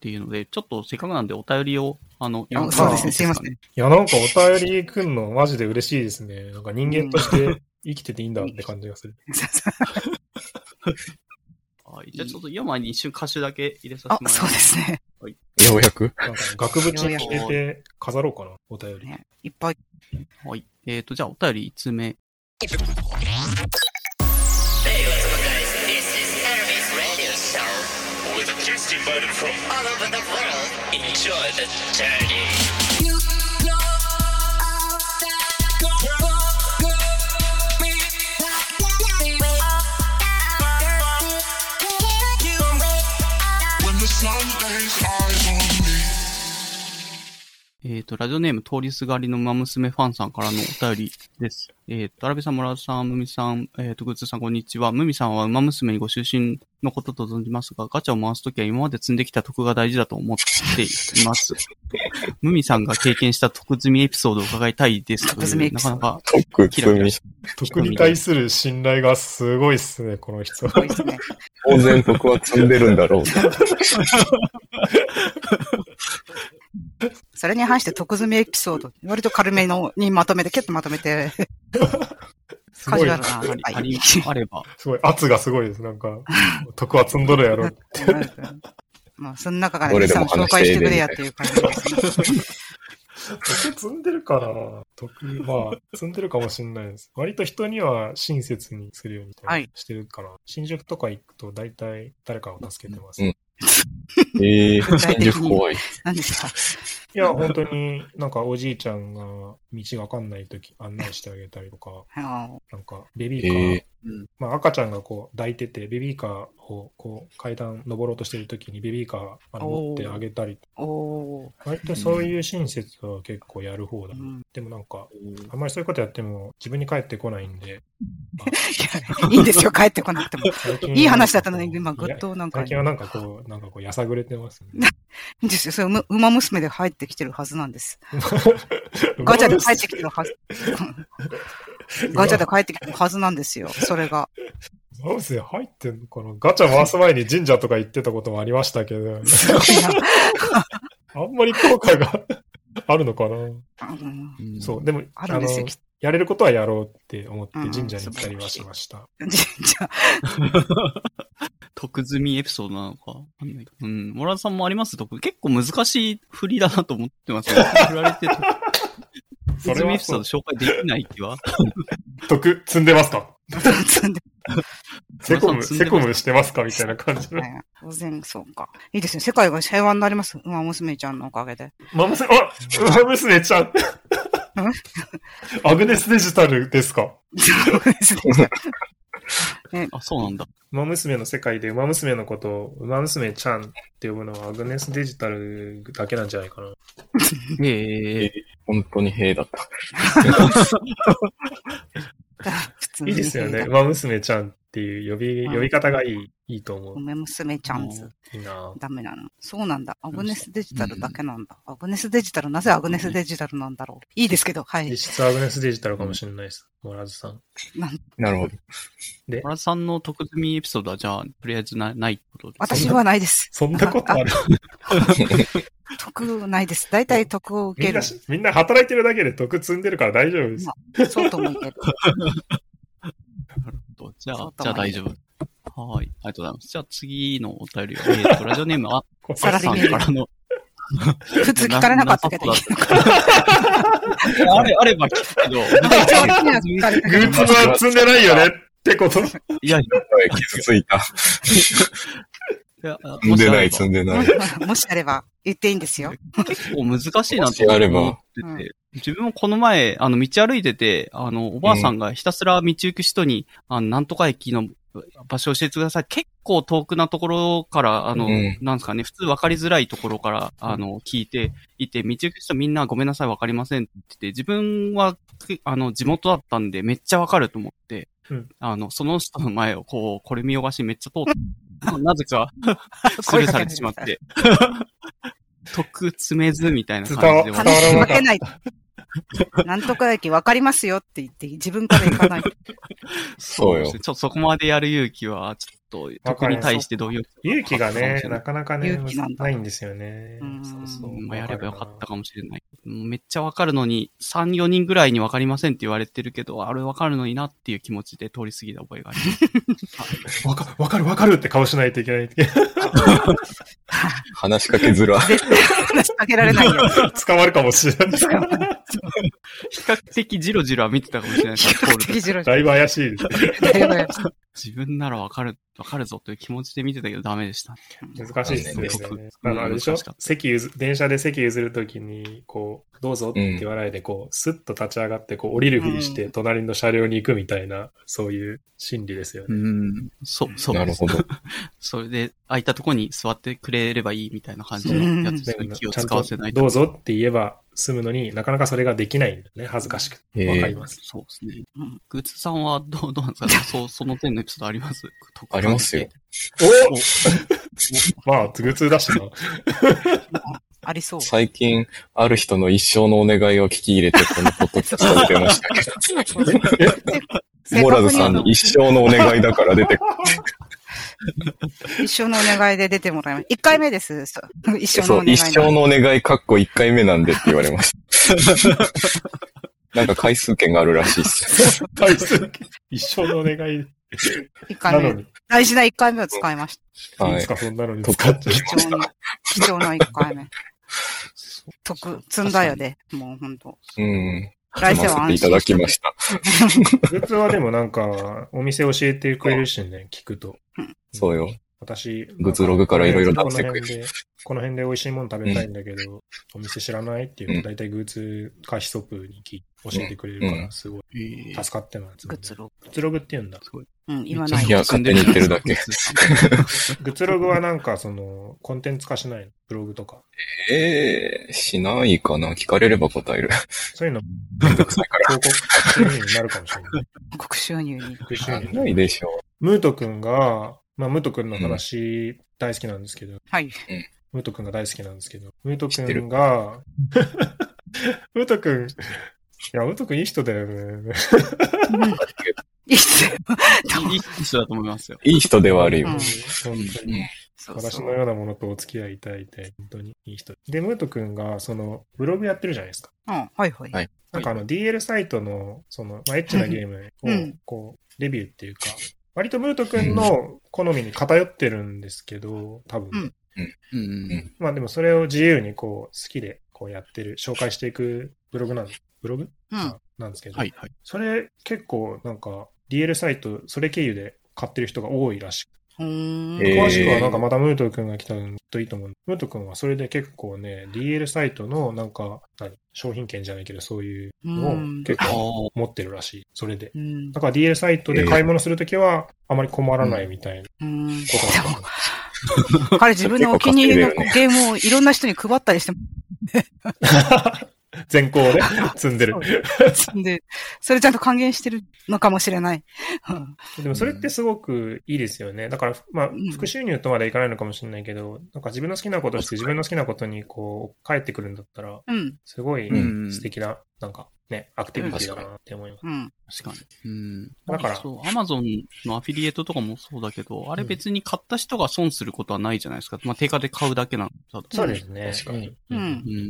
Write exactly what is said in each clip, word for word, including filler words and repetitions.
っていうので、ちょっとせっかくなんでお便りを、あの、 あそうですね、すいません。いや、なんかお便り来んのマジで嬉しいですね。なんか人間として生きてていいんだって感じがする。 はい。じゃあちょっと今に一瞬歌手だけ入れさせてもらいます。 あ、そうですね。 はい。 ようやくなんか額縁に入れて飾ろうかな、お便り。 ね、いっぱい。 はい。えっと、じゃあお便りいつつめ。えっと、ラジオネーム通りすがりの馬娘ファンさんからのお便りです。えっと、アラビさん、村田さん、ムミさん、えっと、グッズさん、こんにちは。ムミさんは馬娘にご出身のことと存じますが、ガチャを回すときは今まで積んできた徳が大事だと思っています。ムミさんが経験した徳積みエピソードを伺いたいです。 徳積みエピソード。 なかなか、 徳積み。 徳に対する信頼がすごいっすね、この人。 すごいですね。 当然徳は積んでるんだろう。 それに反して徳積みエピソード、割と軽めのにまとめて、キュッとまとめて、カジュアルな。 あり、あれば。 すごい、圧がすごいです。なんか、徳は積んどるやろって。 まあ、その中からね、さん紹介してくれやっていう感じですね。 徳積んでるかな徳、まあ、積んでるかもしれないです。割と人には親切にするようにしてるから、はい、新宿とか行くと大体誰かを助けてます。 うんええー、新宿怖い。 何ですか？ いや、本当になんかおじいちゃんが道わかんないとき案内してあげたりとか、なんかベビーカー、えーうん、まあ赤ちゃんがこう抱いてて、ベビーカーをこう階段登ろうとしてるときにベビーカーあの持ってあげたりとか、割とそういう親切は結構やる方だ、うん。でもなんか、あんまりそういうことやっても自分に返ってこないんで。 いやいいんですよ、帰ってこなくても。いい話だったのに、今、ぐっとなんか。 最近はなんかこう、なんかこう、やさぐれてますね。 いいんですよ、それ、馬娘で入ってきてるはずなんです。ガチャで帰ってきてるはず。ガチャで帰ってきてるはずなんですよ、それが。 馬娘入ってんのかな？ガチャ回す前に神社とか行ってたこともありましたけど。 すごいな。あんまり効果があるのかな、うん、そう、でも、 あるんですよ。 やれることはやろうって思って神社に行ったりはしました。 うん、神社。 徳積みエピソードなのか。うん。モラダさんもあります徳？結構難しい振りだなと思ってますよ。振られて徳積みエピソード紹介できない気は徳積んでますか？ 積んでセコム、セコムしてますかみたいな感じの。 当然、そうか。いいですね。世界が平和になります。馬娘ちゃんのおかげで。 馬娘、あ馬娘ちゃんアグネスデジタルですか？アグネスデジタル。 あ、そうなんだ。 馬娘の世界で馬娘のことを馬娘ちゃんって呼ぶのはアグネスデジタルだけなんじゃないかな。 へえー、 本当にへえだった。 いいですよね。馬娘ちゃんっていう呼び、呼び方がいい、いいと思う。 馬娘ちゃんズ。 いいな。 ダメなの。そうなんだ。アグネスデジタルだけなんだ。うん、アグネスデジタル、なぜアグネスデジタルなんだろう。いいですけど、はい。 実質アグネスデジタルかもしれないです。モラズさん。 な, なるほど。 で、モラズさんの徳積みエピソードはじゃあ、とりあえずな、ないことです。 私はないです。 そんなことある得ないです。大体得を受ける。 みんな、みんな働いてるだけで得積んでるから大丈夫です。まあ、そうとも言える。 なるほど。じゃあ、じゃあ大丈夫。はい。ありがとうございます。じゃあ次のお便りは、えっ、ー、と、ラジオネーム、あ、 サラリーマンからの。 普通聞かれなかったけど。 あれ、あれば聞くけど。 グッズは積んでないよねってこと。いや、 傷ついた。積んでない、積んでない。 もしあれば言っていいんですよ。 結構難しいなと思ってて。自分もこの前、あの、道歩いてて、あの、おばあさんがひたすら道行く人に、うん、あの、なんとか駅の場所を教えてください。結構遠くなところから、あの、うん、なんですかね、普通分かりづらいところから、あの、聞いていて、道行く人みんなごめんなさい分かりませんって言ってて、自分は、あの、地元だったんでめっちゃ分かると思って、うん、あの、その人の前をこう、これ見よがしめっちゃ通って、なぜか、スルーされてしまって、得詰めずみたいな感じで。 話し分けない。なんとか駅分かりますよって言って、自分から行かない。 そうよ。 ちょっとそこまでやる勇気は、ちょっと、特に対してどういう。 勇気がね、なかなかね、 勇気なんだないんですよね。 そうそう。まあ、やればよかったかもしれない。めっちゃわかるのに、さん、よにんぐらいにわかりませんって言われてるけど、あれわかるのになっていう気持ちで通り過ぎた覚えがあります。 わか、わかるわかるって顔しないといけない。 話しかけづら。 話しかけられないよ。 捕まるかもしれない。 比較的ジロジロは見てたかもしれないです。 比較的ジロジロ。 だいぶ怪しいです。 だいぶ怪しい。 自分ならわかる、わかるぞという気持ちで見てたけどダメでした。 難しいですよね。あの、あれでしょ席譲、電車で席譲るときに、こう、どうぞって言わないで、こう、スッと立ち上がって、こう、降りるふりして、隣の車両に行くみたいな、そういう心理ですよね。 うん。そう、そう。 なるほど。 それで、空いたとこに座ってくれればいいみたいな感じのやつですね。気を使わせないと。 どうぞって言えば済むのになかなかそれができないんだよね。恥ずかしくて。わかります。 そうですね。うん。グッズさんはどう、どうなんですかねそう、その点のエピソードありますありますよ。 おまあ、グッズだしな。 ありそう。 最近、ある人の一生のお願いを聞き入れて、このポッドキャストに出ましたけど。モラズさんに一生のお願いだから出てくる。一生のお願いで出てもらいます。一回目です。一生のお願い。 そう、一生のお願いかっこ一回目なんでって言われました。なんか回数券があるらしいっす。 回数券一生のお願い。 一回目。大事な一回目を使いました。 はい。いつかそんなのに使っちゃいました。 貴重な一回目。得、積んだよね。もうほんと。 うん。 来世は安心いただきました。 グッズはでもなんか、お店教えてくれるしね、聞くと。 そうよ。 私、 グッズログからいろいろ出してくれる。この辺で美味しいもの食べたいんだけど、うん、お店知らないって言うと、だいたいグッズ開始ソップに教えてくれるから、すごい助かってます、 グッズログ。 グッズログって言うんだ。すごい。 うん、今ない。 いや、勝手に言ってるだけ。 グッズログはなんか、その、コンテンツ化しないのブログとか。 ええー、しないかな聞かれれば答える。 そういうの、広告収入になるかもしれない。 広告収入に。 広告収入ないでしょう。ムート君が、まあ、ムート君の話大好きなんですけど。うん、 はい。 ムート君が大好きなんですけど。ムート君が、ムート君、いや、ムート君いい人だよね。 いい人いい人だと思いますよ。 いい人ではあるよ。 うん、本当に。そうそう私のようなものとお付き合いいただいて、本当にいい人。で、ムート君が、その、ブログやってるじゃないですか。 うん、はいはい。 はい。 なんかあの、ディーエル サイトの、その、まあ、エッチなゲームを、こう、レビューっていうか、割とムート君の好みに偏ってるんですけど、多分。 うん。うん。 まあでもそれを自由にこう、好きでこうやってる、紹介していくブログなんブログ、 うん、 なんですけど。 はいはい。 それ結構なんか、ディーエル サイト、それ経由で買ってる人が多いらしく。詳しくはなんかまたムート君が来たらといいと思う。ムート君はそれで結構ね、ディーエル サイトのなんか、何商品券じゃないけどそういうのを結構持ってるらしい。それで。だから ディーエル サイトで買い物するときはあまり困らないみたいなことだと思う。 彼自分のお気に入りのゲームをいろんな人に配ったりしても。 全校で積んでる。 積んで、それちゃんと還元してるのかもしれない。 でもそれってすごくいいですよね。だから、まあ、副収入とまでいかないのかもしれないけど、なんか自分の好きなことして自分の好きなことにこう、帰ってくるんだったら、すごい素敵な、なんかね、アクティビティだなって思います。 うん、 確かに。うん。 だから、 そう、アマゾンのアフィリエイトとかもそうだけど、あれ別に買った人が損することはないじゃないですか。まあ、定価で買うだけなんだと。 そうですね。 確かに。 うん。うん。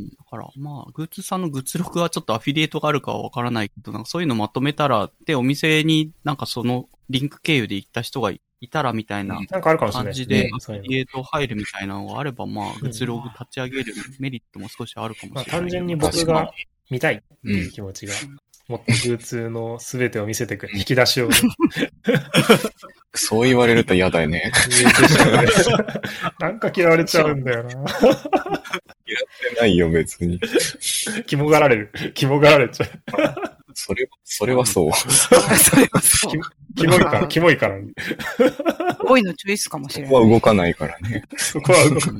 だから、まあ、グッズさんのグッズ録はちょっとアフィリエイトがあるかはわからないけど、なんかそういうのまとめたら、で、お店になんかそのリンク経由で行った人がいたらみたいな感じで、アフィリエイト入るみたいなのがあれば、まあ、グッズログ立ち上げるメリットも少しあるかもしれない。 まあ、単純に僕が見たいっていう気持ちが。もっとグッズのすべてを見せてくる。引き出しを。 そう言われると嫌だよね。 なんか嫌われちゃうんだよな。嫌ってないよ、別に。 肝がられる。肝がられちゃう。 それ、それはそう。 それはそう。 キモいから、キモいから。 恋のチョイスかもしれない。 そこは動かないからね。 そこは動かない。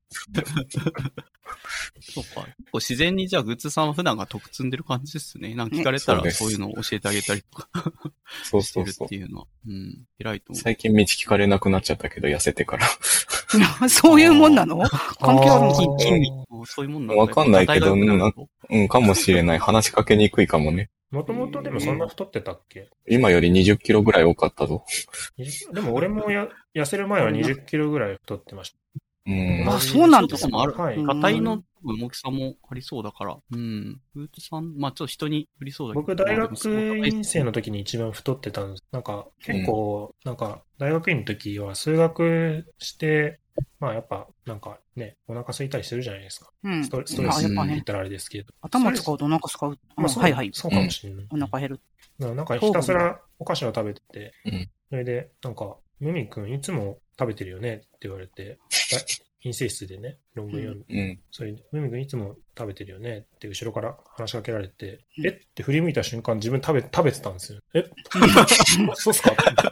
そうか。結構自然にじゃあグッズさんは普段が得積んでる感じですね。なんか聞かれたらそういうのを教えてあげたりとか。 そうそうそう。 してるっていうのは。うん。偉いと思う。 最近道聞かれなくなっちゃったけど、痩せてから。 そういうもんなの関係あるの筋筋肉そういうもんなのわかんないけど、うん、かもしれない。話しかけにくいかもね。 もともとでもそんな太ってたっけ？ 今よりにじゅっキロぐらい多かったぞ。 でも俺もや痩せる前はにじゅっキロぐらい太ってました。 うん。 あ、そうなんとかもある。はい。ガタイの重きさもありそうだから。うん。グーツさん、まあちょっと人に振りそうだけど。 僕大学院生の時に一番太ってたんです。なんか結構、うん、なんか大学院の時は数学して、まあやっぱなんかね、お腹空いたりするじゃないですか。うん。ストレスって言ったらあれですけど。 頭使うとお腹使う。 まあそう、はいはい。そうかもしれない。 お腹減る。 なんかひたすらお菓子を食べてて、うん、それでなんか、ムミ君いつも食べてるよねって言われて、陰性室でね、論文読んで、うん、それで、ムミ君いつも食べてるよねって後ろから話しかけられて、うん、えって振り向いた瞬間自分食べ、食べてたんですよ。えそうっすか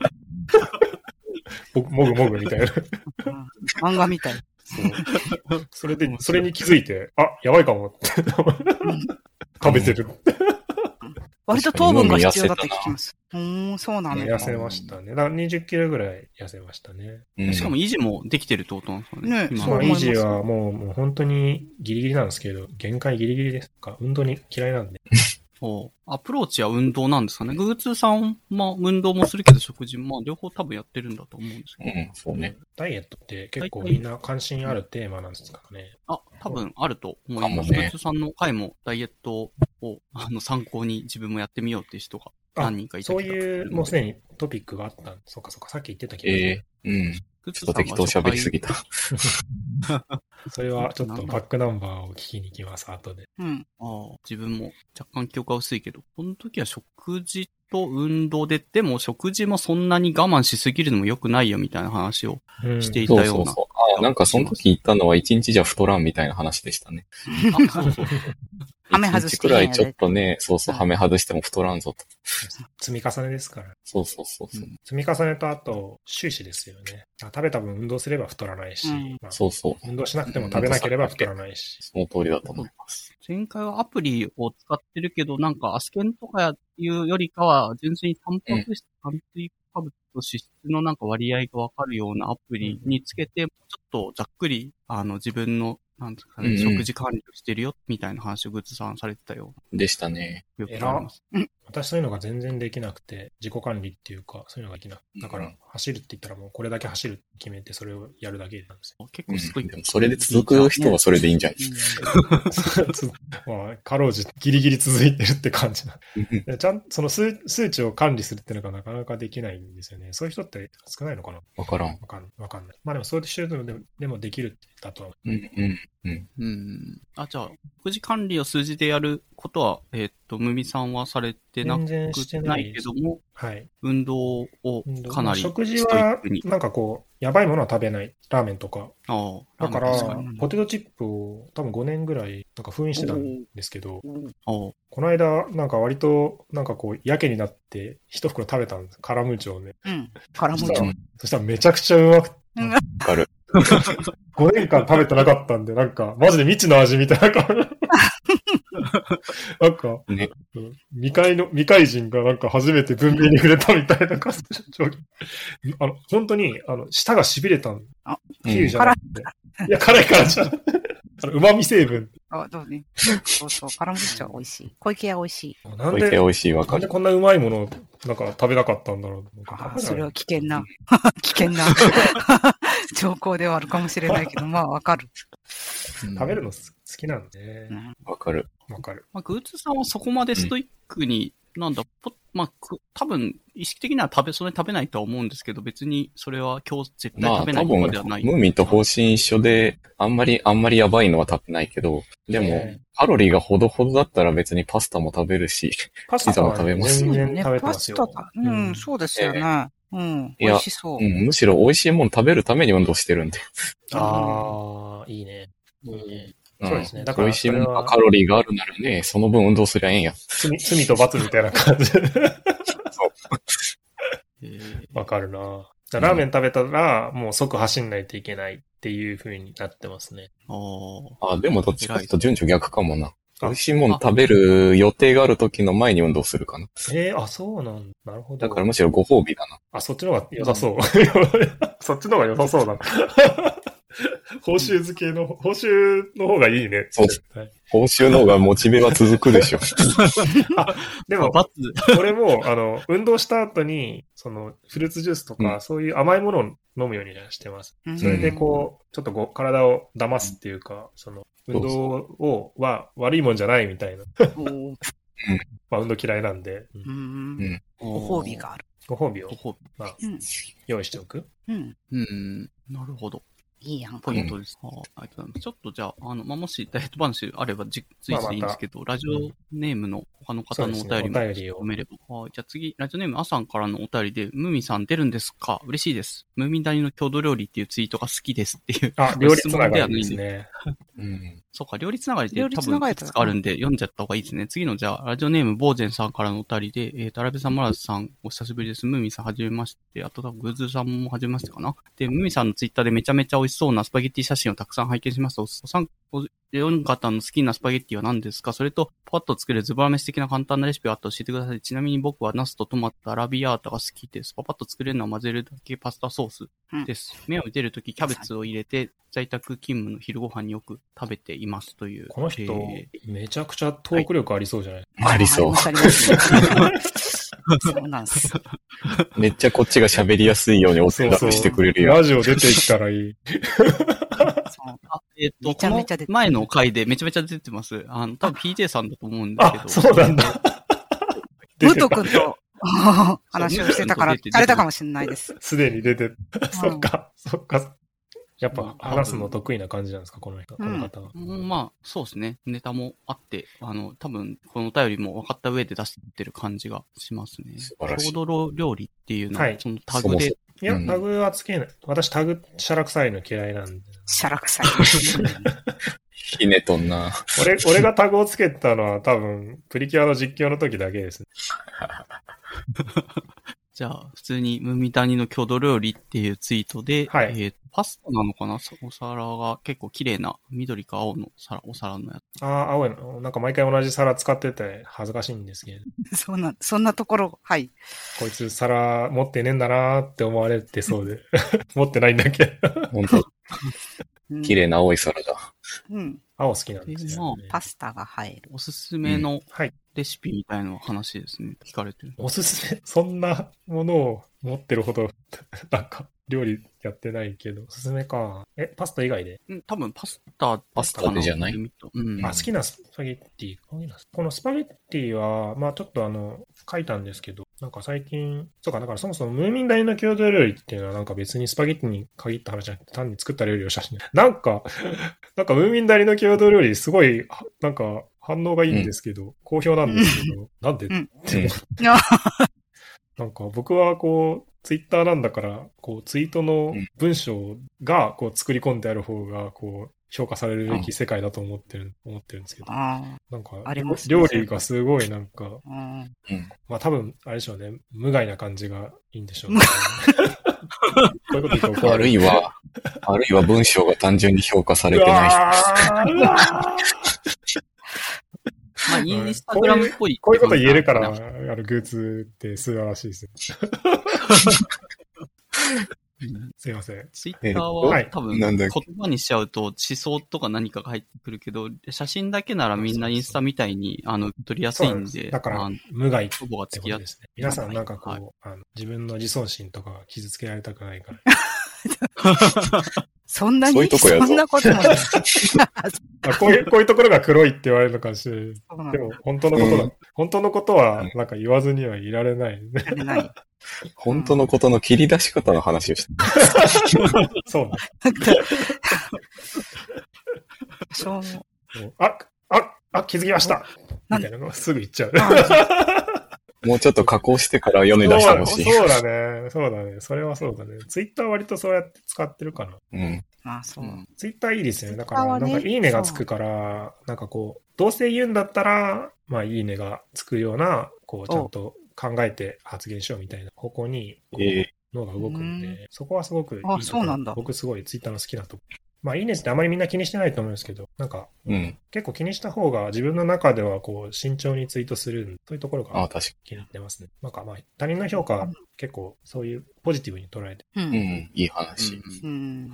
僕、もぐもぐみたいな。 漫画みたい。 そう。それで、それに気づいて、あ、やばいかもって。食べてる。 割と糖分が必要だって聞きます。うん、そうなんだ。 痩せましたね。だからにじゅっキロぐらい痩せましたね。 うん、しかも維持もできてるってことなんですかね。 ね、そう維持はもう、もう本当にギリギリなんですけど、限界ギリギリですか。運動に嫌いなんで。 アプローチは運動なんですかね。グーツーさんも運動もするけど食事も、まあ、両方多分やってるんだと思うんですけど。 うん、そうね。 ダイエットって結構みんな関心あるテーマなんですかね。 あ、多分あると思います。グーツーさんの回もダイエットをあの参考に自分もやってみようっていう人が何人かいた。 そういう、もうすでにトピックがあった。そうかそうか、さっき言ってたけど。 ええー、うん。ちょっと適当喋りすぎた。 それはちょっとバックナンバーを聞きに行きます、後で。 うん。ああ、自分も若干記憶が薄いけど、この時は食事と運動で、でも食事もそんなに我慢しすぎるのも良くないよみたいな話をしていたような。うん、そうそうそう。 ああ、なんかその時言ったのは一日じゃ太らんみたいな話でしたね。 あ、そうそう。はめ外して。 くらいちょっとね、そうそう、はめ外しても太らんぞと。 積み重ねですから。 そうそうそうそう、うん。 積み重ねとあと、終始ですよね。食べた分運動すれば太らないし、うんまあ、そうそう。 運動しなくても食べなければ太らないし。 その通りだと思います。 前回はアプリを使ってるけど、なんかアスケンとかいうよりかは、純粋にタンパク質、炭水化物と脂質のなんか割合がわかるようなアプリにつけて、うん、ちょっとざっくり、あの、自分のなんですかね、うんうん、食事管理をしてるよ、みたいな話をグッズさんされてたよ。 でしたね。 よくあります。 私そういうのが全然できなくて、自己管理っていうか、そういうのができなくて。だから、走るって言ったらもうこれだけ走るって決めて、それをやるだけなんですよ。 結構すごい、 うん。でもそれで続く人はそれでいいんじゃないですか。 まあ、かろうじギリギリ続いてるって感じな。ちゃんとその 数, 数値を管理するっていうのがなかなかできないんですよね。そういう人って少ないのかな？ わからん。 わかんない。わかんない。まあでもそういう人でもでもできるって言ったとは。 うんうんうん。 うん。あ、じゃあ、食事管理を数字でやることは、えー、っと、ムミさんはされてなくないけども、 はい。 運動をかなり食事は、なんかこう、やばいものは食べない。ラーメンとか。 ああ。だから、ポテトチップを多分ごねんぐらい、なんか封印してたんですけど、この間、なんか割と、なんかこう、やけになって、一袋食べたんです。カラムーチョをね。 うん。カラムーチョ。 そしたらめちゃくちゃうまくて。 わかる。 ごねんかん食べてなかったんで、なんか、マジで未知の味みたいな感じ。なんか、ね、未開の、未開人がなんか初めて文明に触れたみたいな感じのあの、本当に、あの、舌が痺れたん。 あ、 比喩じゃなくて。いや、辛いからじゃん。あの、旨味成分。 あ、どうね。そうそう、カラムーチョ美味しい。小池屋美味しい。 なんで、 小池屋美味しいわかる。 なんでこんなうまいものを、なんか食べなかったんだろう。 あ、それは危険な、危険な兆候ではあるかもしれないけど、まあわかる。 食べるの好きなんで。 わかる。 わかる。 まあ、グーツさんはそこまでストイックに、うん、なんだ、まあ、多分、意識的には食べ、それ食べないとは思うんですけど、別にそれは今日絶対食べないものではない。 まあ、多分、ムーミンと方針一緒で、あんまり、あんまりやばいのは食べないけど、でも、カロリーがほどほどだったら別にパスタも食べるし、 パスタも食べます。 全然食べてますよ。パスタ、うん、うん、そうですよね。えー、うん、美味しそう、 うん。むしろ美味しいもの食べるために運動してるんで。 ああ、いいね。いいね。そうですね。 だから美味しいものがカロリーがあるならね、その分運動すりゃええんや。 罪、罪と罰みたいな感じ。そう。わかるな。じゃラーメン食べたら、もう即走んないといけないっていう風になってますね。 ああ、でもどっちかというと順序逆かもな。美味しいもの食べる予定がある時の前に運動するかな。 えー、あ、そうなんだ。なるほど。 だからむしろご褒美だな。 あ、そっちの方が良さそう。そっちの方が良さそうだな。 報酬付けの、報酬の方がいいね。 そう。報酬の方がモチベは続くでしょ。 あ、でも、俺も、あの、運動した後に、その、フルーツジュースとか、うん、そういう甘いものを飲むようにしてます。それでこう、ちょっとこう、体を騙すっていうか、その、運動を、は悪いもんじゃないみたいな。まあ、運動嫌いなんで。 うん。ご褒美がある。 ご褒美を、まあ、うん、用意しておく。 うん。 うん。なるほど。 いいやん。 ポイントです。うん、ありがとうございます。ちょっとじゃあ、あの、まあ、もしダイエット話あればじ、ついついいいんですけど、まあま、ラジオネームの他の方のお便りも読めれば。はい、じゃあ次、ラジオネームあさんからのお便りで、ムーミンさん出るんですか？嬉しいです。ムーミン谷の郷土料理っていうツイートが好きですっていう。 あ、料理つながりですね。 うん。そうか、料理つながりって多分いくつかあるんで読んじゃった方がいいですね。次のじゃあ、ラジオネームボーゼンさんからのお便りで、えっ、ー、と、アラベさん、マラズさん、お久しぶりです。ムーミンさん、はじめまして。あと、グーズーさんもはじめましてかな。で、ムーミンさんのツイッターでめちゃめちゃ美味しそうなスパゲッティ写真をたくさん拝見しますと、お三四方の好きなスパゲッティは何ですか？それと、パッと作れるズバラ飯的な簡単なレシピがあったら教えてください。ちなみに僕はナスとトマト、アラビアータが好きです。パパッと作れるのは混ぜるだけパスタソースです。うん、麺を茹でるとき、キャベツを入れて、在宅勤務の昼ご飯によく食べていますという。 この人、えー、めちゃくちゃトーク力ありそうじゃない？ はい、ありそう。 そうなんです。 めっちゃこっちが喋りやすいようにお手伝いしてくれるよ。 ラジオ出てきたらいい。 そうあえっ、ー、と、めちゃめちゃ出て前の回でめちゃめちゃ出てます。あの、多分 ピージェー さんだと思うんですけど。 あ、そうなんだ。 ムト君と話をしてたから、あれたかもしれないです。 すでに出て、そっか、そっか。やっぱ話すの得意な感じなんですか、この人、この方は。 うん、まあ、そうですね。ネタもあって、あの、多分、このお便りも分かった上で出してる感じがしますね。郷土料理っていうのは、はい、そのタグで。 いや、タグはつけない。私タグ、シャラ臭いの嫌いなんで。 シャラ臭い。 ひねとんな。 俺、俺がタグをつけたのは多分、プリキュアの実況の時だけですね。 じゃあ、普通に、ムミタニの郷土料理っていうツイートで、 はい、 えー、パスタなのかなお皿が結構綺麗な、緑か青の皿、お皿のやつ。 ああ、青いの。なんか毎回同じ皿使ってて恥ずかしいんですけど。 そんな、そんなところ、はい。 こいつ皿持ってねえんだなーって思われてそうで。持ってないんだっけ本当。綺麗な青い皿だ。 うん。 青好きなんですよ、ね。 パスタが入る。 おすすめのレシピみたいな話ですね。聞かれてる。 おすすめそんなものを持ってるほど、なんか、料理やってないけど、おすすめか。え、パスタ以外で？ うん、多分パスタ、 パスタでじゃない？ うん、あ、好きなスパゲッティ。このスパゲッティは、まあちょっとあの、書いたんですけど、なんか最近、そうか、だからそもそもムーミン谷の郷土料理っていうのはなんか別にスパゲッティに限った話じゃなくて、単に作った料理を写真。なんか、なんかムーミン谷の郷土料理すごい、なんか反応がいいんですけど、うん、好評なんですけど、なんで、うん、ってなんか僕はこう、ツイッターなんだから、こう、ツイートの文章が、こう、作り込んである方が、こう、評価されるべき世界だと思ってる、思ってるんですけど。なんか、料理がすごいなんか、まあ多分、あれでしょうね、無害な感じがいいんでしょうね。こういうこと言うとあるいは、あるいは文章が単純に評価されてない人。 まあ、インスタグラムっぽい。 こういうこと言えるから、あの、グーツって素晴らしいですよ。すいません。 ツイッターは多分言葉にしちゃうと思想とか何かが入ってくるけど、写真だけならみんなインスタみたいにあの撮りやすいんで。 だから、無害ってことですね。皆さんなんかこう、はい、あの自分の自尊心とか傷つけられたくないから。 そんなにそういうとこやそんなこともないこういう、こういうところが黒いって言われるのかもしれない。でも、本当のことだ、うん。本当のことは、なんか言わずにはいられない、ね。いられない。 本当のことの切り出し方の話をして。 そうなそう。 あ、あ、あ、気づきました。みたいなのがすぐ言っちゃう。 もうちょっと加工してから読み出してほしい。 そうだね。そうだね。それはそうだね。ツイッターは割とそうやって使ってるかな。 うん。 まあそう。 ツイッターいいですよね。だから、なんかいいねがつくから、なんかこう、どうせ言うんだったら、まあいいねがつくような、こう、ちゃんと考えて発言しようみたいな方向に、こう、脳が動くんで、そこはすごくいい。 あ、そうなんだ。 僕すごいツイッターの好きなとこ。 まあいいねってあまりみんな気にしてないと思うんですけど、なんか、 うん、 結構気にした方が自分の中ではこう慎重にツイートする、そういうところがあ、確か気になってますね。なんかまあ他人の評価結構そういうポジティブに捉えて。 うに。うんん、いい話。 うん。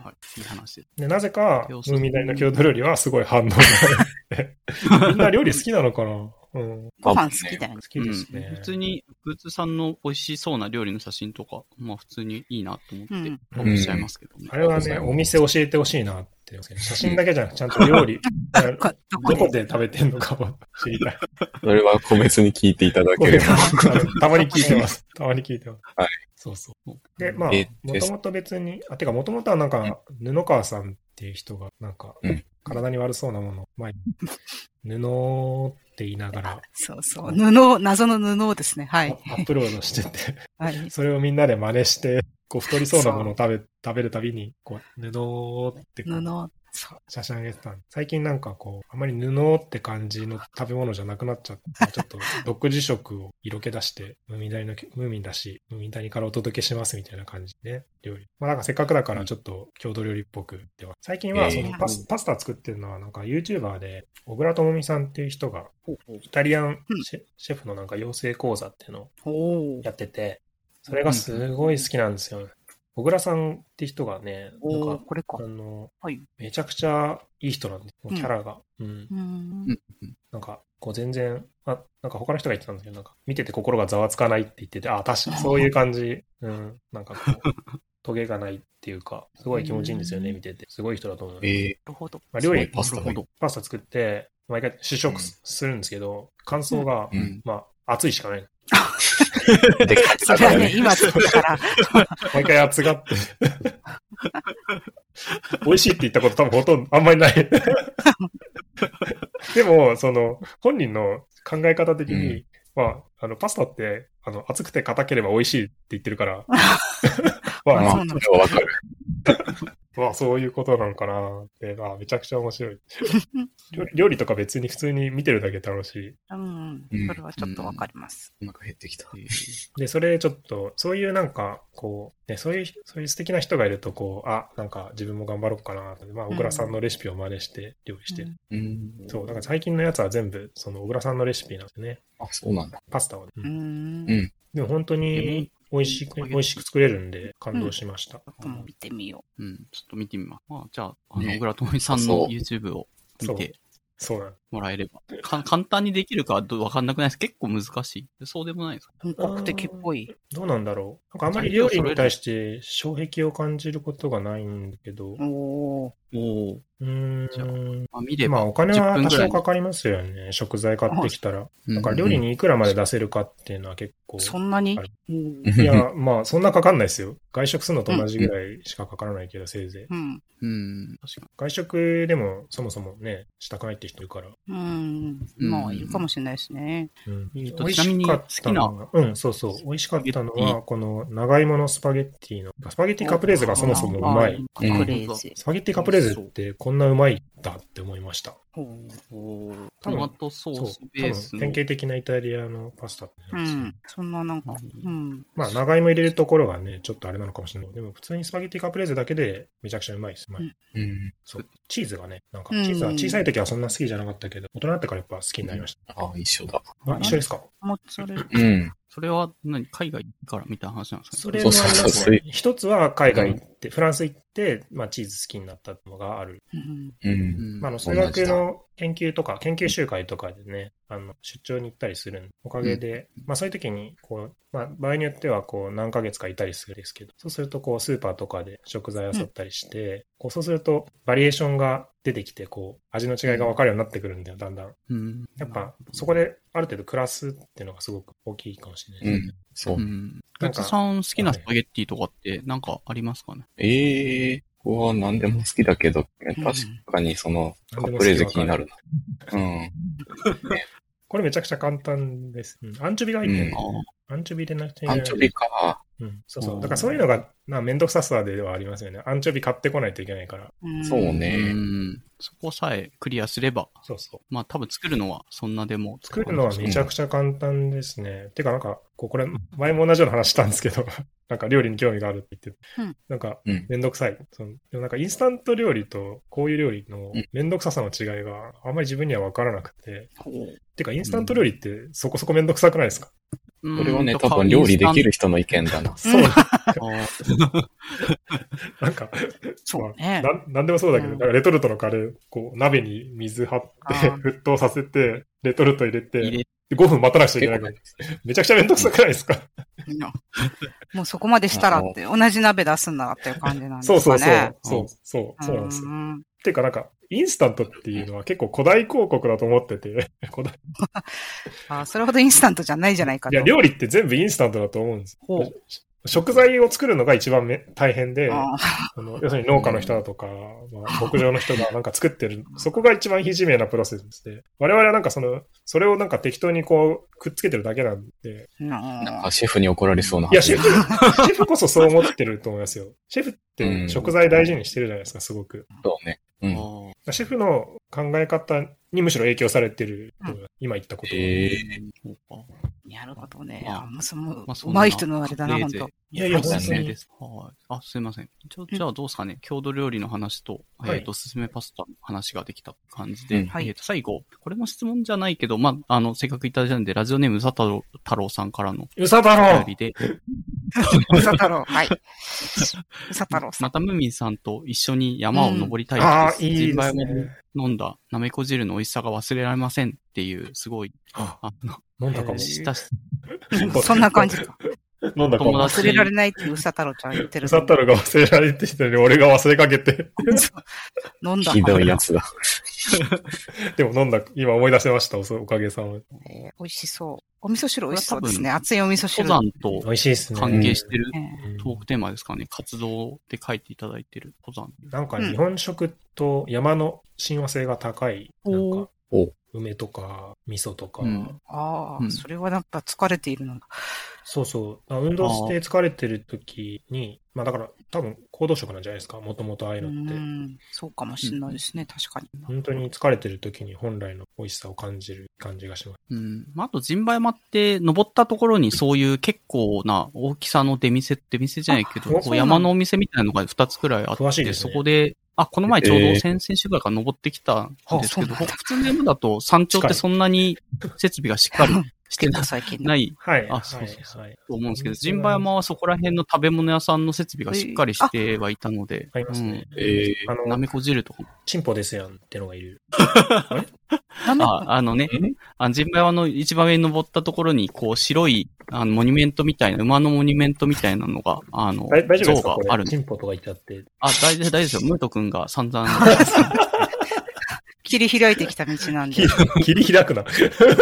はい。いい話です。 で、なぜか、ムーミン谷の郷土料理はすごい反応があって。みんな料理好きなのかな。うん、 ご飯好きだよね。 好きですね。 うん、普通に、グーツさんの美味しそうな料理の写真とか、まあ普通にいいなと思っておっしゃいますけどね。 うん、あれはね、お店教えてほしいなって言うんですけど、写真だけじゃなくちゃんと料理、どこで食べてんのかを知りたい。 それは個別に聞いていただければ。 たまに聞いてます。たまに聞いてます。 はい。 そうそう。で、まあ、もともと別に、あ、てかもともとはなんか、布川さんっていう人が、なんか、体に悪そうなものを前に、布って言いながら。 そうそう。布、謎の布をですね。はい。 アップロードしてて、 はい。 それをみんなで真似して、こう太りそうなものを食べ、食べるたびに、こう、布ってこう。 布。 写真上げてたんで。最近なんかこう、あまり布って感じの食べ物じゃなくなっちゃって、ちょっと独自色を色気出して、ムーミン谷の、ムーミンだし、ムーミン谷からお届けしますみたいな感じで、ね、料理。まあなんかせっかくだからちょっと郷土料理っぽくでは。最近はそのパス、えー、パスタ作ってるのはなんか YouTuber で、小倉智美さんっていう人が、イタリアンシェ、うん、シェフのなんか養成講座っていうのをやってて、それがすごい好きなんですよ。小倉さんって人がね、なんか、 これか。 あの、 はい、 めちゃくちゃいい人なんです。キャラが。うん。 うん、 なんか、こう全然、あ、なんか他の人が言ってたんだけど、なんか、見てて心がざわつかないって言ってて、あ、確かにそういう感じ。うん。なんかこう、トゲがないっていうか、すごい気持ちいいんですよね、見てて。すごい人だと思う。 えー、 なるほど。まあ、料理、パスタ、パスタ作って、毎回試食するんですけど、感想が、うん、まあ、熱いしかない。 でそれはね、今作ったから。 毎回熱がって。美味しいって言ったこと多分ほとんどあんまりない。でも、その、本人の考え方的に、うん、まあ、あの、パスタって、あの、熱くて硬ければ美味しいって言ってるから。まあ、 それはわかる。 まあ、そういうことなのかなって、まあ、めちゃくちゃ面白い。料理とか別に普通に見てるだけ楽しい。 うん、それはちょっとわかります。 うん、なんか減ってきた。 で、それちょっと、そういうなんか、こう、ね、そういう、そういう素敵な人がいると、こう、あ、なんか自分も頑張ろうかな。まあ、小倉さんのレシピを真似して料理してる。 うん、 そう、だから最近のやつは全部、その小倉さんのレシピなんですよね。 あ、そうなんだ。 パスタをね。 うん。 でも本当に、美味しく、美味しく作れるんで感動しました。 うん、見てみよう。うん、ちょっと見てみます。まあ、じゃあ、あの、小倉智美さんの YouTube を見て、 そうだ。 もらえれば。か簡単にできるかわかんなくないです。結構難しい。そうでもないですか。 本格的っぽい。 どうなんだろう。なんかあんまり料理に対して障壁を感じることがないんだけど。 おー。おー。 うーん。 じゃあ、まあ、見れば。 まあお金は多少かかりますよね。食材買ってきたら。だから料理にいくらまで出せるかっていうのは結構。 そんなに？ いや、まあそんなかかんないですよ。外食するのと同じぐらいしかかからないけど、せいぜい。 うん。 うん。確かに。 外食でもそもそもね、したくないって人いるから。 うん。まあいるかもしれないですね。 うん。美味しかったのが、うん、そうそう。美味しかったのは、この長芋のスパゲッティの、スパゲッティカプレーゼがそもそもうまい。 カプレーゼ。 スパゲッティカプレーゼってこんなうまいんだって思いました。 おトマトソースベースの。 典型的なイタリアのパスタってうん。そんななんか、うん。 まあ、長芋入れるところがね、ちょっとあれなのかもしれない。でも、普通にスパゲッティカプレーゼだけでめちゃくちゃうまいです。うまい。 うん。 そう。チーズがね、なんか、チーズは小さい時はそんな好きじゃなかったけど、大人になってからやっぱ好きになりました。 ああ、一緒だ。 あ、一緒ですか？ モッツァレラ。 うん。それは何海外からみたいな話なんですか？ それもありますね。一つは海外行って、フランス行って、まあチーズ好きになったのがある。 うん。 まあ、あの、数学の研究とか、研究集会とかでね、あの、出張に行ったりするおかげで、まあそういう時に、こう、まあ場合によっては、こう、何ヶ月かいたりするんですけど、そうすると、こう、スーパーとかで食材を漁ったりして、こう、そうすると、バリエーションが出てきて、こう、味の違いが分かるようになってくるんだよ、だんだん。 うん。 やっぱ、そこで、ある程度暮らすっていうのがすごく大きいかもしれないですね。 そう。 うん。グッズさん好きなスパゲッティとかってなんかありますかね？ ええー、僕は何でも好きだけど、確かにその、カプレーゼ気になるな。うん。 これめちゃくちゃ簡単です。うん、アンチョビが入ってる、 うん、 アンチョビ入れなくちゃいけない。 アンチョビか。 うん。そうそう。だからそういうのが、なめんどくささではありますよね。アンチョビ買ってこないといけないから。 そうね。 うん。そこさえクリアすれば。 そうそう。 まあ多分作るのはそんなでも。 作るのはめちゃくちゃ簡単ですね。うん、てかなんか、これ、前も同じような話したんですけど、なんか料理に興味があるって言って、うん、なんかめんどくさい。そのでもなんかインスタント料理とこういう料理のめんどくささの違いがあんまり自分には分からなくて。うん、てかインスタント料理ってそこそこめんどくさくないですか？ これはね、多分料理できる人の意見だな。 そう。なんか、 そうね、 まあ、な。なんでもそうだけど、うん、レトルトのカレー、こう、鍋に水張って、沸騰させて、レトルト入れて、入れごふん待たなくちゃいけないから、めちゃくちゃめんどくさくないですか？ もうそこまでしたらって、同じ鍋出すんだっていう感じなんですかね。 そうそうそう。そうそう。そうなんですよ。ていうかなんか、インスタントっていうのは結構古代広告だと思ってて、古代あ、それほどインスタントじゃないじゃないかと。 いや、料理って全部インスタントだと思うんです。食材を作るのが一番め大変で、あの要するに農家の人だとか、まあ、牧場の人がなんか作ってる、そこが一番非命なプロセスで、我々はなんかその、それをなんか適当にこう、くっつけてるだけなんで。 なんかシェフに怒られそうな。 いや、シェフ、シェフこそそう思ってると思いますよ。シェフって食材大事にしてるじゃないですか、すごく。 そうね。うん、 シェフの考え方にむしろ影響されてる、うん、今言ったことは。 えー、なるほどね。まあ、まあ、その、まあ、うまい人のあれだな、本当。 いやいや、 おすすめです。はい。あ、すいません。じゃあ、じゃあどうですかね。郷土料理の話と、はい、えっと、おすすめパスタの話ができた感じで、はい、えっと、最後、これも質問じゃないけど、まあ、あの、せっかくいただいたんで、ラジオネームうさ太郎、太郎さんからの。 うさ太郎で。 うさ太郎、はい。うさ太郎さん。 またムミンさんと一緒に山を登りたいです。うん、 ああ、いいですね。 飲んだなめこ汁の美味しさが忘れられませんっていう、すごい、 あの、飲んだかも。 したしそんな感じか。 飲んだかも。 忘れられないってうさ太郎ちゃん言ってる。 うさ太郎が忘れられてきたのに俺が忘れかけて。 飲んだ。 ひどいやつだ。 でも飲んだ、今思い出せました、おかげさまで。 えー、美味しそう。お味噌汁美味しそうですね。熱いお味噌汁。 登山と美味しいですね。 関係してるトークテーマですかね。活動で書いていただいてる登山。 なんか日本食と山の親和性が高い。なんか梅とか味噌とか。 うん、ああ、うん、それはなんか疲れているのだ。 そうそう。運動して疲れてる時に、まあだから多分行動食なんじゃないですか。もともとああいうのって。 うんそうかもしれないですね。うん、確かに。 本当に疲れてる時に本来の美味しさを感じる感じがします。 うん。あと、陣馬山って登ったところにそういう結構な大きさの出店、出店じゃないけど、こう山のお店みたいなのがふたつくらいあって、ね、そこで、あ、この前ちょうど先々週ぐらいから登ってきたんですけど、えー、普通の山だと山頂ってそんなに設備がしっかりしてない、 はい。 あ、そうそうそう。と思うんですけど、陣馬山はそこら辺の食べ物屋さんの設備がしっかりしてはいたので、 ありますね。 えー、あの、なめこ汁とかも。 チンポですやんってのがいる。 あれあ、あのね、あ陣馬山の一番上に登ったところに、こう、白い、あの、モニュメントみたいな、馬のモニュメントみたいなのが、あの、像がある。 チンポとか言っちゃって。 あ、大丈夫、大丈夫ですよ。ムート君が散々。 切り開いてきた道なんで。 切り開くな。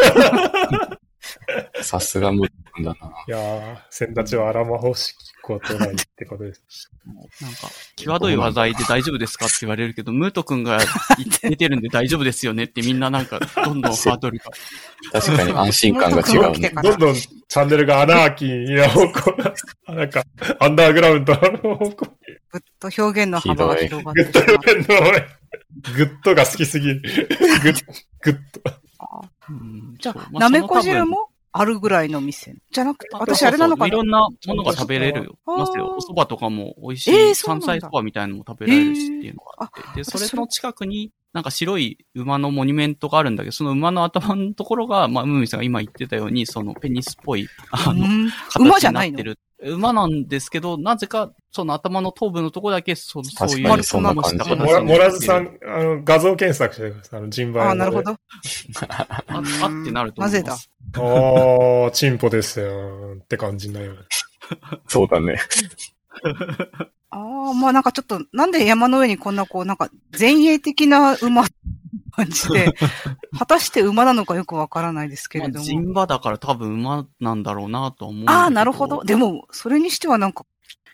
さすがムート君だな。 いやー、先立ちは荒魔法式ことないってことです。 なんか、際どい話題で大丈夫ですかって言われるけど、ムート君が出てるんで大丈夫ですよねってみんななんか、どんどんハードルが。 確かに安心感が違うね。 どんどんチャンネルがアナーキーな方向、なんか、アンダーグラウンドの方向。 ぐっと表現の幅が広がってる。ぐっと表現の幅が、ぐっとが好きすぎる。ぐっ、ぐっと。 うん、じゃあ、なめこ汁もあるぐらいの店じゃなくて、私あれなのかな。 いろんなものが食べれるますよ。お蕎麦とかも美味しい。えー、山菜そばみたいなのも食べられるしっていうのがあって。えー、で、それの近くになんか白い馬のモニュメントがあるんだけど、その馬の頭のところが、まあ、ムーミンさんが今言ってたように、そのペニスっぽい、あの、 馬じゃないの？ 馬なんですけど、なぜか、その頭の頭部のところだけ、そそういう丸くなった形。モラズさん、あの、画像検索してください。あの、陣馬山。 あ、なるほど。あ、 あってなると思います。なぜだ。 ああ、チンポですよって感じになる。 そうだね。 ああ、まあなんかちょっと、なんで山の上にこんなこう、なんか前衛的な馬感じで、果たして馬なのかよくわからないですけれども。 陣馬だから多分馬なんだろうなと思う。 ああ、なるほど。でも、それにしてはなんか、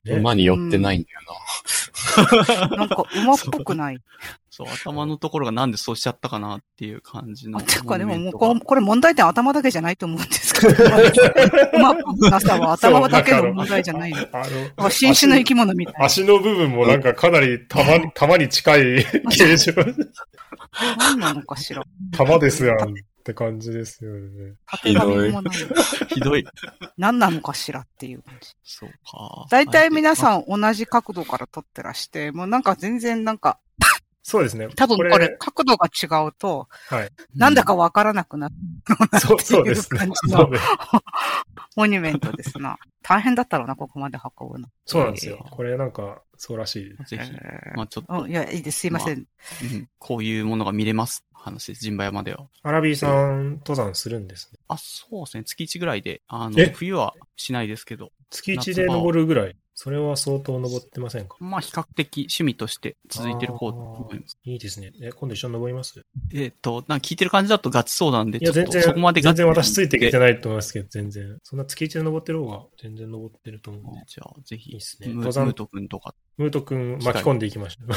馬に寄ってないんだよな。なんか馬っぽくない。 そう、頭のところがなんでそうしちゃったかなっていう感じの。 てかでももうこ、これ問題点頭だけじゃないと思うんですけど。馬っぽくなさは頭だけの問題じゃないの。あの、新種の生き物みたいな。 足の部分もなんかかなり玉に、玉に近い形状。 何なのかしら。 玉ですやんって感じですよね。 縦紙もない。 ひどい。 何なのかしらっていう感じ。 そうか。 大体皆さん同じ角度から撮ってらして、もうなんか全然なんか、 そうですね。 多分これ角度が違うと、 はい。 なんだかわからなくなるそう、そうですね。 モニュメントですな。大変だったろうな、ここまで運ぶの。 そうなんですよ。これなんか、そうらしい。 ぜひ。まあちょっと。 いや、いいです。すいません。 こういうものが見れます。話です。陣馬山では。 アラビーさん、登山するんですね。 あ、そうですね。月いちぐらいで。あの、冬はしないですけど。 月いちで登るぐらい。それは相当登ってませんか？ まあ、比較的趣味として続いてる方だと思います。 いいですね。え、今度一緒に登ります？ えっと、なんか聞いてる感じだとガチそうなんで、 いや、全然、 そこまで全然私ついてきてないと思いますけど、全然。そんな月いちで登ってる方が全然登ってると思うんで。 じゃあ、ぜひ。 いいですね。 ムート君とか。 ムート君巻き込んでいきましょ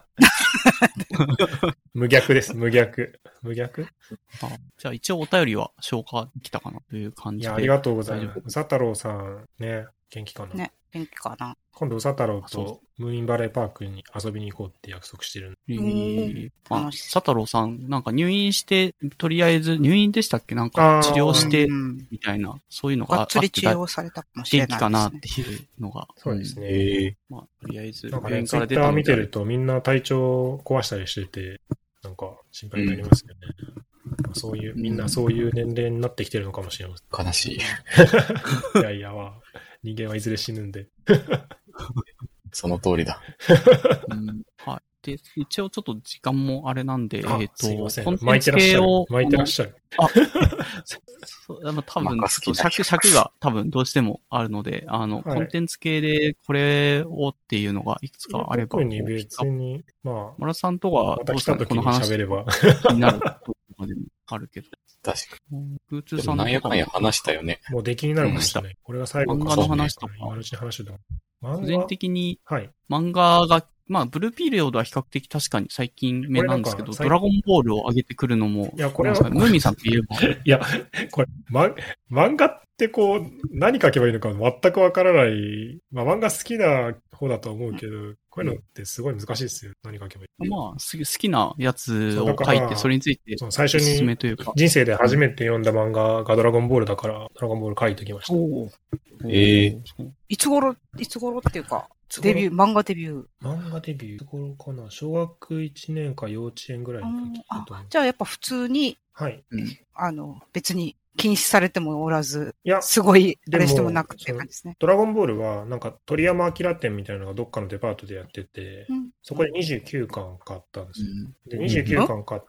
う。無逆です、無逆。無逆あじゃあ、一応お便りは消化できたかなという感じで。 いや、ありがとうございます。うさ太郎さん、ね、元気かな。 ね、元気かな。 今度うさ太郎とムーインバレーパークに遊びに行こうって約束してるんで。 えー、あ、さ太郎さん、なんか入院して、とりあえず、入院でしたっけなんか治療して、みたいな、そういうのがあって。 がっつり治療されたかもしれない、 元気かなっていうのが。 そうですね。 えー、まあ、とりあえず、 なんかね、ツイッター見てるとみんな体調壊したりしてて、なんか心配になりますよね。うん、そういう、みんなそういう年齢になってきてるのかもしれません。 悲しい。 いやいや、まあ、人間はいずれ死ぬんで。 その通りだ。 うん、はい。で、一応ちょっと時間もあれなんで、えっ、ー、と、 すいません。コンテンツ系を。巻いてらっしゃる。 あ、そう、多分、尺、尺が多分どうしてもあるので、あの、はい、コンテンツ系でこれをっていうのがいくつかあれば。 特に別に、まあ。 村さんとか、 どうした時に喋れば。 気になるとかでもあるけど。 確かに。グーツーさんなんやかんや話したよね。 もう出来になるましたね。これが最後か。漫画の話とか。 今のうちに話してた。 個人的に、 はい。 漫画が、まあ、ブルーピーリオドは比較的確かに最近目なんですけど、ドラゴンボールを上げてくるのも、 いや、これは、 ムーミンさんと言えば。 いや、これ、ま、漫画ってこう、何書けばいいのか全くわからない。まあ、漫画好きな方だと思うけど、こういうのってすごい難しいですよ。何書けばいい。 まあ、好きなやつを書いて、それについて、 最初に、人生で初めて読んだ漫画がドラゴンボールだから、ドラゴンボール書いてきました。 ええー。いつ頃、いつ頃っていうか、デビュー、漫画デビュー。 漫画デビューいつ頃かな小学いちねんか幼稚園ぐらいの時ああ。じゃあやっぱ普通に、 はい。 あの、別に禁止されてもおらず、 いや、 すごい、あれしてもなくて感じですね。 ドラゴンボールは、なんか鳥山明店みたいなのがどっかのデパートでやってて、うん、そこでにじゅうきゅうかん買ったんですよ。うん、で、にじゅうきゅうかん買って、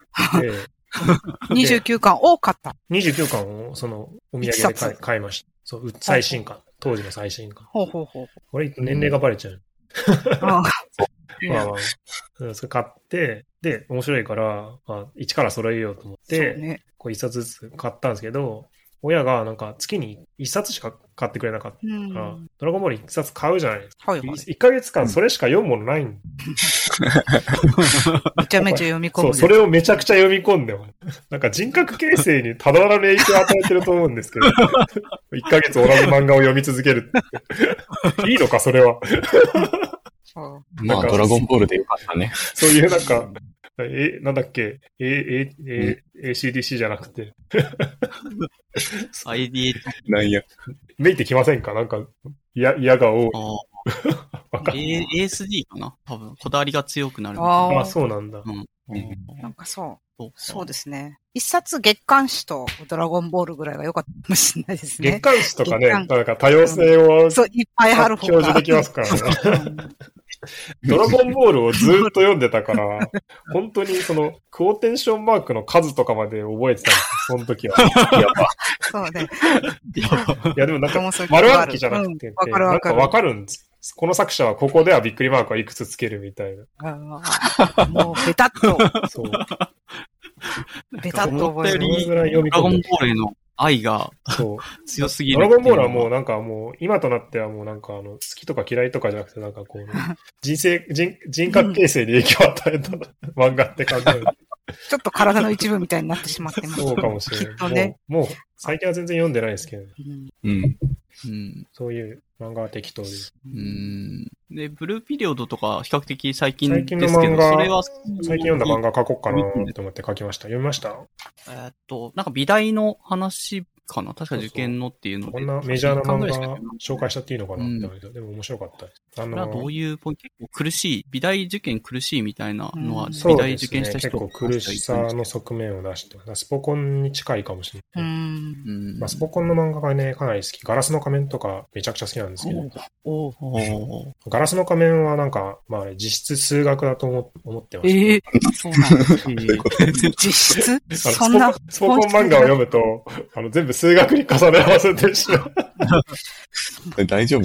にじゅうきゅうかんを買った。 にじゅうきゅうかんを、その、お土産で買い買いました。そう、最新刊。当時の最新刊。 ほうほうほう。 これ、年齢がバレちゃう。 ああまあまあ、それ買って、で、面白いから、まあ、一から揃えようと思って、ね、こう一冊ずつ買ったんですけど、親がなんか月に一冊しか買ってくれなかったから、うん、ドラゴンボール一冊買うじゃないですか。 はいはい。 一ヶ月間それしか読むものないん、うん、 めちゃめちゃ読み込む。そう、それをめちゃくちゃ読み込んで、なんか人格形成にただらぬ影響を与えてると思うんですけど、一ヶ月同じ漫画を読み続けるって。いいのか、それは。 まあ、ドラゴンボールでよかったね。 そういうなんか、え、なんだっけ、え、え、え、エーシーディーシー じゃなくて。 アイディーなんや。 めいてきませんかなんか、いや、嫌が多い。 エーエスディー かな多分、こだわりが強くなる。 ああ、そうなんだ。 うん。なんかそう。そうですね。一冊月刊誌とドラゴンボールぐらいが良かったかもしれないですね。 月刊誌とかね、なんか多様性を、 そう、いっぱいある方が。 表示できますからね。ドラゴンボールをずっと読んでたから、本当にその、クオーテンションマークの数とかまで覚えてたんですよ、その時は。やば。 そうね。 いや、でもなんか、丸暗記じゃなくて、うん、なんかわかるんです。この作者はここではびっくりマークはいくつつけるみたいな。あもう、ベタッと。そう。ベタッと覚える。 ドラゴンボールへの愛がそう強すぎる。 ドラゴンボールはもうなんかもう、今となってはもうなんかあの、好きとか嫌いとかじゃなくてなんかこう、ね、人生、人、人格形成に影響を与えた漫画って考える。 ちょっと体の一部みたいになってしまってます。 そうかもしれない。ね、もう、もう最近は全然読んでないですけど、ね、 うん。 うん。 そういう漫画は適当です。 うん。で、ブルーピリオドとか比較的最近ですけど、 最近の漫画それは最近読んだ漫画書こうかなと思って書きました。読みました？ えっと、なんか美大の話かな、確か受験のっていうので。 こんなメジャーな漫画紹介しちゃっていいのかなって思うけど、うん、でも面白かったです。 あのー、どういうポイント、結構苦しい、美大受験苦しいみたいなのは、うん、美大受験した人、 ね、結構苦しさの側面を出して、スポコンに近いかもしれない。うんまあ、スポコンの漫画がね、かなり好き。ガラスの仮面とかめちゃくちゃ好きなんですけど。おおガラスの仮面はなんか、まあ、実質数学だと思思ってました。 ええー、そうなんです。実質そんなスポコン漫画を読むと、あの、全部数学に重ね合わせてしまう。 大丈夫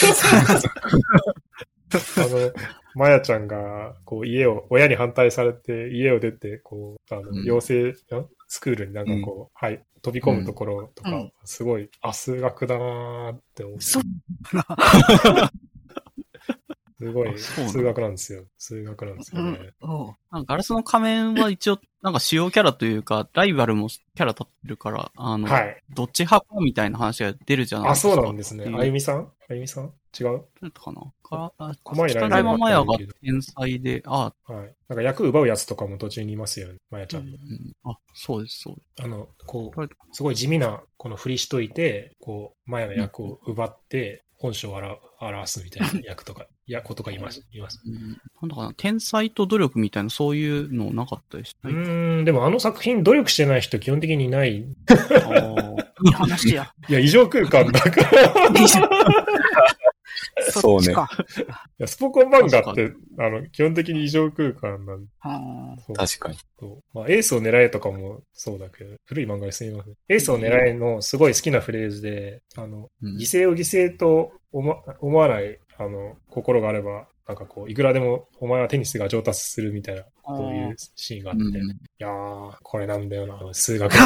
あの、まやちゃんが、こう、家を、親に反対されて、家を出て、こう、あの、養成、うん、スクールになんかこう、うん、はい、飛び込むところとか、うん、すごい、あ、数学だなーって思って。 そうすごい、数学なんですよ。数学なんですよね。 うん、ガラスの仮面は一応、なんか主要キャラというか、ライバルもキャラ立ってるから、あの、はい、どっち派みたいな話が出るじゃないですか。 あ、そうなんですね。あゆみさんあゆみさん違う誰かなかあ、北島麻也が天才で、あはい。なんか役奪うやつとかも途中にいますよね。まやちゃんの、うん。 あ、そうです、そうです。 あの、こう、すごい地味な、この振りしといて、こう、まやの役を奪って、本性を表すみたいな役とか、いや、ことがいます。います。 うん、なんだかな、天才と努力みたいな、そういうのなかったでした。 うーん、でもあの作品努力してない人基本的にいない。いい話や。 いや、異常空間だから。 そうね。いやスポコン漫画って、あの、基本的に異常空間なんで。 確かに。 そうまあ、エースを狙えとかもそうだけど、古い漫画ですみません。エースを狙えのすごい好きなフレーズで、あの、うん、犠牲を犠牲と思わない、あの、心があれば、なんかこう、いくらでもお前はテニスが上達するみたいな、こういうシーンがあって、うん、いやー、これなんだよな、数学。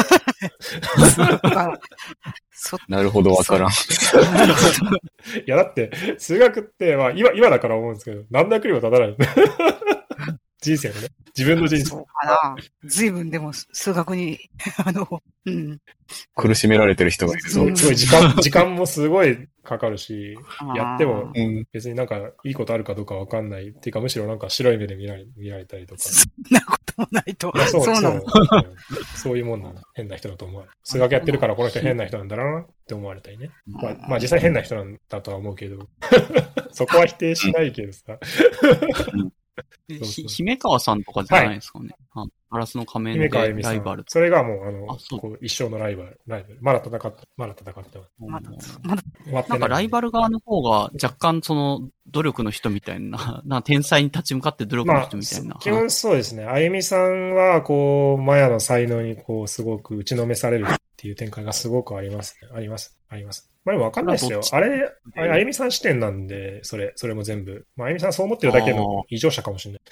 なるほど、わからん。いや、だって、数学って、まあ、今、今だから思うんですけど、何百にも立たない。人生のね。自分の人生。 そうかな。随分でも数学に、あの、うん。 苦しめられてる人がいる。 そう、すごい時間、時間もすごいかかるし、やっても別になんかいいことあるかどうかわかんない。っていうかむしろなんか白い目で見られ見られたりとか。 そんなこともないと。 そう、 そうなの。そういうもんなの。変な人だと思われる。数学やってるからこの人変な人なんだなって思われたりね。まあ、まあ実際変な人なんだとは思うけど、そこは否定しないけどさ。 そうそう姫川さんとかじゃないですかね。はい、ガラスの仮面でライバル。 それがもう、あの、あこう一生のライバル。ライバル。まだ戦って、まだ戦ってます。 まだ、まだ。 なんかライバル側の方が若干その努力の人みたいな、な天才に立ち向かって努力の人みたいな。まあ、 基本そうですね。あゆみさんは、こう、マヤの才能にこう、すごく打ちのめされるっていう展開がすごくありますね。あります。あります。まあでもわかんないですよ。あれ、あれ、あゆみさん視点なんで、それ、それも全部。まあ、あゆみさんそう思ってるだけの異常者かもしれない。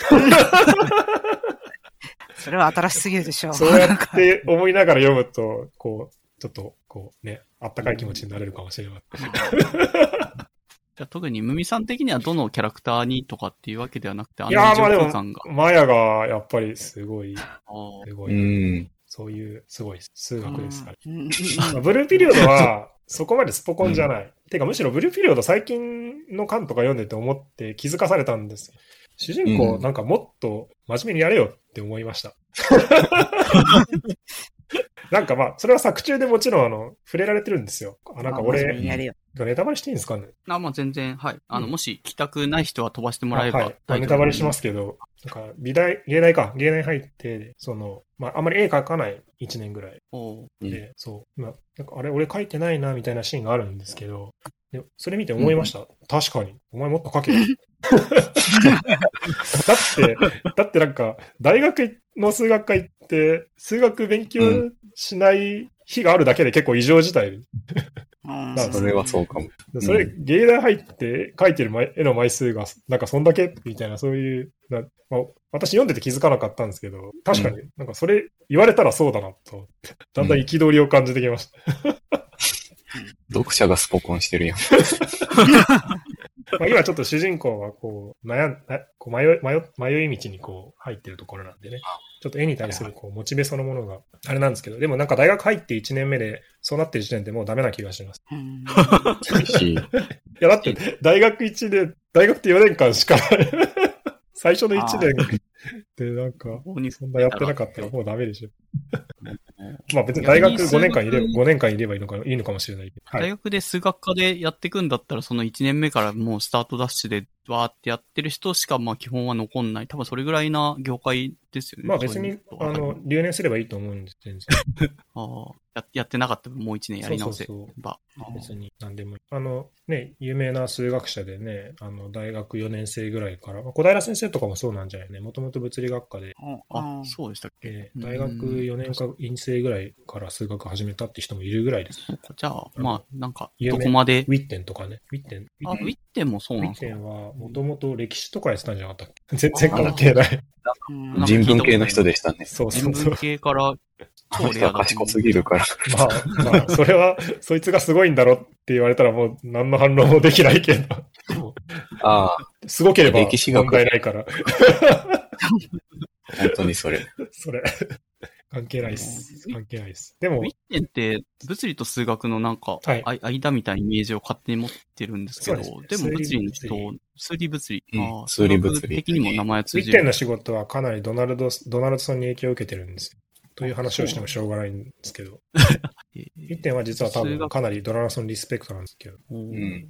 それは新しすぎるでしょう。 そうやって思いながら読むと、こう、ちょっと、こうね、あったかい気持ちになれるかもしれない。 じゃあ特にムミさん的にはどのキャラクターにとかっていうわけではなくて、あの異常空間が。 いや、まあでも、マヤがやっぱりすごい、すごい。うんそういう、すごい数学ですから、ね。ブルーピリオドは、そこまでスポコンじゃない。うん、てか、むしろブルーピリオド最近の巻とか読んでて思って気づかされたんです。主人公、うん、なんかもっと真面目にやれよって思いました。なんかまあ、それは作中でもちろんあの、触れられてるんですよ。あ、なんか俺、ネタバレしていいんですかねあ、まあ全然、はい。あの、うん、もし来たくない人は飛ばしてもらえば。はい。 ネタバレしますけど、なんか、美大、芸大か、芸大入って、その、まあ、あんまり絵描かないいちねんぐらい。で、うん、そう。まあ、なんかあれ、俺描いてないな、みたいなシーンがあるんですけど、でそれ見て思いました。うん、確かに。お前もっと描けよ。だって、だってなんか、大学の数学科行って、数学勉強しない日があるだけで結構異常事態。 それはそうかも。 それ、芸大入って描いてる絵の枚数が、なんかそんだけみたいな、そういう、まあ、私読んでて気づかなかったんですけど、確かになんかそれ言われたらそうだなと思って、だんだん憤りを感じてきました。 読者がスポコンしてるやん。 まあ今ちょっと主人公はこう悩ん、こう迷い、迷い、迷い道にこう入ってるところなんでね。ちょっと絵に対するこうモチベそのものがあれなんですけど、でもなんか大学入っていちねんめでそうなってる時点でもうダメな気がします。 厳しい。いやだって大学いちねん、大学ってよねんかんしかない最初のいちねんでなんかそんなやってなかったらもうダメでしょ。まあ別に大学ごねんかんいれば、ごねんかんいればいいのか、いいのかもしれないけど。 大学で数学科でやっていくんだったら、そのいちねんめからもうスタートダッシュでわーってやってる人しかまあ基本は残んない。多分それぐらいな業界ですよね。 まあ別に、あの、留年すればいいと思うんです、全然。 ああ、や、やってなかったらもういちねんやり直せば。そうそうそう別に何でもいい。あの、ね、有名な数学者でね、あの、大学よねん生ぐらいから、小平先生とかもそうなんじゃないね。もともと物理学科で。 あ、そうでしたっけ。 大学よねんか院生ぐらいから数学始めたって人もいるぐらいです。 じゃあ、まあ、なんか、どこまで。 ウィッテンとかね。ウィッテン。 あ、ウィッテンもそうなんですか。ウィッテンは、もともと歴史とかやってたんじゃなかったっけ。全然関係ない。 人文系の人でしたね。 そうそうそう。 人文系から、 超レアだ。賢すぎるから。 まあ、まあ、それは、そいつがすごいんだろって言われたらもう何の反論もできないけど。 ああ。 すごければ問題ないから。 本当にそれ。 それ。関係ないです。関係ないです。でも、 ウィッテンって物理と数学のなんか、はい、間みたいなイメージを勝手に持ってるんですけど、で, でも物理の人、数理物理、 うん、数理物理的にも名前通じる。 ウィッテンの仕事はかなりドナルド、ドナルドソンに影響を受けてるんですよ。という話をしてもしょうがないんですけど。ウィッテンは実は多分かなりドナルドソンリスペクトなんですけど。 うん、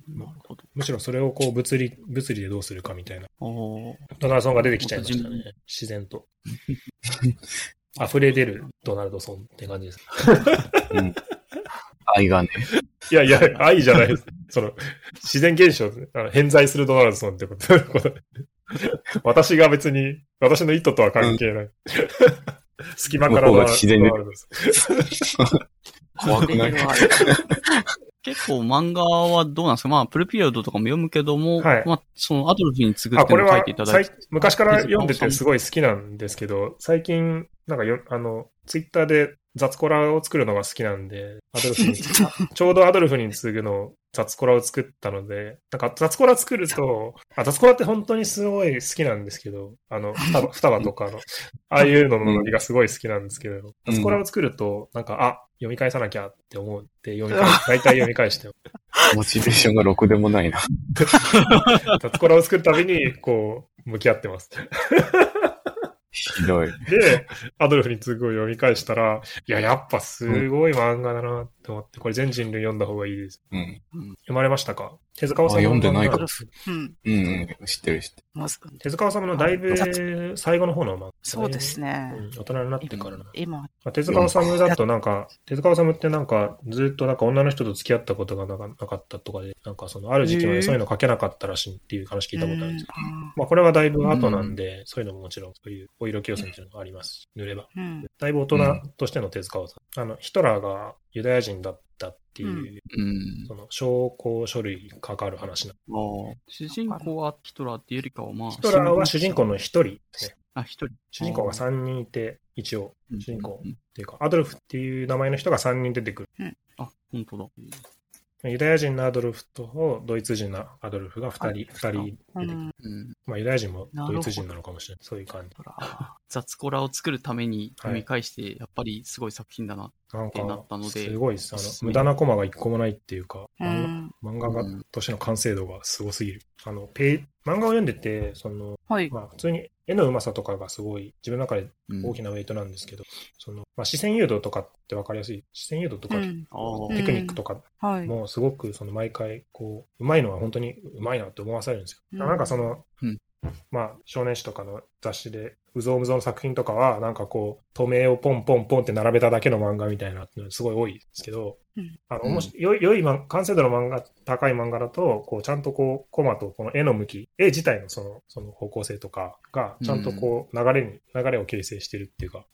なるほど。 むしろそれをこう物理、物理でどうするかみたいな。ドナルドソンが出てきちゃいましたね。自然と。溢れ出るドナルドソンって感じです。 うん、愛がね。 いやいや、愛じゃないです。その、自然現象、あの偏在するドナルドソンってこと。私が別に、私の意図とは関係ない。うん、隙間からドナルドソン。 怖くない結構漫画はどうなんですか。まあ、プルピリオドとかも読むけども、はい、まあ、そのアドルフに次ぐっていうのを書いていただいて。 昔から読んでてすごい好きなんですけど、最近、なんかよ、あの、ツイッターで雑コラを作るのが好きなんで、アドルフに、ちょうどアドルフに次ぐの雑コラを作ったので、なんか雑コラ作ると、あ、雑コラって本当にすごい好きなんですけど、あの、双葉とかの、ああいうののノリがすごい好きなんですけど、雑コラを作ると、なんか、あ、読み返さなきゃって思って読み返し、大体読み返して。 モチベーションがろくでもないな。 雑コラを作るたびに、こう、向き合ってます。 ひどい。 で、アドルフに次ぐを読み返したら、いや、やっぱすごい漫画だなって思って、これ全人類読んだ方がいいです。 うん。 読まれましたか？手塚治虫。 読んでないかも。 うん。 うんうん。知ってる知ってる。 手塚治虫のだいぶ最後の方の漫画。 そうですね。 うん、大人になってからな。 今。 手塚治虫だとなんか、手塚治虫ってなんか、ずっとなんか女の人と付き合ったことがなかったとかで、なんかその、ある時期までそういうの書けなかったらしいっていう話聞いたことあるんですけど。まあこれはだいぶ後なんで、そういうのももちろん、そういうお色気予選っていうのがあります。塗れば。だいぶ大人としての手塚治虫。あの、ヒトラーがユダヤ人だったっていう、 うん、 その証拠書類に関わる話なの。主人公はヒトラーっていうよりかはまあ。 ヒトラーは主人公の一人ですね。 あ、一人。 主人公が三人いて、一応、主人公っていうか、アドルフっていう名前の人が三人出てくる。 うん、あ、本当だ。 ユダヤ人のアドルフとドイツ人のアドルフが二人、二人出てくる。うん、まあユダヤ人もドイツ人なのかもしれない。そういう感じ。 雑コラを作るために読み返して、やっぱりすごい作品だなってなったので。 すごいです。あの、無駄なコマが一個もないっていうか、漫画がとしての完成度がすごすぎる。あの、ペ漫画を読んでて、その、はい、まあ普通に絵のうまさとかがすごい自分の中で大きなウェイトなんですけど、うん、その、まあ視線誘導とかってわかりやすい。視線誘導とか、うん、テクニックとかもすごくその毎回こう、うまいのは本当にうまいなって思わされるんですよ。うん、なんかその、うんまあ、少年誌とかの雑誌で、うぞうむぞうの作品とかは、なんかこう、透明をポンポンポンって並べただけの漫画みたいなのすごい多いですけど、うん、あの、おもし、良い、良い、完成度の漫画、高い漫画だと、こう、ちゃんとこう、コマとこの絵の向き、絵自体のその、その方向性とかが、ちゃんとこう、流れに、流れを形成してるっていうか、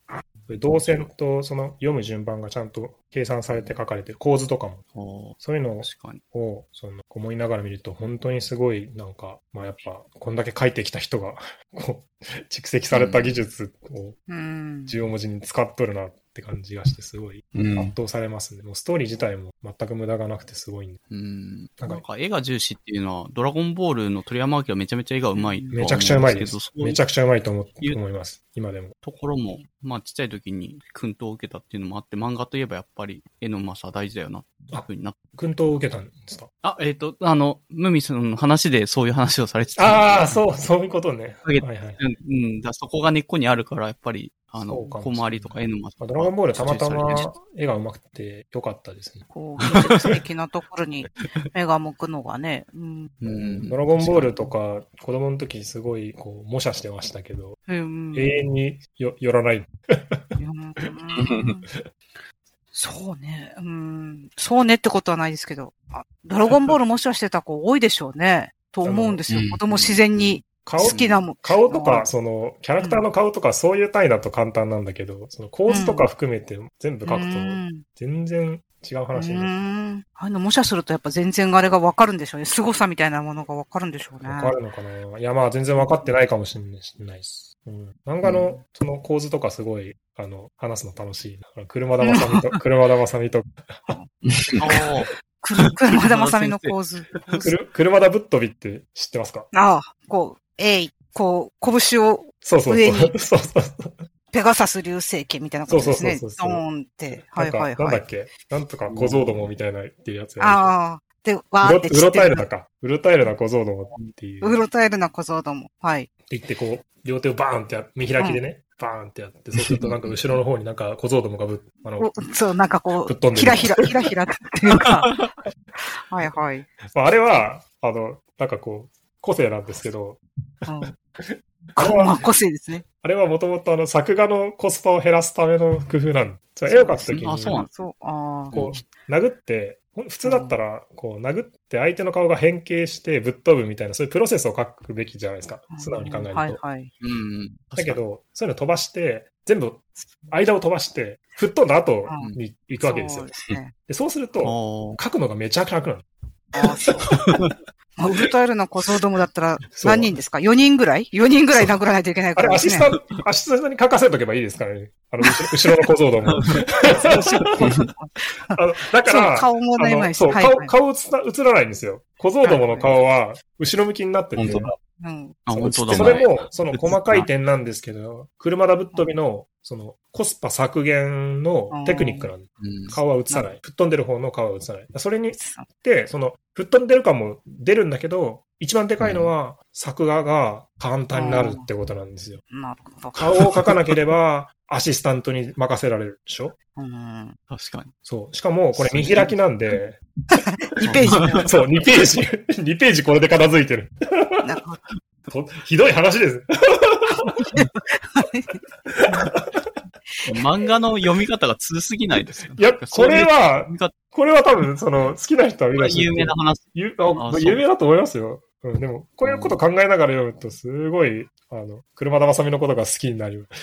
動線とその読む順番がちゃんと計算されて書かれてる構図とかも、そういうのをその思いながら見ると本当にすごいなんか、まあやっぱこんだけ書いてきた人がこう蓄積された技術をじゅうよん文字に使っとるなって感じがしてすごい圧倒されますね。うん、もうストーリー自体も全く無駄がなくてすごいんで。 うん。なんか、なんか絵が重視っていうのはドラゴンボールの鳥山明はめちゃめちゃ絵がうまい。 めちゃくちゃうまいです。めちゃくちゃうまいと思思います。今でも。 ところも、まあちっちゃい時に訓導を受けたっていうのもあって、漫画といえばやっぱり絵のうまさ大事だよなっていうふうになって。 訓導を受けたんですか？ あ、えっ、ー、と、あの、ムミさんの話でそういう話をされてた。 ああ、そう、そういうことね。はいはい。 うん、だそこが根っこにあるから、やっぱり、あの、小回りとか絵のうまさ。 ドラゴンボールたまたま絵がうまくて良かったですね。 こう、技術的なところに目が向くのがね。うん、 うん、ドラゴンボールとか子供の時すごいこう模写してましたけど、うん、永遠によ寄らない。 うんそうね。うん。そうねってことはないですけど、あドラゴンボール模写してた子多いでしょうね。と思うんですよ。子供自然に好きなもん。 顔とか、その、キャラクターの顔とかそういう単位だと簡単なんだけど、うん、その構図とか含めて全部書くと、全然違う話になる。うん。 あの模写するとやっぱ全然あれがわかるんでしょうね。凄さみたいなものがわかるんでしょうね。 わかるのかな。いや、まあ全然わかってないかもしれないです。うん。漫画のその構図とかすごい、あの、話すの楽しいな。車田正美と、車田正美と。 車田正美の構図。 車田ぶっ飛びって知ってますか？ ああ、こう、えい、こう、拳を上に。 そうそうそう。 ペガサス流星剣みたいなことですね。 そうそうそうそう。 ドーンって。はいはいはい。 なんだっけなんとか小僧どもみたいなっていうやつや。 ああ。で、わーってうろたえるなか。うろたえるな小僧どもっていう。 うろたえるな小僧ども。はい。って言ってこう、両手をバーンってや見開きでね。バーンってやって、そうするとなんか後ろの方になんか小僧どもがぶっ、あの、 そう、なんかこう、ひらひら、ひらひらっていうか。はいはい。 まあ、あれは、あの、なんかこう、個性なんですけど、 うん、あれは個性ですね。 あれはもともとあの、作画のコスパを減らすための工夫なんです。絵を描くときに、 あ、そうなんそう。 あこう、殴って、普通だったら、こう、殴って相手の顔が変形してぶっ飛ぶみたいな、そういうプロセスを書くべきじゃないですか。素直に考えると。 はいはい。 うん。 だけど、そういうの飛ばして、全部、間を飛ばして、吹っ飛んだ後に行くわけですよ。うん、そうですね。で、そうすると、書くのがめちゃくちゃ楽なの。 ああ、そう。まあ、ウルトラエルの小僧どもだったら何人ですか ?よ 人ぐらい ?よ 人ぐらい殴らないといけないからですね。 あれ、アシスタント、アシスタントに書かせとけばいいですからね。あの、後ろの小僧ども。あのだから、 顔もね、まいそう、顔、顔映らないんですよ。小僧どもの顔は、後ろ向きになってて。 本当だ。 うん。 あ、本当だ。 それも、その細かい点なんですけど、車田ぶっ飛びの、その、コスパ削減のテクニックなんで、うん、顔は映さない。吹っ飛んでる方の顔は映さない。それに、で、その、吹っ飛んでる感も出るんだけど、一番でかいのは、作画が簡単になるってことなんですよ。 なるほど。 顔を描かなければ、アシスタントに任せられるでしょ？ うん。 確かに。 そう。しかも、これ見開きなんで、 にページ。 そう、にページ。にページこれで片付いてる。なるほど。ひどい話です。 漫画の読み方が通すぎないですよね。 いや、これは、これは多分、その、好きな人は見ない有名な話。 有有名だと思いますよ。うん、でも、こういうこと考えながら読むと、すごい、あの、車田正美のことが好きになる。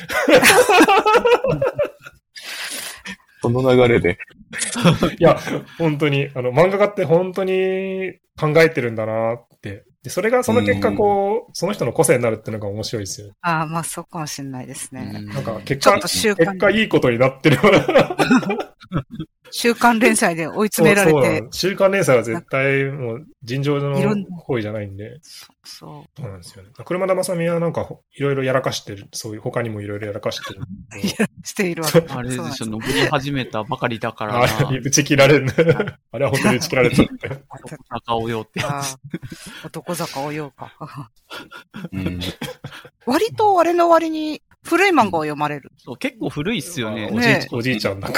その流れで。 いや、本当に、あの、漫画家って本当に考えてるんだなって。で、それが、その結果、こう、その人の個性になるっていうのが面白いですよ。 ああ、まあ、そうかもしれないですね。 なんか、結果、結果いいことになってるような。 週刊連載で追い詰められて。 そうそう週刊連載は絶対もう尋常の行為じゃないんで。 そうそう。 そうなんですよね。車田正美はなんかいろいろやらかしてる。そういう他にもいろいろやらかしてる。 しているわけ。 あれでしょ、登り始めたばかりだからな。 あれ、打ち切られる。あれは本当に打ち切られちゃって。 男坂をようってやつ。 男坂をようか。 うん、 割とあれの割に古い漫画を読まれる。 そう、結構古いっすよね。 おじい、 ね、 おじいちゃんだから。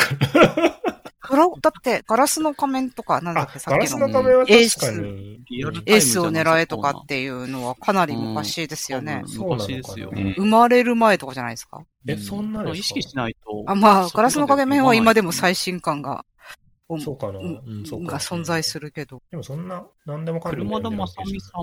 だって、ガラスの仮面とか、なんだっけ、さっきの。ガラスの仮面は確かに。 エースを狙えとかっていうのはかなり昔ですよね。 うん、昔ですよ。 生まれる前とかじゃないですか。 え、そんなの意識しないと。 あ、まあ、ガラスの仮面は今でも最新感が。 そうかな。うん、そうか。 が存在するけど。 でもそんな、なんでもかんでも。 車田正美さんも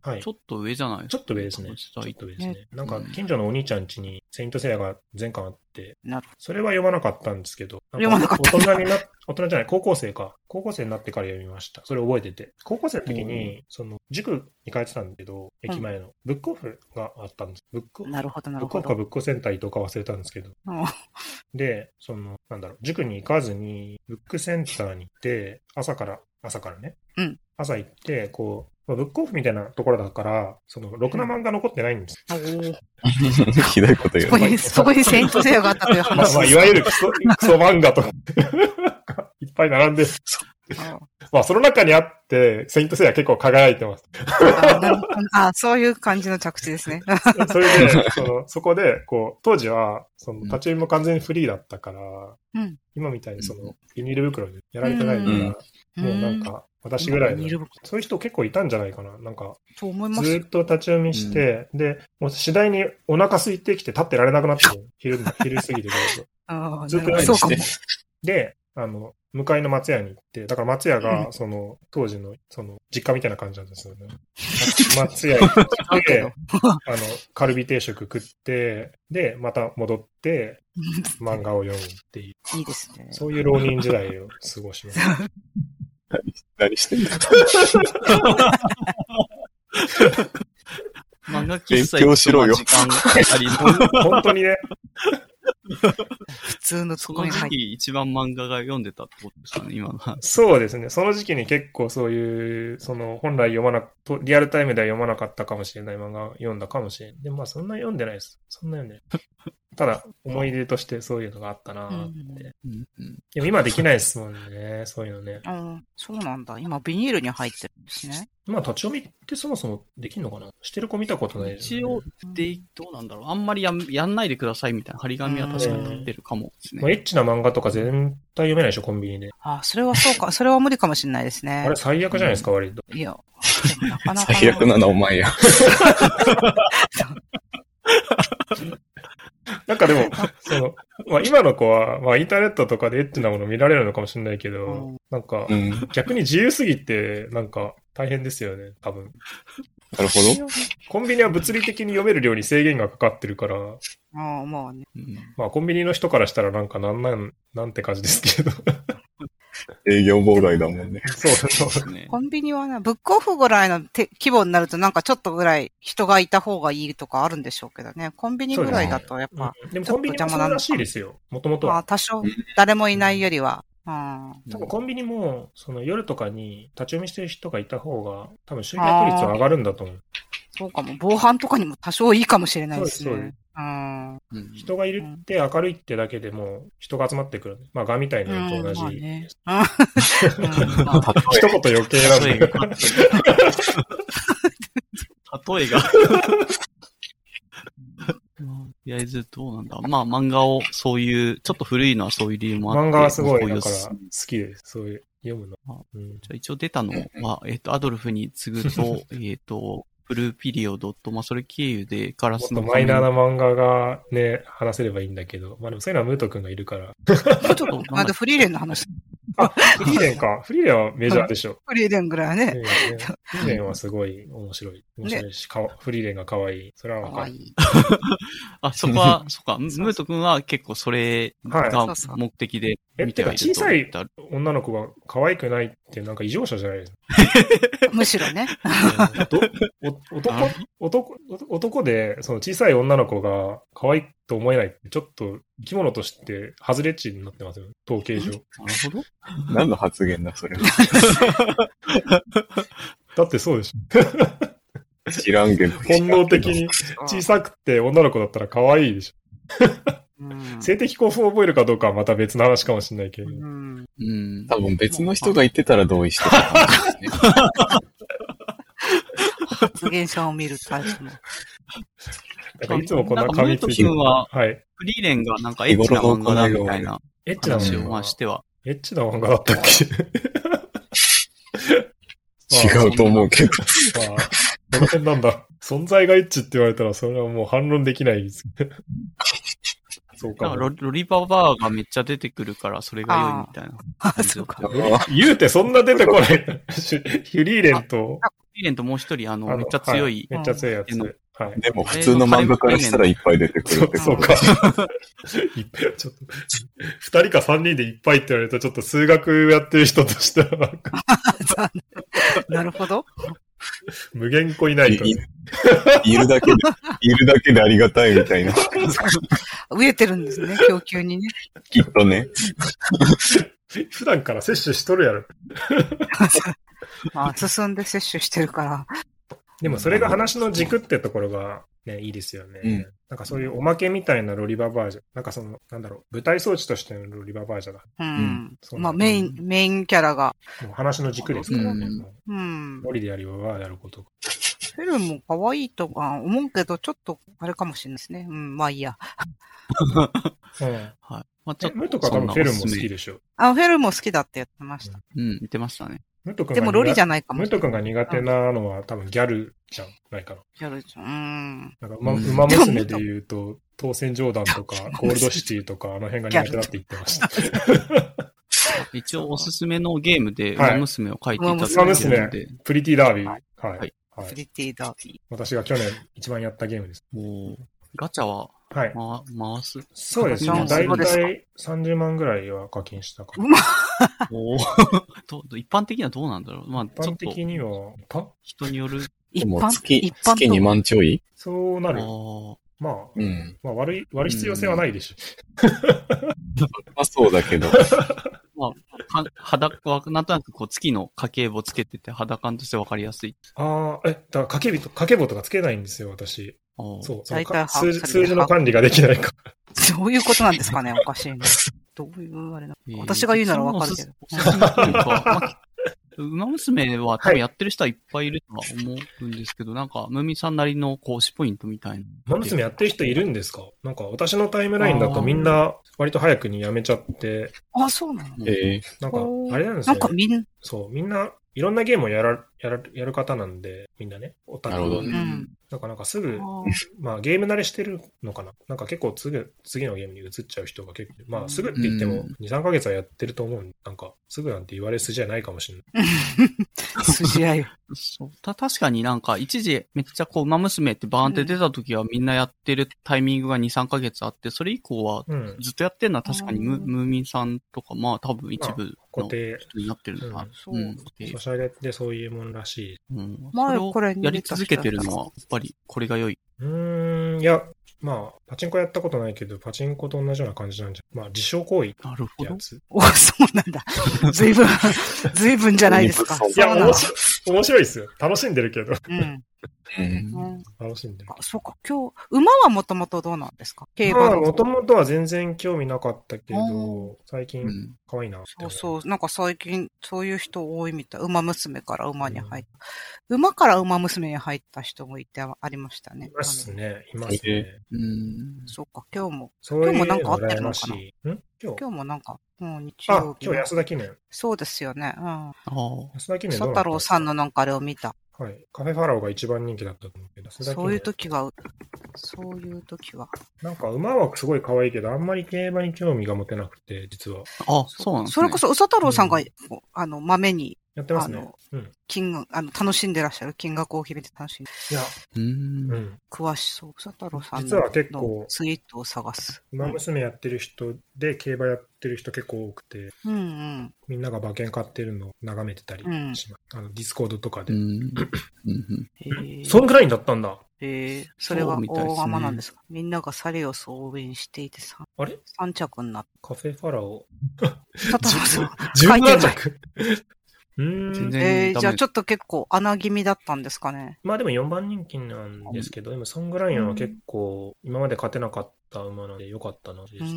はい。 ちょっと上じゃないですか。 ちょっと上ですね。ちょっと上ですね。なんか、近所のお兄ちゃん家に、セイントセイヤが全巻あって、それは読まなかったんですけど、 読まなかった大人にな、大人じゃない、高校生か。高校生になってから読みました。それ覚えてて。高校生の時に、その、塾に通ってたんだけど、駅前の、ブックオフがあったんです。ブックオフ。 なるほど、なるほど。ブックオフかブックセンターとか忘れたんですけど。で、その、なんだろう、塾に行かずに、ブックセンターに行って、朝から、朝からね。 うん。 朝行って、こう、ブックオフみたいなところだから、その、ろくな漫画残ってないんです。 ひどいこと言う。 そこに、そこにセイントセイヤがあったという話。 まあ、まあ、いわゆるクソ、クソ漫画とか、いっぱい並んで、まあ、その中にあって、セイントセイヤ結構輝いてます。 ああ、そういう感じの着地ですね。 それで、その、そこで、こう、当時は、その、立ち読みも完全にフリーだったから、うん、今みたいにその、ビニール袋でやられてないから、うん、もうなんか、私ぐらいの、そういう人結構いたんじゃないかな。なんか、ずっと立ち読みして、うん、で、もう次第にお腹空いてきて立ってられなくなって昼、昼過ぎてくると。ずっとそうかも。 で、あの、向かいの松屋に行って、だから松屋が、その、当時の、その、実家みたいな感じなんですよね。松屋行って、あの、カルビ定食食って、で、また戻って、漫画を読むっていう。 いいですね。 そういう浪人時代を過ごしました。 何してんだ漫画喫茶勉強しろよ。 時間ありの本当にね。 普通のその時期一番漫画が読んでたってことですかね、今の話。 そうですね。その時期に結構そういう、その本来読まな、リアルタイムでは読まなかったかもしれない漫画を読んだかもしれない。でもまあそんな読んでないです。そんな読んでない。ただ、思い出としてそういうのがあったなーって。うんうん、でも今できないですもんね、そういうのね。 うん、そうなんだ。今ビニールに入ってるんですね。 まあ立ち読みってそもそもできんのかな？してる子見たことないですね。 一応、で、どうなんだろう。あんまりややんないでくださいみたいな張り紙は確かに立ってるかもですね。 まあ、エッチな漫画とか全体読めないでしょ、コンビニで。 あ、それはそうか。それは無理かもしれないですね。 あれ最悪じゃないですか、うん、割と。 いや、なかなか。 最悪なのお前や。 なんかでも、その、まあ今の子は、まあインターネットとかでエッチなもの見られるのかもしれないけど、うん、なんか、逆に自由すぎて、なんか大変ですよね、多分。 なるほど。 コンビニは物理的に読める量に制限がかかってるから、 ああ、まあね。 まあコンビニの人からしたらなんかなんなん、なんて感じですけど。 営業妨害だもんね。 そうそうね。 コンビニはね、ブックオフぐらいの規模になるとなんかちょっとぐらい人がいた方がいいとかあるんでしょうけどね。コンビニぐらいだとやっぱ、 うん、でもコンビニもそうらしいですよ。もともとは。 まあ多少誰もいないよりは。うん、 多分コンビニも、その夜とかに立ち読みしてる人がいた方が、多分集客率は上がるんだと思う。 そうかも。防犯とかにも多少いいかもしれないですね。そうです。うん、 人がいるって明るいってだけでも人が集まってくる。まあ、ガみたいなのと同じ。うんまあね、一言余計なんだよ。 例えが。とりあえずどうなんだ。まあ漫画をそういう、ちょっと古いのはそういう理由もあって。 漫画はすごい、だから好きです。そういう、読むの。 うん、じゃあ一応出たのは、えっ、ー、と、アドルフに次ぐと、えっと、ブルーピリオドと、まあそれ経由でガラスの。 もっとマイナーな漫画がね、話せればいいんだけど、まあでもそういうのはムート君がいるから。 ちょっと、なんでフリーレンの話。 あ、フリーレンか。フリーレンはメジャーでしょ。 フリーレンぐらいはね。ねフリーレンはすごい面白い。面白いし、ね、フリーレンが可愛い。それはわかる。 あ、そこは、そっか。ムート君は結構それが目的で見てはいると。 小さい女の子が可愛くないってなんか異常者じゃないですか。 むしろね。 男、男、男で、その小さい女の子が可愛いと思えないって、ちょっと生き物として外れ値になってますよね。統計上。なるほど。 何の発言だ、それは。 だってそうでしょ。知らんけど。 本能的に小さくて女の子だったら可愛いでしょ。性的興奮を覚えるかどうかはまた別の話かもしれないけど。うん。 うん、多分別の人が言ってたら同意してたかもしれない。 発言者を見るタイプの。 なんかいつもこんな紙ついてる。は、はい。フリーレンがなんかエッチな漫画だみたいなエッチな話をましては。 エッチな漫画だったっけ違うと思うけど。 まあ、この辺なんだ。存在がエッチって言われたらそれはもう反論できないです。そうかロ。ロリババーがめっちゃ出てくるからそれが良いみたいな。 ああ、そうか。 言うてそんな出てこない。フリーレンと。 フリエレンともう一人、あの、めっちゃ強い。 めっちゃ強いやつ。はい。 でも、普通の漫画からしたらいっぱい出てくるってそうか。いっぱい、ちょっと、二人か三人でいっぱいって言われると、ちょっと数学やってる人としてはなんか。 なるほど。 無限個いないと、ねい。いるだけで、いるだけでありがたいみたいな。 飢えてるんですね、供給にね。 きっとね。 普段から摂取しとるやろ。 まあ、進んで摂取してるから。 でもそれが話の軸ってところがね、いいですよね。うん、なんかそういうおまけみたいなロリババージョン。なんかその、なんだろう、舞台装置としてのロリババージョンだ。 うん。うん、まあメイン、メインキャラが。 もう話の軸ですからね。 うん。 ロリでやりはやること。 フェルも可愛いとか思うけど、ちょっとあれかもしれないですね。うん、まあいいや。 うん。はい。 まあちょっと。 ムとか多分フェルも好きでしょ。 あ、フェルも好きだって言ってました。 うん、言ってましたね。 でもロリじゃないかもしれない。ムト君が苦手なのは多分ギャルじゃないかな。 ギャルじゃん。うん。 なんか馬、馬娘で言うと、当選ジョーダンとか、ゴールドシティとか、あの辺が苦手だって言ってました。 一応おすすめのゲームで、馬娘を書いていただいてるので。馬娘、プリティダービー。はい。 はいはい、プリティダービー。 私が去年一番やったゲームです。 おガチャははい。 ま、回すそうですね。だいたいさんじゅうまんぐらいは課金したから。うまおど一般的にはどうなんだろう。まあ、 一般的には、 人による。 でも月、月にまんちょいそうなる。まあ、うん、まあ悪い、悪い必要性はないでしょ。 まあそうだけど。 まあ、肌は、なんとなくこう月の家計簿つけてて肌感としてわかりやすい。 ああ、え、だから家計簿と、家計簿とかつけないんですよ、私。そう、 大体数字、数字の管理ができないから。 そういうことなんですかね、おかしいね。どういうあれな、えー、私が言うならわかるけど。 馬娘は多分やってる人はいっぱいいるとは思うんですけど、はい、なんか、ムミさんなりの講師ポイントみたいな。 馬娘やってる人いるんですか？なんか私のタイムラインだとみんな割と早くにやめちゃって。 あ、そうなの？ えー、なんか、あれなんですよね。 なんかみんな、 そう、みんないろんなゲームをやら、やら、やる方なんで、みんなね、オタク。 なるほどね。 うんなんかなんかすぐ、まあゲーム慣れしてるのかな。なんか結構すぐ次のゲームに移っちゃう人が結構、まあすぐって言ってもに、さんかげつはやってると思うんで、なんかすぐなんて言われ筋じゃないかもしれない。 筋合い。 そうた確かになんか一時めっちゃこう馬娘ってバーンって出た時はみんなやってるタイミングがに、さんかげつあって、それ以降はずっとやってるのは確かにム,、うん、ムーミンさんとかまあ多分一部の人になってるのかな。 そう。ソシャゲってそういうもんらしい。 うん。まあこれやり続けてるのはやっぱりこれが良い。 うーん、いや、まあ、パチンコやったことないけど、パチンコと同じような感じなんじゃ、まあ、自傷行為ってやつ。 お、そうなんだ。ずいぶん、ずいぶんじゃないですか。 いや、面白い、面白いですよ。楽しんでるけど。 うん。 うん、楽しんでる。 あ、そうか。今日、馬はもともとどうなんですか？ 競馬はもともとは全然興味なかったけど、最近、可愛いなって、 うん。そうそう。なんか最近、そういう人多いみたい。馬娘から馬に入った。うん、馬から馬娘に入った人もいてありましたね。 いますね。いますね。 うん。 そうか。今日も。 そういう今日もなんかあってるのかな。 ん今日今日もなんか、もう日曜日。 あ、今日安田記念。 そうですよね。うん。 安田記念どうなったんですか？ 佐太郎さんのなんかあれを見た。 はい。カフェファラオが一番人気だったと思うけど、 そういう時は、そういう時は。 なんか馬はすごい可愛いけど、あんまり競馬に興味が持てなくて、実は。 あ、そうなんですね。 それこそ、宇佐太郎さんが、うん、あの、豆に、 やってますね。 あの、うん、金額、あの、楽しんでらっしゃる。金額を決めて楽しんで。 いや、 うん。 詳しそう。宇佐太郎さんの実は結構、 ツイートを探す。 馬娘やってる人で、競馬やってる人結構多くて、 うんうん、 みんなが馬券買ってるのを眺めてたりします。うん、あの、ディスコードとかで。 うんそんくらいになったんだ。 ええー、それは大釜なんですか？す、ね、みんながサリオスを応援していてさ。 あれ ? さん 着になった。 カフェファラオ。 佐太郎さん。 じゅうなな着。うーん。 えー、じゃあちょっと結構穴気味だったんですかね。 まあでもよんばん人気なんですけど、でもソングライオンは結構今まで勝てなかった馬なので良かったな。うん。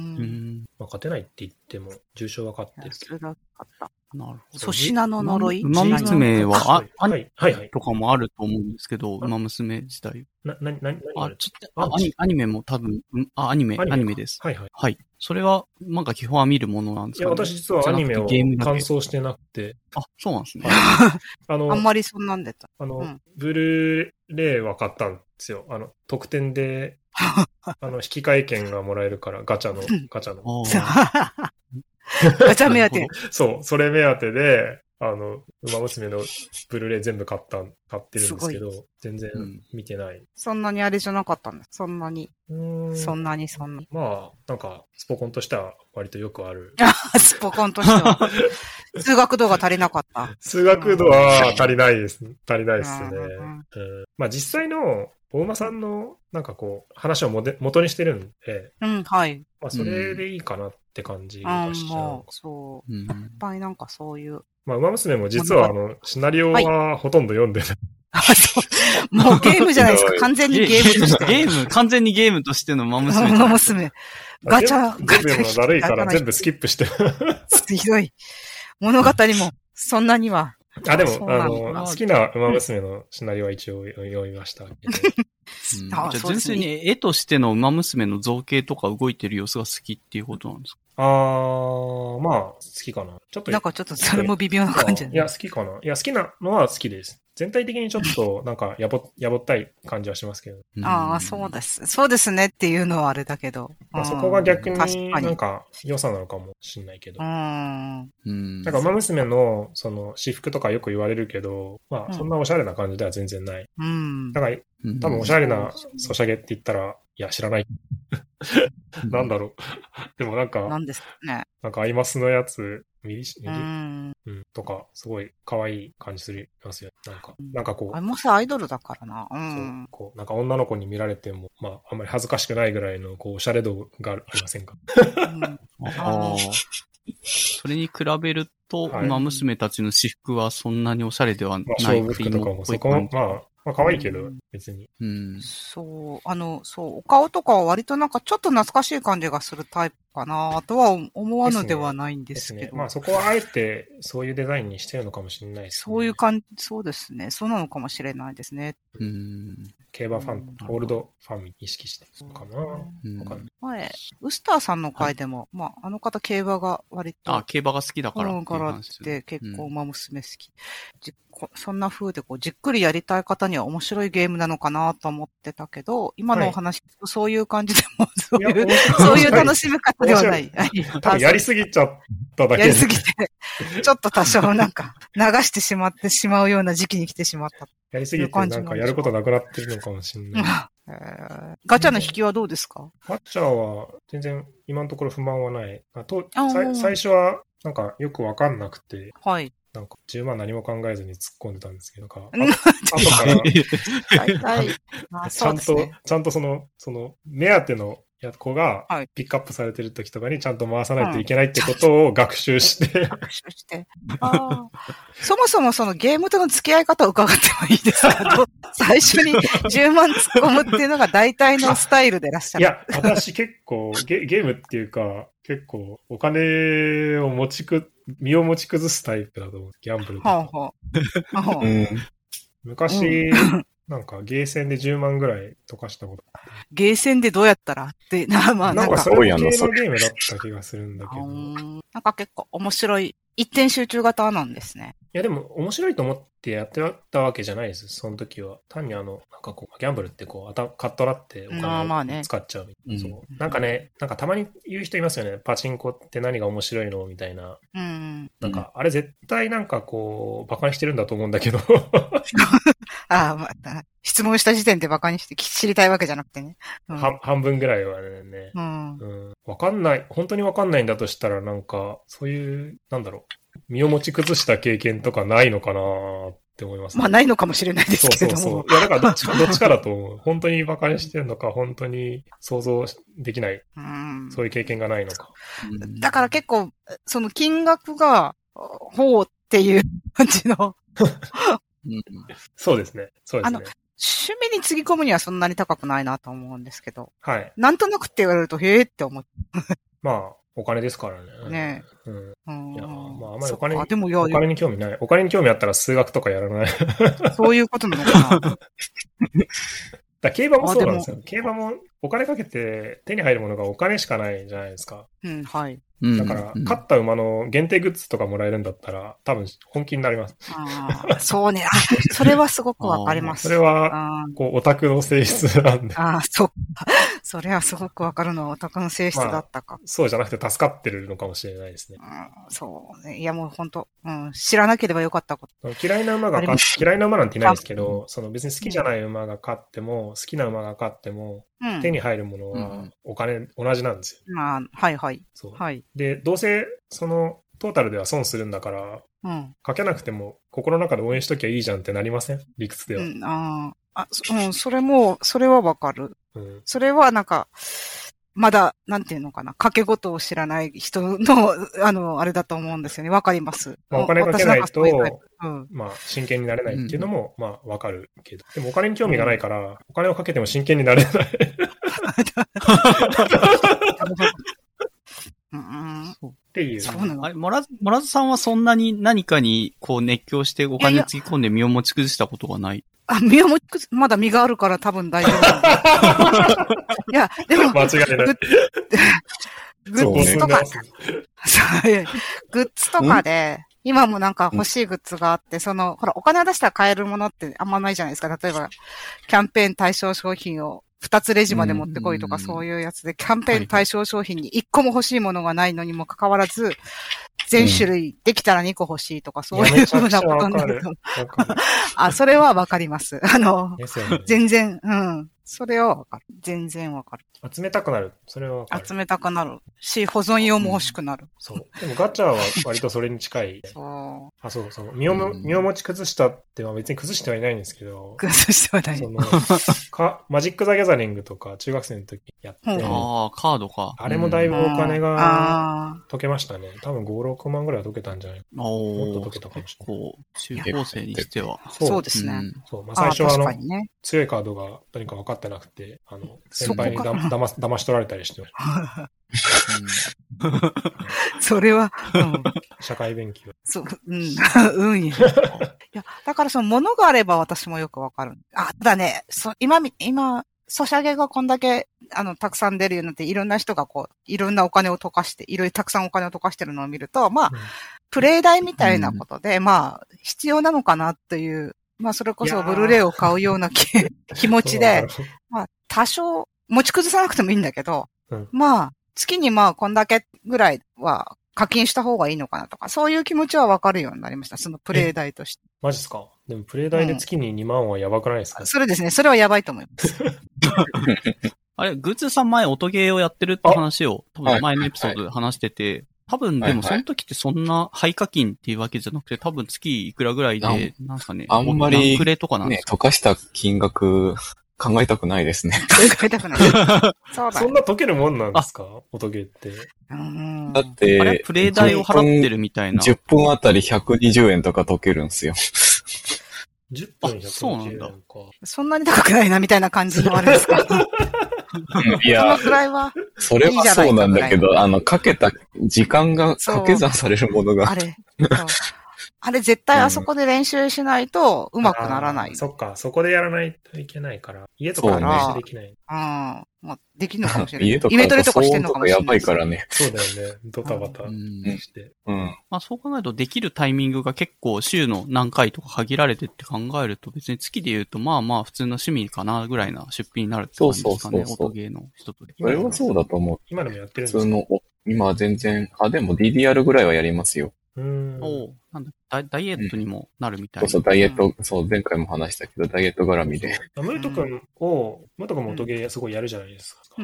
まあ勝てないって言っても重賞は勝ってるけど。 それだった。 なるほど。 粗品の呪い馬娘は、あ、 はい、はいはい。 とかもあると思うんですけど、馬娘自体。 な、な、な、な、 あ、ちょっと、あ、アニ、アニメも多分、あ、アニメ、アニメです。 はいはい。 はい。それは、なんか基本は見るものなんですかね。 いや、私実はアニメを完走してなくて。 あ、そうなんですね。 あの、あんまりそんなんでた。 あの、うん、ブルーレイは買ったんですよ。あの、特典で、あの、引き換え券がもらえるから、ガチャの、ガチャの。 ガチャ目当て。 そう、それ目当てで、 あの、馬娘のブルーレイ全部買った、買ってるんですけど、全然見てない、うん。 そんなにあれじゃなかったんです。そんなに。うんそんなにそんなに。 まあ、なんか、スポコンとしては割とよくある。 スポコンとしては。数学度が足りなかった。 数学度は足りないです。足りないですね。うんうん、まあ実際の、お馬さんの、なんかこう、話をもで元にしてるんで、 うん、はい。 まあそれでいいかなって感じがしちゃう。うん、もう、そう。いっぱいなんかそういう。 まあ、馬娘も実はあの、シナリオはほとんど読んでない。 あ、そう。もうゲームじゃないですか。完全にゲームとして。 ゲーム、完全にゲームとしての馬娘。 馬娘。ガチャ、 ガチャ。ゲームの悪いから全部スキップして。 ひどい。物語も、そんなには。 あ、でも、あの、好きな馬娘のシナリオは一応読みましたけど。 うん、じゃあ純粋に絵としての馬娘の造形とか動いてる様子が好きっていうことなんですか？ あー、まあ、好きかな。ちょっと。 なんかちょっとそれも微妙な感じ、 ね、いや、好きかな。いや、好きなのは好きです。全体的にちょっと、なんか、やぼ、やぼったい感じはしますけど。 ああ、そうです。そうですねっていうのはあれだけど。 まあ、そこが逆になんか良さなのかもしれないけど。うん。なんか、馬娘の、その、私服とかよく言われるけど、まあ、そんなおしゃれな感じでは全然ない。うん。だから、多分おしゃれなソシャゲって言ったら、いや、知らない。なんだろう。でもなんか、 なんですね。 なんかアイマスのやつ、ミリシ、ミリ、うん、とか、すごい可愛い感じするますよ。なんか、なんかこう。 アイマスアイドルだからな。うん。 そう、こう、なんか女の子に見られても、まあ、あんまり恥ずかしくないぐらいの、こう、おしゃれ度がありませんか？うん、 あそれに比べると、はい、馬娘たちの私服はそんなにおしゃれではないっていうのっぽい感じ。まあ、勝負服とかもそこも、まあ、まあ可愛いけど、別に。 うん。そう、あの、そう、お顔とかは割となんかちょっと懐かしい感じがするタイプかなとは思わぬではないんですけど。ですね。 まあそこはあえてそういうデザインにしてるのかもしれないですね。 そういう感じ、そうですね。そうなのかもしれないですね。 うん。競馬ファン、オールドファンに意識してるのかな、うん、わかんない。 前、ウスターさんの回でも、はい、まあ、あの方競馬が割と。 あ、競馬が好きだから。 うんからって結構馬娘好き。うんそんな風でこうじっくりやりたい方には面白いゲームなのかなと思ってたけど、今のお話、はい、そういう感じでも、そういう、そういう楽しみ方ではない。 多分やりすぎちゃっただけやりすぎて、ちょっと多少なんか流してしまってしまうような時期に来てしまった。 やりすぎてなんかやることなくなってるのかもしれない。 えー、ガチャの引きはどうですか？ ガチャは全然今のところ不満はない。あと最, 最初はなんかよくわかんなくて。 はい。 なんかじゅうまん何も考えずに突っ込んでたんですけどか。あ後からちゃんと、ちゃんとその、その、目当ての子がピックアップされてる時とかにちゃんと回さないといけないってことを学習して。 学習して。あそもそもそのゲームとの付き合い方を伺ってもいいですか？最初にじゅうまん突っ込むっていうのが大体のスタイルでいらっしゃる。 いや、私結構ゲ、ゲームっていうか、結構お金を持ちく、身を持ち崩すタイプだと思う。ギャンブルとか。はあはあうん、昔、うん、なんかゲーセンでじゅうまんぐらい溶かしたことあって。 ゲーセンでどうやったらって、な、まあなんか。なんかそれ系のゲームだった気がするんだけど。 なんか結構面白い、一点集中型なんですね。 いやでも面白いと思ってやってたわけじゃないです。その時は。単にあの、なんかこう、ギャンブルってこう、あた、カットラってお金を使っちゃうみたいな。そう。なんかね、なんかたまに言う人いますよね。パチンコって何が面白いのみたいな。うん。なんか、あれ絶対なんかこう、バカにしてるんだと思うんだけど。 ああ、まあ、質問した時点でバカにして知りたいわけじゃなくてね。 うん、半分ぐらいはね。うん。うん。わかんない。本当にわかんないんだとしたらなんか、そういう、なんだろう。身を持ち崩した経験とかないのかなって思います、ね。 まあないのかもしれないですけれども。そうそうそう。いやだからどっちか、どっちかだと思う。本当にバカにしてるのか、本当に想像できない。うん、そういう経験がないのか。 だから結構、その金額が、ほうっていう感じのそうですね。そうですね。あの、 趣味につぎ込むにはそんなに高くないなと思うんですけど。 はい。 なんとなくって言われると、へーって思う。 まあ、お金ですからね。 ねえ。うん。いや、まあ、あんまりお金に、でもいやお金に興味ない。お金に興味あったら数学とかやらない。 そういうことなのかな。 だ競馬もそうなんですよ。競馬もお金かけて手に入るものがお金しかないじゃないですか。 うん、はい。 だから、うん、勝った馬の限定グッズとかもらえるんだったら、多分本気になります。 あそうね。あ、それはすごくわかります。 それは、こう、オタクの性質なんで。 ああ、そっか。 それはすごくわかるのはオタクの性質だったか、まあ。 そうじゃなくて助かってるのかもしれないですね。 うん、そうね。いやもう本当、うん、知らなければよかったこと。 嫌いな馬が勝っ、嫌いな馬なんていないですけど、その別に好きじゃない馬が勝っても、好きな馬が勝っても、うん、手に入るものはお金、うん、同じなんですよ。 まあ、はいはい。 そう。 はい。 で、どうせ、その、トータルでは損するんだから、うん、かけなくても心の中で応援しときゃいいじゃんってなりません？理屈では。 うん、ああ、うん、それも、それはわかる。うん、それはなんか、まだ、なんていうのかな、掛け事を知らない人の、あの、あれだと思うんですよね。わかります。 まあ、お金かけないと、うん、まあ、真剣になれないっていうのも、うん、まあ、わかるけど。でもお金に興味がないから、うん、お金をかけても真剣になれない。 うん、 っていう。 そうなの。あれ、モラズ、モラズさんはそんなに何かにこう熱狂してお金つぎ込んで身を持ち崩したことがない？ あ、身を持ち崩、まだ身があるから多分大丈夫なんだ。いや、でも、 間違いない。 グッズとか、グッズとかで、今もなんか欲しいグッズがあって、その、ほら、お金を出したら買えるものってあんまないじゃないですか。例えば、キャンペーン対象商品を二つレジまで持ってこいとかそういうやつで、キャンペーン対象商品に一個も欲しいものがないのにもかかわらず、全種類できたら二個欲しいとか、そういうふうなことになると。あ、それはわかります。あの、ね、全然、うん。それはわかる。全然わかる。 集めたくなる。それはわかる。 集めたくなる。し、保存用も欲しくなる。うん、 そう。でもガチャは割とそれに近い。そう。あ、そうそう。身を、うん、身を持ち崩したっては別に崩してはいないんですけど。 崩してはない。 その、か、マジック・ザ・ギャザリングとか中学生の時やって。うん、 ああ、カードか。 あれもだいぶお金が溶けましたね。多分ご、ろくまんぐらいは溶けたんじゃないかな。もっと溶けたかもしれない。 こう、中高生にしては。 そう、そうですね。うん、 そう。まあ最初はあの、ね、強いカードが何か分かってなくて、あの、先輩にだだま、騙し取られたりしてました。 それは、うん、 社会勉強。 そう、うん、うん。いや、だからその物があれば私もよくわかる。あ、ただね、そ今、今、ソシャゲがこんだけ、あの、たくさん出るようになって、いろんな人がこう、いろんなお金を溶かして、いろいろたくさんお金を溶かしてるのを見ると、まあ、うん、プレイ代みたいなことで、うん、まあ、必要なのかなという、まあ、それこそブルーレイを買うような気持ちで、まあ、多少、持ち崩さなくてもいいんだけど、うん、まあ、月にまあ、こんだけぐらいは課金した方がいいのかなとか、そういう気持ちはわかるようになりました。そのプレイ代として。 マジっすか？でもプレイ代で月ににまんはやばくないですか？ うん、それですね。それはやばいと思います。 あれ、グッズさん前音ゲーをやってるって話を、多分前のエピソードで話してて、はいはい、多分でもその時ってそんな廃課金っていうわけじゃなくて、多分月いくらぐらいで、なんすかね。 あんまり、 クレとかなんですか？ ね、溶かした金額、考えたくないですね。 考えたくない。 そうだ。そんな解けるもんなんですか？音ゲーって。 だって、 あれプレイ代を払ってるみたいな。 じゅっぷんあたりひゃくにじゅうえんとか解けるんですよ。 じゅっぷんひゃくにじゅうえんか。そうなんだ。 そんなに高くないなみたいな感じのあれですか？ いや、 そのくらいは。 それはそうなんだけど、あの、かけた時間が掛け算されるものが。 あれ。あれ絶対あそこで練習しないと上手くならない、うん。 そっか、そこでやらないといけないから。家とか練習できない。 うん。まあ、できるのかもしれない。 家とか、 イメトレとかしてんのかもしれない。 やばいからね。 そうだよね。ドタバタして。 うん。うん、まあそう考えるとできるタイミングが結構週の何回とか限られてって考えると別に月で言うとまあまあ普通の趣味かなぐらいな出費になるって感じですかね。音ゲーの人とで。 それはそうだと思う。 今でもやってるんですか？ 普通の、今は全然、あ、でも ディーディーアール ぐらいはやりますよ。 うん。 おなんだダイ、ダイエットにもなるみたいな。 そうそう、ダイエット、うん、そう、前回も話したけど、ダイエット絡みで。 ムート君を、ムート君も音ゲーすごいやるじゃないですか。 うん、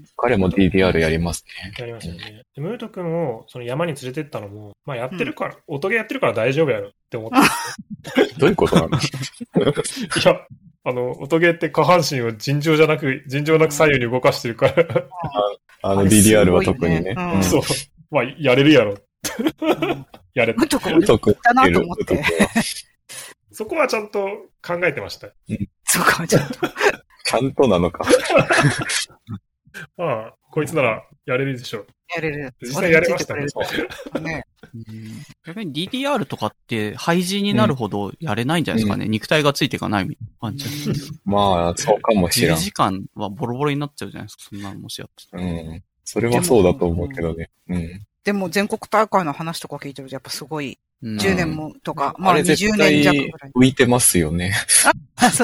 彼も ディーディーアール やりますね。 やりますよね。ムート君をその山に連れてったのも、まあやってるから、うん、音ゲーやってるから大丈夫やろって思ってる。 どういうことなの？いや、あの、音ゲーって下半身を尋常じゃなく、尋常なく左右に動かしてるから。 あ, あの ディーディーアール は特にね。 ねうん、 そう。まあ、やれるやろ。やれる。とこだなと思って。 そこはちゃんと考えてました。 うん、そこはちゃんと。 ちゃんとなのか。 まあ、こいつならやれるでしょう。 やれる。 実際やれましたね。 ね逆に ディーディーアール とかって廃人になるほどやれないんじゃないですかね。うん、肉体がついていかないみたいな感じです。 まあ、そうかもしれない。 じゅうじかんはボロボロになっちゃうじゃないですか。そんなのもしやってた。 うん。それはそうだと思うけどね。うん。 でも全国大会の話とか聞いてるとやっぱすごい、じゅうねんもとか、うん、まあにじゅうねん弱ぐらい。 浮いてますよね。 あ、その、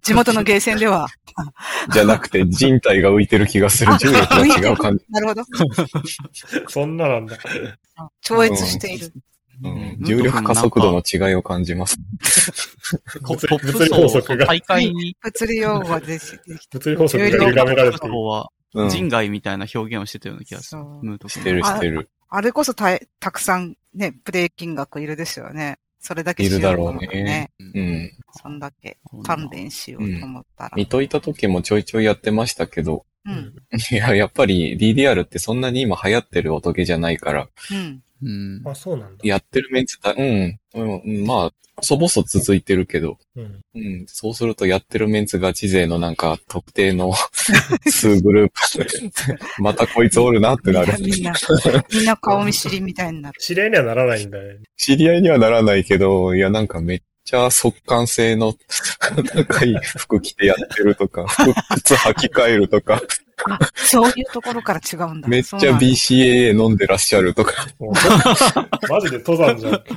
地元のゲーセンでは。 じゃなくて人体が浮いてる気がする。重力が違う感じ。 なるほど。 そんななんだ。 超越している。 うん、重力加速度の違いを感じます。 トップ層大会に。 物理用語が出てきて。物理法則が歪められてる。 は人外みたいな表現をしてたような気がする。ムートしてるしてる。 あれこそたたくさんね、プレイ金額いるですよね。それだけいるだろうね。うん。 そんだけ鍛錬しようと思ったら。 見といた時もちょいちょいやってましたけど。うん。いや、やっぱり ディーディーアール ってそんなに今流行ってる音ゲーじゃないから。 うん。 うん。あ、そうなんだ。 やってるメンツだ、うん。うん、まあ、細々続いてるけど。うん。うん。そうするとやってるメンツガチ勢のなんか特定の数グループ。またこいつおるなってなる。 みんな、みんな顔見知りみたいになる。 知り合いにはならないんだね。 知り合いにはならないけど、いやなんかめっちゃ速乾性の高い服着てやってるとか、服靴履き替えるとか。 あ、そういうところから違うんだ。 めっちゃ ビーシーエーエー 飲んでらっしゃるとか。 マジで登山じゃん。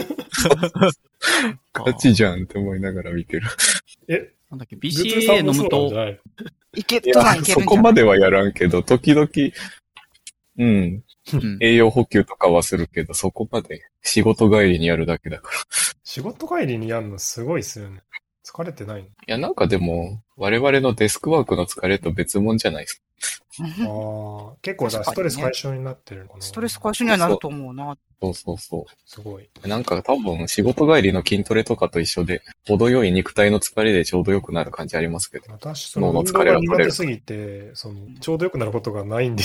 ガチじゃんって思いながら見てる。 えなんだっけ ビーシーエーエー 飲むと、 いけ、登山いけるんじゃん。 そこまではやらんけど、時々、うん。栄養補給とかはするけど、そこまで仕事帰りにやるだけだから。 仕事帰りにやるのすごいっすよね。疲れてないの？いや、なんかでも、我々のデスクワークの疲れと別物じゃないですか。 ああ、結構じゃあストレス解消になってるのかな、ね。 ストレス解消にはなると思うな。 そうそうそう。 すごい。 なんか多分仕事帰りの筋トレとかと一緒で、程よい肉体の疲れでちょうど良くなる感じありますけど。 私、その運動が苦手すぎて、その、ちょうど良くなることがないんです。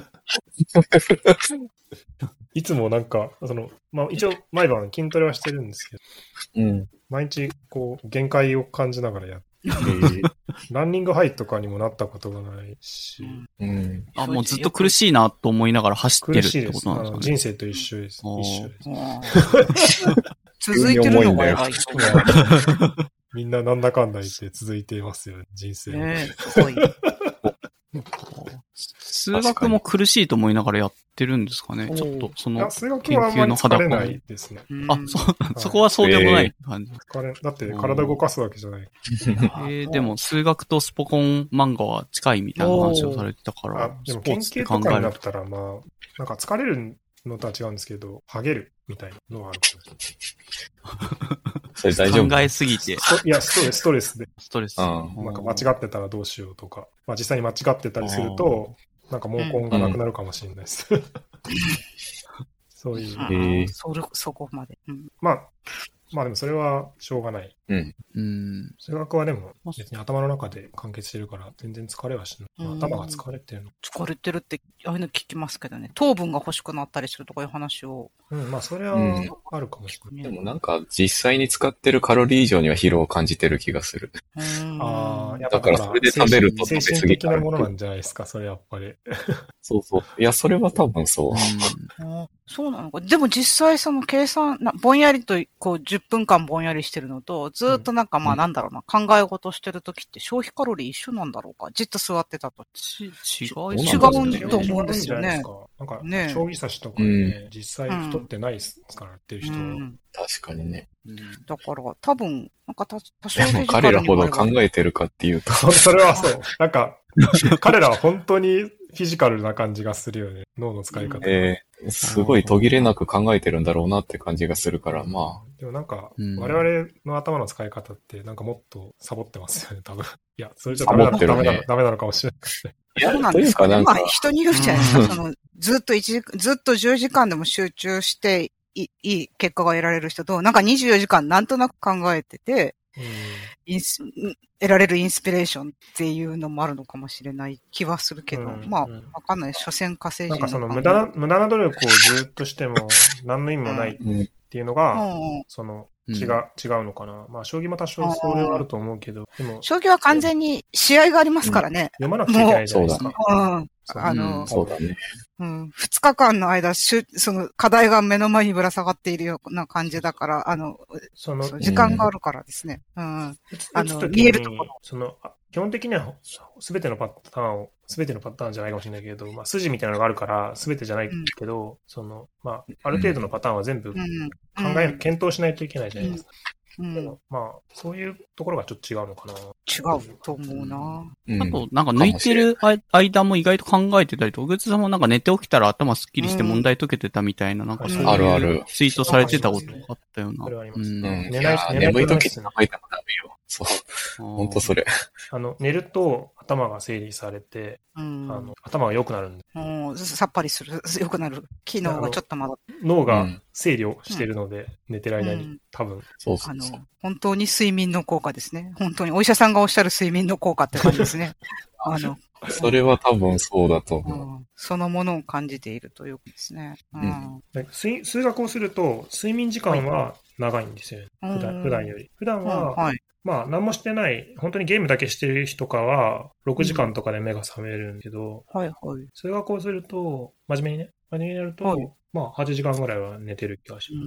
いつもなんか、その、まあ一応毎晩筋トレはしてるんですけど、 うん、 毎日こう、限界を感じながらやって、ランニングハイとかにもなったことがないし、 うん、 あ、もうずっと苦しいなと思いながら走ってるってことなんですかね。 苦しいです。人生と一緒です。一緒です。 続いてるのがやばい。 みんななんだかんだ言って続いていますよね、人生。 ねえ、すごい。 数学も苦しいと思いながらやってるんですかね。ちょっとその研究の肌感。ないですね。 あ、そう、そこはそうでもない感じ。 疲れ、だって体動かすわけじゃない。 えー、でも数学とスポコン漫画は近いみたいな話をされてたから。 あ、でも研究とかになったらまあ、なんか疲れるのとは違うんですけど、ハゲるみたいなのはあるかもしれない。 それ大丈夫？ 考えすぎて。 いや、ストレス、ストレスで。 ストレス。 なんか間違ってたらどうしようとか。まあ実際に間違ってたりすると、なんか毛根がなくなるかもしれないです。うん、そういう。 えー、それ、そこまで。 うん、まあ、まあでもそれはしょうがない。 うん。 うん。 数学はでも別に頭の中で完結してるから全然疲れはしない。まあ、頭が疲れてるの。 疲れてるって、ああいうの聞きますけどね。糖分が欲しくなったりするとかいう話を。 うん、まあそれはあるかもしれない。 うん、でもなんか実際に使ってるカロリー以上には疲労を感じてる気がする。 ああ、 だからそれで食べると食べ過ぎ精神的なものなんじゃないですか、それやっぱり。 そうそう。いや、それは多分そう。 うん、そうなのか。でも実際その計算、なぼんやりとこうじゅっぷんかんぼんやりしてるのと、ずっとなんかまあなんだろうな、うん、考え事してるときって消費カロリー一緒なんだろうか。じっと座ってたと。 ち、違う、 違うと思うんですよね。 なんか、ね、将棋指しとかね、うん、実際太ってないですからっていう人は、うん。 確かにね。 だから、多分、なんか多少でも彼らほど考えてるかっていうと。 それはそう。なんか、彼らは本当にフィジカルな感じがするよね。脳の使い方。 えー、すごい途切れなく考えてるんだろうなって感じがするから、まあ。 でもなんか、我々の頭の使い方って、なんかもっとサボってますよね、多分。いや、それじゃダメなの、ね、ダメなの、ダメなのかもしれない。 いや、そうなんですかね。まあ、人によるじゃないですか。その、ずっと一時、ずっとじゅうじかんでも集中していい、いい結果が得られる人と、なんかにじゅうよじかんなんとなく考えてて、うん、インス得られるインスピレーションっていうのもあるのかもしれない気はするけど、うん、まあ、わかんない。所詮火星人なんかその無駄な、無駄な努力をずっとしても何の意味もないっていうのが、うん、その、違う、違うのかな。まあ、将棋も多少それはあると思うけど、でも。 将棋は完全に試合がありますからね。 うん、読まなくちゃいけないじゃないですか。 うん。あの、 そうだね。 うん。二日間の間、しゅ、その課題が目の前にぶら下がっているような感じだから、あの、その、時間があるからですね。うん。あの、見えるところ。 その、基本的には、すべてのパターンを、すべてのパターンじゃないかもしれないけど、まあ、筋みたいなのがあるから、すべてじゃないけど、うん、その、まあ、ある程度のパターンは全部考え、うん、検討しないといけないじゃないですか。 うん、 まあ、そういうところがちょっと違うのかな。 違うと思うな。 うん、あと、なんか抜いてる間も意外と考えてたりと、グッズさんもなんか寝て起きたら頭すっきりして問題解けてたみたいな、なんかそういう、 あるある。 ツイートされてたことがあったような。 それはあります。 うん。寝ない、眠い時に考えてもダメよ。そう。ほんとそれ。 あの、寝ると頭が整理されて、うん、あの頭が良くなるんで。 うん、さっぱりする、良くなる。機能がちょっとまだ。 脳が整理をしてるので、うん、寝てる間に、うん、多分。 そうそうそう。あの、本当に睡眠の効果ですね。本当にお医者さんがおっしゃる睡眠の効果って感じですね。あの、 それは多分そうだと思う。 うん、そのものを感じているということですね。うん、 数, 数学をすると、睡眠時間は長いんですよね。はい、普段普段より。普段は、うんはい、まあ、何もしてない、本当にゲームだけしてる人とかは、ろくじかんとかで目が覚めるんだけど、 うん、はいはい。 数学をすると、真面目にね、真面目にやると、はい、まあ、はちじかんぐらいは寝てる気がします。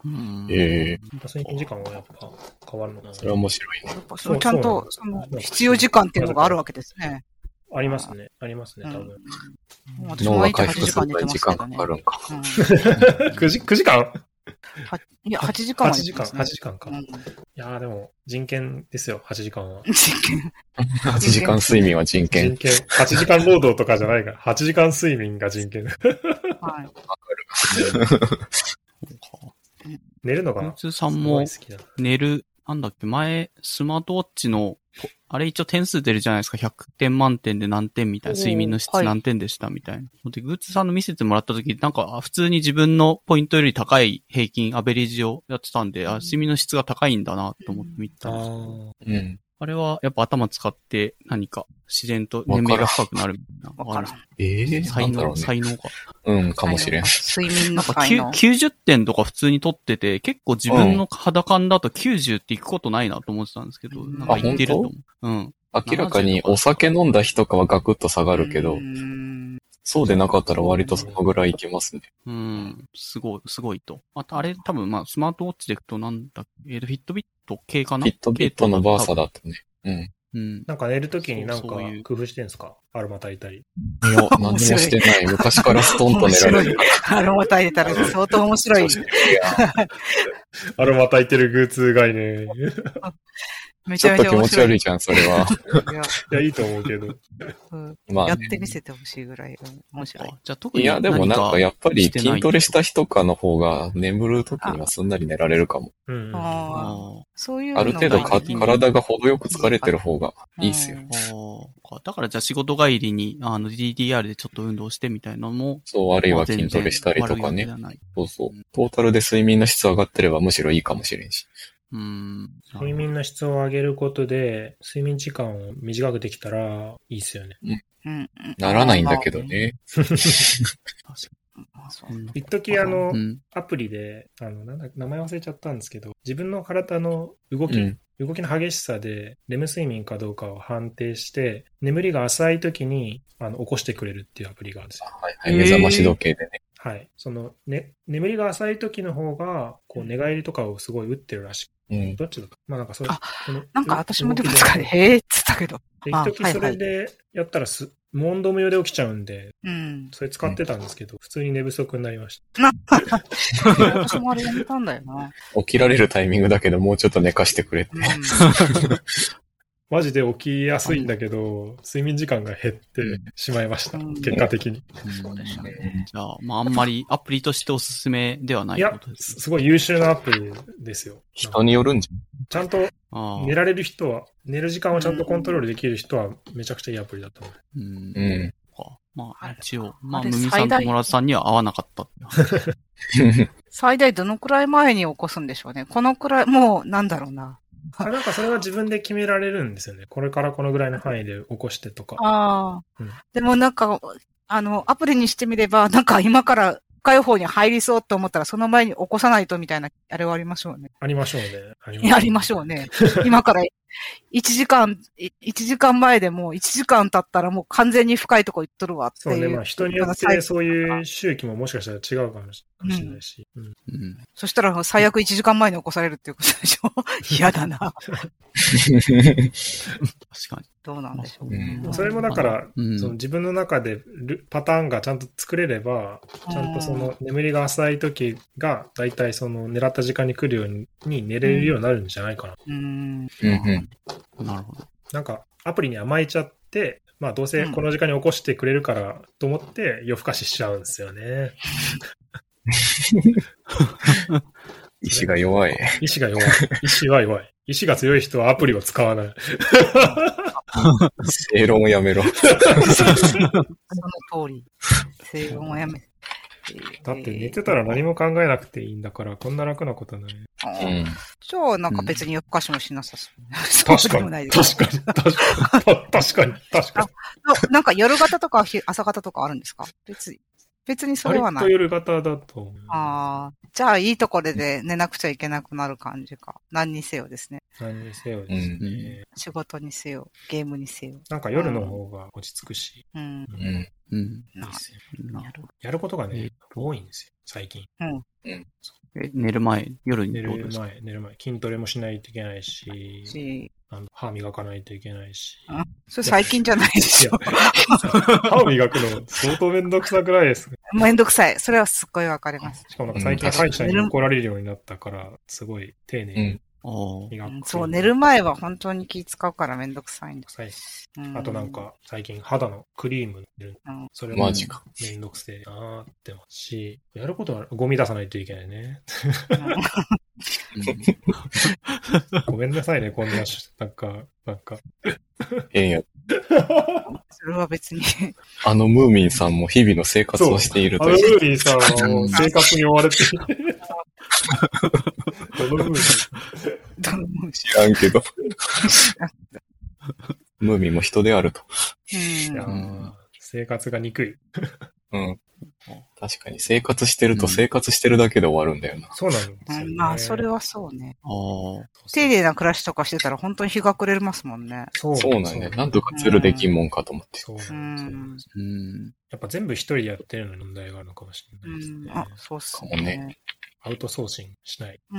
うん。 ええー。睡眠時間はやっぱ変わるのかな。 それは面白いね。 やっぱそちゃんと、その、必要時間っていうのがあるわけですね。 ありますね。ありますね、多分。 うん、私も毎日はちじかん寝てますけどね。 時間かかるんか。 うん、9, 時9時間いや、はちじかんは、 ね。はちじかん、はちじかんか。うん、いやーでも、人権ですよ、はちじかんは。 人権。 はちじかん睡眠は人権。 人権。はちじかん労働とかじゃないから、はちじかん睡眠が人権。はい。 わかる。寝るのが普通さんも寝る、なんだっけ、前、スマートウォッチの、あれ一応点数出るじゃないですか。ひゃくてん満点で何点みたいな。睡眠の質何点でしたみたいな。はい、で、グッズさんの見せてもらった時、なんか普通に自分のポイントより高い平均、アベレージをやってたんで、あ、睡眠の質が高いんだなと思って見てたんですけど。 うん。 あれはやっぱ頭使って何か自然と眠りが深くなるみたいな。 わからん。 ええー、 才能、 ね、 才能か。 うん、かもしれん。 睡眠の才能。 きゅうじゅってんとか普通に取ってて、結構自分の肌感だときゅうじゅうっていくことないなと思ってたんですけど、うん、なんか言ってると思う。うん。 明らかにお酒飲んだ日とかはガクッと下がるけど、そうでなかったら割とそのぐらいいけますね。 うん。すごい、すごいと。またあれ多分まあスマートウォッチでいくとなんだ、えーと、フィットビット系かな？ フィットビットのバーサだとね。うん。 うん。 なんか寝るときになんか工夫してんすか？アロマ炊いたり。 いや、何もしてない。昔からストンと寝られる。 アロマ炊いたら相当面白い。 アロマ炊いてるグーツー概念。 めちゃめちゃ面白い。 ちょっと気持ち悪いじゃん、それは。 いや、いやいいと思うけど。 うん、まあ、ね、やってみせてほしいぐらい面白い。 じゃあ特にいや、でもなんかやっぱり筋トレした日とかの方が眠るときにはすんなり寝られるかも。 うん、 ああ、そういうのある程度か体が程よく疲れてる方がいいっすよ。 あだからじゃあ仕事帰りにあの ディーディーアール でちょっと運動してみたいなのも。 そう、あるいは筋トレしたりとかね。そうそう。トータルで睡眠の質上がってればむしろいいかもしれんし。 うん、 睡眠の質を上げることで、睡眠時間を短くできたらいいっすよね。 うん。 ならないんだけどね。 一時あの、うん、アプリで、あの、なんだ、名前忘れちゃったんですけど、自分の体の動き、うん、動きの激しさで、レム睡眠かどうかを判定して、眠りが浅い時に、あの、起こしてくれるっていうアプリがあるんですよ。 はいはい、目覚まし時計でね。 はい。その、ね、眠りが浅い時の方が、こう、寝返りとかをすごい打ってるらしく。 うん、 どっちだか。まあなんかそれ。 あ、なんか私もでも疲れ、へーって言ったけど。 一時それでやったらす、無音無用で起きちゃうんで、 うん。 それ使ってたんですけど、うん、普通に寝不足になりました。私もあれやめたんだよな。 起きられるタイミングだけど、もうちょっと寝かしてくれって。うんマジで起きやすいんだけど、睡眠時間が減ってしまいました。うん、結果的に。 そうでしたね。じゃあ、まああんまりアプリとしておすすめではないことです、 ね。いや、すごい優秀なアプリですよ。 人によるんじゃん。 ちゃんと寝られる人は、寝る時間をちゃんとコントロールできる人はめちゃくちゃいいアプリだと思う。 うん。うん、まあ一応、まあムミさんとモラさんには合わなかった。 最大どのくらい前に起こすんでしょうね。このくらい、もうなんだろうな。 なんかそれは自分で決められるんですよね。これからこのぐらいの範囲で起こしてとか。 ああ、うん。でもなんか、あの、アプリにしてみれば、なんか今から深い方に入りそうと思ったら、その前に起こさないとみたいな、あれはありましょうね。 ありましょうね。 ありましょうね。今からいちじかん、いちじかんまえでもういちじかん経ったらもう完全に深いとこ行っとるわっていう。 そうね、まあ人によってそういう周期ももしかしたら違うかもしれないし。うんうん、 そしたら最悪いちじかんまえに起こされるっていうことでしょ。嫌だな。確かに。 どうなんでしょうね。 うん、それもだから、うん、その自分の中でパターンがちゃんと作れれば、ちゃんとその眠りが浅い時がだいたいその狙った時間に来るように寝れるようになるんじゃないかな。 うん。 うん。なるほど。 なんかアプリに甘えちゃって、まあどうせこの時間に起こしてくれるからと思って夜更かししちゃうんですよね。 意志が弱い。 意志が弱い。意志は弱い。意志が強い人はアプリを使わない。 正論をやめろ。 その通り。正論をやめ。 だって寝てたら何も考えなくていいんだから、こんな楽なことない。 うん、じゃあ、なんか別に夜更かしもしなさそう。 うん、確かに。確かに。確かに。確かに。確かに。 なんか夜型とか朝型とかあるんですか？別に。別にそれはない。 割と夜型だと。 ああ。じゃあ、いいところで寝なくちゃいけなくなる感じか。何にせよですね。 何にせよですね。うん、 仕事にせよ、ゲームにせよ。 なんか夜の方が落ち着くし。 うん。うん。 うん。 やることがね、多いんですよ、最近。 うん。 うん。 え寝る前、夜に寝る前、寝る前。筋トレもしないといけないし、 しあの歯磨かないといけないし。 あ、それ最近じゃないでしょ。 歯を磨くの相当めんどくさくないですか？ めんどくさい。それはすっごいわかります。 しかもなんか最近歯医者に怒られるようになったから、すごい丁寧に磨く、うん。 そう、寝る前は本当に気使うからめんどくさいんです。 あとなんか最近肌のクリーム塗る。うん、それもめんどくせえなーってますし、やることはゴミ出さないといけないね。ごめんなさいね、こんな、なんか、なんか。 変や。 それは別に。 あのムーミンさんも日々の生活をしているという。 あのムーミンさんはもう生活に追われている。どのムーミンどのムーミン知らんけど。ムーミンも人であると。 うん、 いや生活が憎い。 うん。確かに生活してると生活してるだけで終わるんだよな。 うん、そうなんですよ、ね。 まあ、それはそうね。 あ丁寧な暮らしとかしてたら本当に日が暮れますもんね。 そうそうなんね。なんとかズルできんもんかと思って。 そうなんです。 うん。 やっぱ全部一人でやってるのに問題があるのかもしれないですね。 うん、あ、そうっすね。 かもね。 アウトソーシングしない。 うん。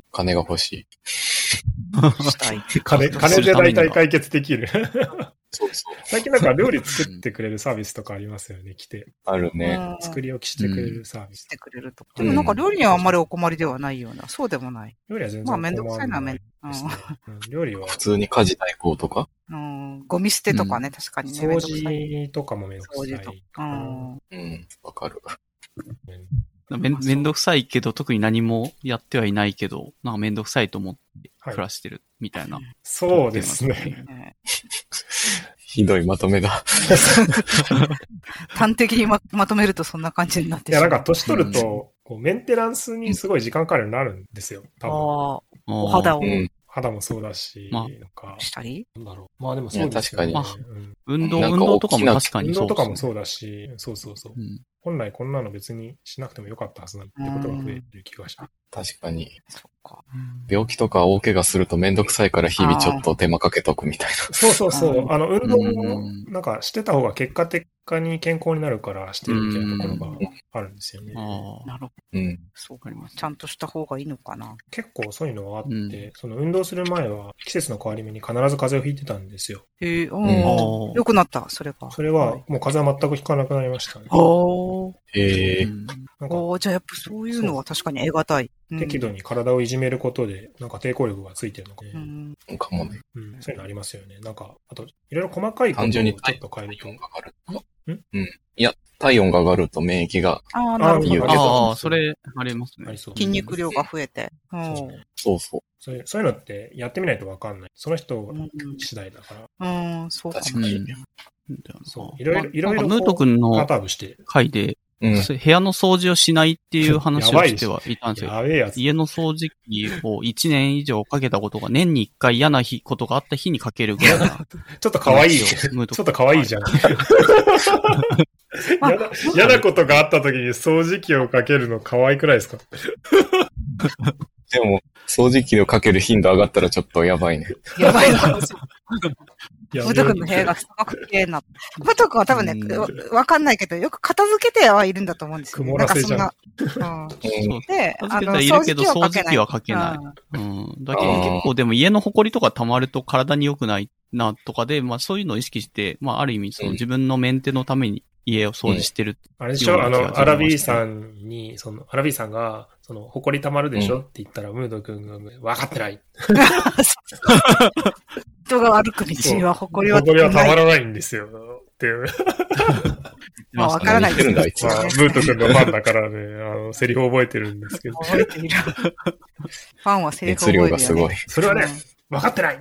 金が欲しい。 したい。 金、金で大体解決できる。 そうそう。 最近なんか料理作ってくれるサービスとかありますよね、来て。 あるね。 作り置きしてくれるサービス。 してくれると。でもなんか料理にはあんまりお困りではないような。そうでもない。 料理は全然まあめんどくさいのはめんどくさい。料理は。 普通に家事代行とかうん。ゴミ捨てとかね、確かにね。 掃除とかもめんどくさい。掃除とか。 うん。わかる。 めん、めんどくさいけど、特に何もやってはいないけど、なんかめんどくさいと思って暮らしてるみたいな。はい、 そうですね。 ひどいまとめだ。 端的に ま, まとめるとそんな感じになってしまう。 いや、なんか年取ると、こうメンテナンスにすごい時間かかるようになるんですよ。多分。 ああ、お肌を。うん肌もそうだし、 まあ、 なんか。 したりなんだろう。まあでもそうですよね。 確かに。 うん、運動、運動とかも確かにそう、ね。運動とかもそうだし、そうそうそう。うん、本来こんなの別にしなくてもよかったはずなんてことが増える気がした。 確かに。 そっか。 病気とか大怪我するとめんどくさいから日々ちょっと手間かけとくみたいな。 そうそうそう。あの、運動もなんかしてた方が結果的に健康になるからしてるみたいなところがあるんですよね。 ああ、なるほど。 うん。 そうかります。ちゃんとした方がいいのかな。 結構そういうのがあって、うん、その運動する前は季節の変わり目に必ず風邪をひいてたんですよ。 へえ、うん。良くなった、それが。 それはもう風邪は全くひかなくなりましたね。 おー。 へえ。 なんかおじゃあやっぱそういうのは確かに得難い。 適度に体をいじめることで、なんか抵抗力がついてるのかね。 うん。 かもね。 うん。そういうのありますよね。なんか、あと、いろいろ細かいことをちょっと変えると。 体温が上がると。んうん。いや、体温が上がると免疫が。 ああ、なるほど。 ああ、それ、ありますね。 筋肉量が増えて。 うん。そうそう。 そういう、そういうのってやってみないとわかんない。その人次第だから。 うん、そうかもしれない。 そう。いろいろ、いろいろ。 ムート君のパターブして。 回で、うん、部屋の掃除をしないっていう話をしてはいたんですよ。 やべえやつ。 家の掃除機をいちねん以上かけたことが年にいっかい嫌な日、ことがあった日にかけるぐらいな。 ちょっと可愛いよ。ちょっと可愛いじゃん。嫌な、嫌なことがあった時に掃除機をかけるの可愛くないですか？ でも、掃除機をかける頻度上がったらちょっとやばいね。 やばいな。ムト君の部屋がすごく綺麗な。ムト君は多分ね、わかんないけど、よく片付けてはいるんだと思うんですよ。 曇らせじゃん。 なんかそんな。うん。で、 あの、いるけど掃除機はかけない。うん。だけど結構でも家の埃とか溜まると体に良くないなとかで、まあそういうのを意識して、まあある意味その自分のメンテのために家を掃除してる、 うん。あれでしょあの、アラビーさんに、その、アラビーさんが、その、埃溜まるでしょ、うん、って言ったら、ムード君が、分かってない。 人が歩く道は埃は溜まらない。埃は溜まらないんですよ。っていう。 まあ、わからないですけど。まあ、ムード君のファンだからね、あの、セリフ覚えてるんですけど。 覚えている。ファンはセリフ覚えてる、ね。 熱量がすごい。 それはね、分かってない。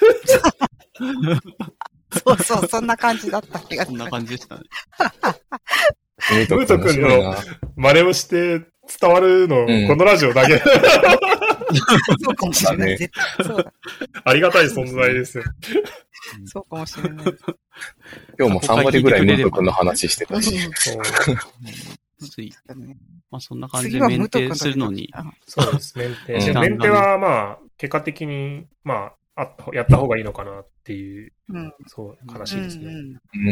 そうそう、そんな感じだった気がする。 そんな感じでしたね。 ムート君の真似をして伝わるの、うん、このラジオだけ。 そうかもしれない。絶対そうだ。 ありがたい存在ですよ。 そうかもしれない。 今日もさん割ぐらいムート君の話してたし。 つい。まあそんな感じでメンテするのに。 そうです、メンテ。メンテはまあ、結果的に、まあ、あやった方がいいのかなっていう、うん、そう、悲しいですね。 うん。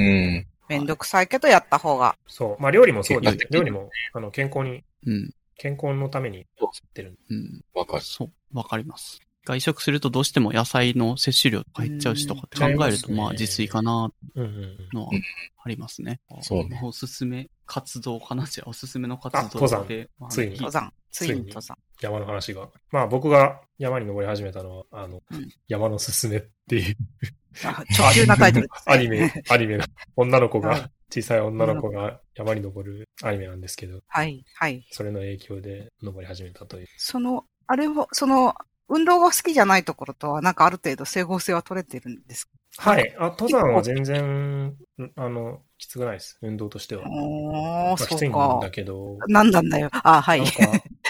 めんどくさいけどやった方が。 そう。まあ料理もそうです。料理も、あの、健康に、 うん、 健康のためにやってる。 うん。わかる。そう。わかります。外食するとどうしても野菜の摂取量とか減っちゃうしとかって考えると、まあ自炊かな、のはありますね。 そうね。 おすすめ活動かなじゃおすすめの活動で。 登山。ついに。 登山。ついに登山。 山の話が。まあ僕が山に登り始めたのは、あの、うん、山のすすめっていう。 直球なタイトルですね。アニメ、アニメの女の子が、小さい女の子が山に登るアニメなんですけど。 はい、はい。 それの影響で登り始めたという。 その、あれも、その、運動が好きじゃないところとは、なんかある程度整合性は取れてるんですか？ はい。あ、登山は全然、あの、きつくないです。運動としては。 おー、そうか。 きついんだけど。 なんなんだよ。あ、はい。なんか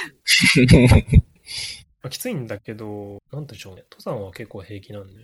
きついんだけど、なんでしょうね。登山は結構平気なんで。 うん。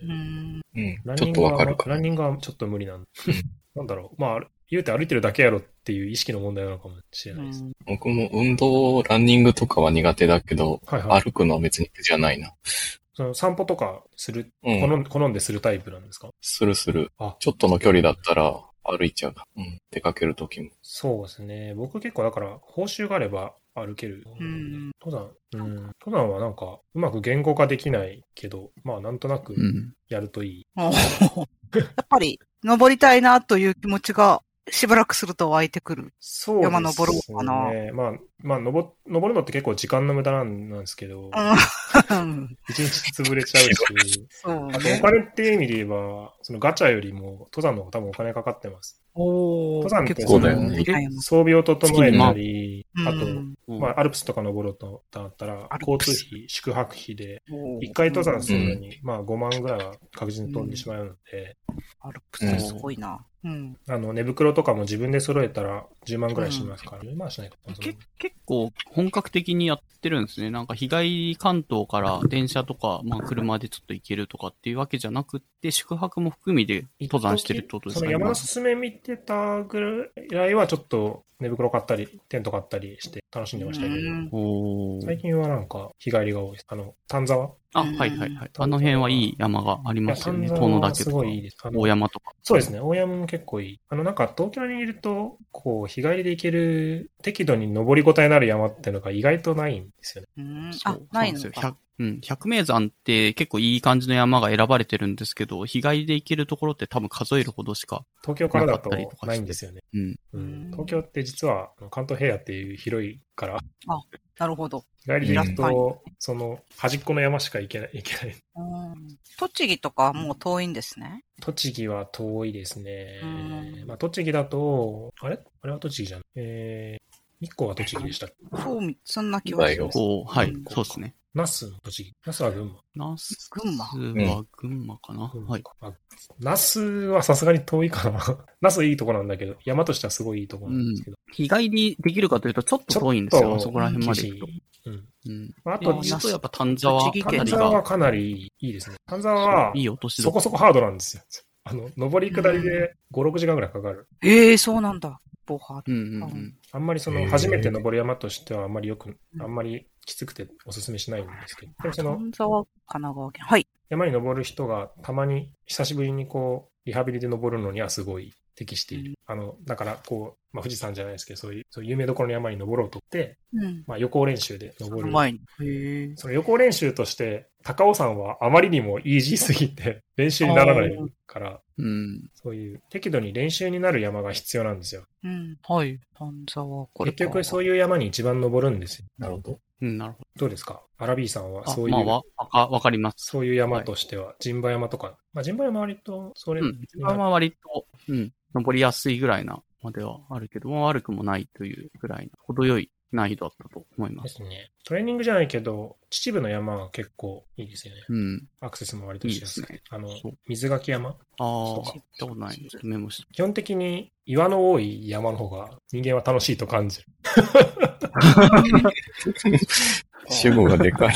うん。ちょっとわかるか。 ランニングはちょっと無理なんで。なんだろう。まあ、言うて歩いてるだけやろっていう意識の問題なのかもしれないです。 僕も運動、ランニングとかは苦手だけど、はいはい、歩くのは別に苦じゃないな。 その散歩とかする、うん、好ん、好んでするタイプなんですか？ するする。あ、ちょっとの距離だったら歩いちゃう。うん。出かけるときも。 そうですね。僕結構だから報酬があれば歩ける。 うん、 登山、うん。登山はなんかうまく言語化できないけど、まあなんとなくやるといい。 うん、やっぱり登りたいなという気持ちがしばらくすると湧いてくる。 そうですね。 山登ろうかな。 まあ、まあ、登、登るのって結構時間の無駄なんですけど、一日潰れちゃうし、 そうね、 あとお金っていう意味で言えば、そのガチャよりも登山の方が多分お金かかってます。 お登山ってその、ね、装備を整えたり、あと、うん、まあ、アルプスとか登ろうとだったら、交通費、宿泊費で、一回登山するのに、うん、まあごまんぐらいは確実に飛んでしまうので、 アルプスすごいな。うん、 あの、寝袋とかも自分で揃えたらじゅうまんぐらいしますから、ね、うん、まあしないかけ結構本格的にやってるんですね。なんか日帰り関東から電車とか、まあ車でちょっと行けるとかっていうわけじゃなくて、宿泊も含みで登山してるってことですかね。 その山のすすめ見てたぐらいはちょっと寝袋買ったり、テント買ったりして楽しんでましたけど、最近はなんか日帰りが多いです。あの、丹沢あ、はいはいはい。あの辺はいい山がありますよね。遠野岳とか。いい大山とか。 そうですね。大山も結構いい。あの、なんか東京にいると、こう、日帰りで行ける、適度に登りごたえになる山っていうのが意外とないんですよね。 うん。あ、ないのか。 うん。百名山って結構いい感じの山が選ばれてるんですけど、日帰りで行けるところって多分数えるほどしか。 東京からだとないんですよね。 うん。 うん。東京って実は関東平野っていう広いから。 あ、なるほど。 日帰りで行くと、その端っこの山しか行けない、行けない。 うん。栃木とかはもう遠いんですね。 栃木は遠いですね。まあ栃木だと、あれあれは栃木じゃん。えー、日光は栃木でしたっけ？ そう、そんな気はします。 はい、そうですね。 那須の栃木。那須は群馬。 那須群馬は群馬かな、うん、はい。 那須はさすがに遠いかな。那須いいとこなんだけど、山としてはすごいいいとこなんですけど。 うん、日帰りできるかというとちょっと遠いんですよ。そこら辺まで行くと。 うん。うん。 あと、ちょっとやっぱ丹沢かなりが。丹沢はかなりいいですね。丹沢は、 いい落としそこそこハードなんですよ。あの、上り下りでご、ろくじかんぐらいかかる。 ええー、そうなんだ。ボハード。 うんうんうん。 あんまりその、初めて登る山としてはあんまりよく、あんまりきつくておすすめしないんですけど。でもその、 丹沢、神奈川県。はい。 山に登る人がたまに久しぶりにこう、リハビリで登るのにはすごい適している。うん、あの、だからこう、まあ、富士山じゃないですけど、そういう、そういう有名どころの山に登ろうとって、うん、まあ予行練習で登る。 前に。へその予行練習として、高尾山はあまりにもイージーすぎて練習にならないから、うん、そういう適度に練習になる山が必要なんですよ。 うん、はい。丹沢これ結局そういう山に一番登るんですよ。 なるほど。 うん、なるほど。 どうですかアラビーさんはそういう。 まあ、わ、わか、わかります。 そういう山としては、陣馬山とか。まあ、陣馬山は割と、それ。 うん。陣馬山は割と、うん。登りやすいぐらいなまではあるけども、悪くもないというぐらいな、程よい難易度だったと思います。 ですね。トレーニングじゃないけど、秩父の山は結構いいですよね。うん。アクセスも割としやすくて。いいですね。あの、水垣山。ああ、行ったことない。ちょっとメモして。 基本的に岩の多い山の方が人間は楽しいと感じる。 主語がでかい。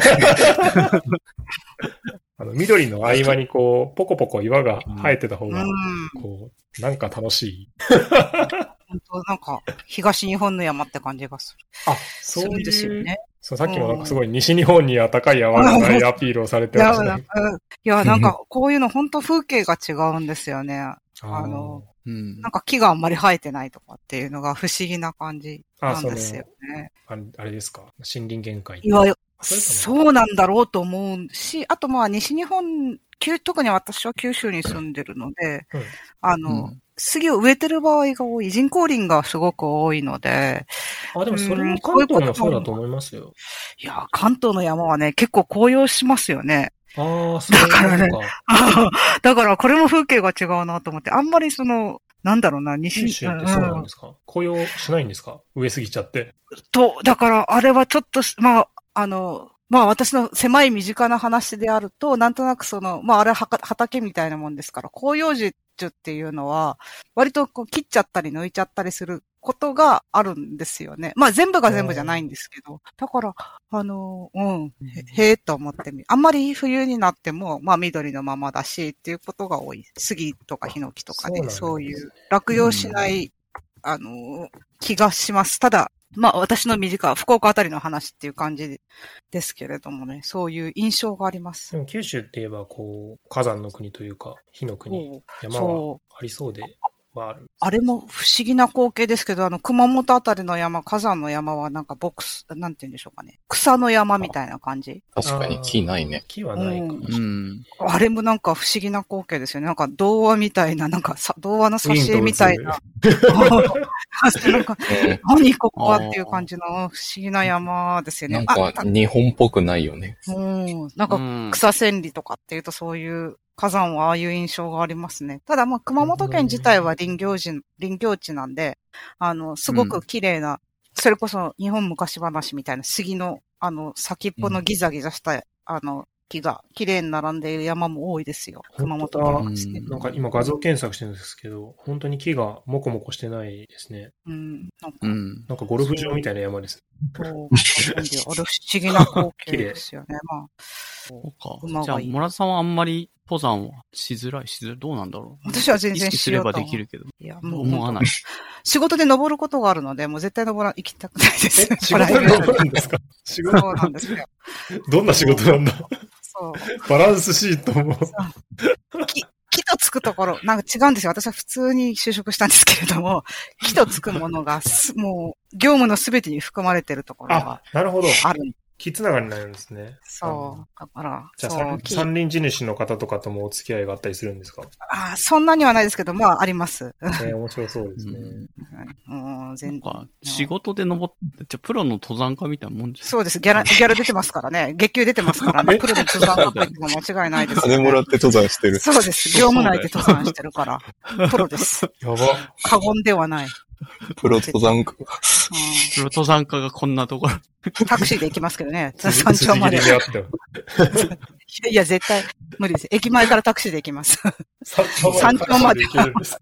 あの緑の合間にこう、ポコポコ岩が生えてた方が、こう、なんか楽しい。 本当なんか、東日本の山って感じがする。 あ、そういう。ですよね。そう、さっきもなんかすごい西日本には高い山がないアピールをされてましたね。 いや、なんかこういうの本当風景が違うんですよね。あの、うん、なんか木があんまり生えてないとかっていうのが不思議な感じなんですよね。 あ, あれですか森林限界。 いや、そうなんだろうと思うし、あとまあ西日本、特に私は九州に住んでるので、うん、あの、うん、杉を植えてる場合が多い、人工林がすごく多いので。 あ、でもそれも関東もそうだと思いますよ。 いや、関東の山はね、結構紅葉しますよね。 ああ、そうだからね。 だからこれも風景が違うなと思って、あんまりその、なんだろうな、西。 九州ってそうなんですか、うん、紅葉しないんですか植えすぎちゃって。 と、だからあれはちょっと、まあ、あの、まあ私の狭い身近な話であると、なんとなくその、まああれは畑みたいなもんですから、紅葉樹っていうのは、割とこう切っちゃったり抜いちゃったりすることがあるんですよね。まあ全部が全部じゃないんですけど。だから、あの、うん、へ、へーと思ってみる。あんまり冬になっても、まあ緑のままだしっていうことが多い。杉とかヒノキとかで、そう、そういう落葉しない、あの、気がします。ただ、まあ私の身近、福岡あたりの話っていう感じですけれどもね、そういう印象があります。 でも九州って言えばこう、火山の国というか、火の国、山はありそうではある。 あれも不思議な光景ですけど、あの、熊本あたりの山、火山の山はなんかボックス、なんて言うんでしょうかね。草の山みたいな感じ。 確かに木ないね。 木はないかもしれない、うん。 あれもなんか不思議な光景ですよね。なんか童話みたいな、なんかさ童話の挿絵みたいな。なんか何ここはっていう感じの不思議な山ですよね。 なんか日本っぽくないよね。 うん。なんか草千里とかっていうとそういう火山はああいう印象がありますね。ただまあ熊本県自体は林業地、林業地なんで、あの、すごく綺麗な、うん、それこそ日本昔話みたいな杉のあの先っぽのギザギザした、うん、あの、木が綺麗に並んでいる山も多いですよ。熊本県はですね。 なんか今画像検索してるんですけど、本当に木がモコモコしてないですね。 うん。 なんか、うん、なんかゴルフ場みたいな山です。 そう。あれ不思議な光景ですよね。まあ。 そうか。じゃあ、村田さんはあんまり登山はしづらい、しづらい。どうなんだろう。 私は全然しすればできるけど。 いや、もう思わない。 仕事で登ることがあるので、もう絶対登ら、行きたくないです。 仕事で登るんですか？仕事そうなんですよ。 どんな仕事なんだ？ そう。 バランスシートも。 木、木とつくところ、なんか違うんですよ。私は普通に就職したんですけれども、木とつくものがもう、業務のすべてに含まれてるところが。 あ、なるほど。 ある。 木つながりになるんですね。 そう。だから、 じゃあ山林地主の方とかともお付き合いがあったりするんですか？ ああ、そんなにはないですけど、まあ、あります。 えー、面白そうですね。 うん、うん、全然。なんか、仕事で登って、じゃプロの登山家みたいなもんですそうです。ギャラ、ギャラ出てますからね。月給出てますからね。プロの登山家っていうのは間違いないです、 ね。金もらって登山してる。 そうです。業務内で登山してるから。プロです。 やば。 過言ではない。 プロ登山家。うん、 プロ登山家がこんなところ。 タクシーで行きますけどね。山頂まで。いや、絶対無理です。駅前からタクシーで行きます。山頂まで。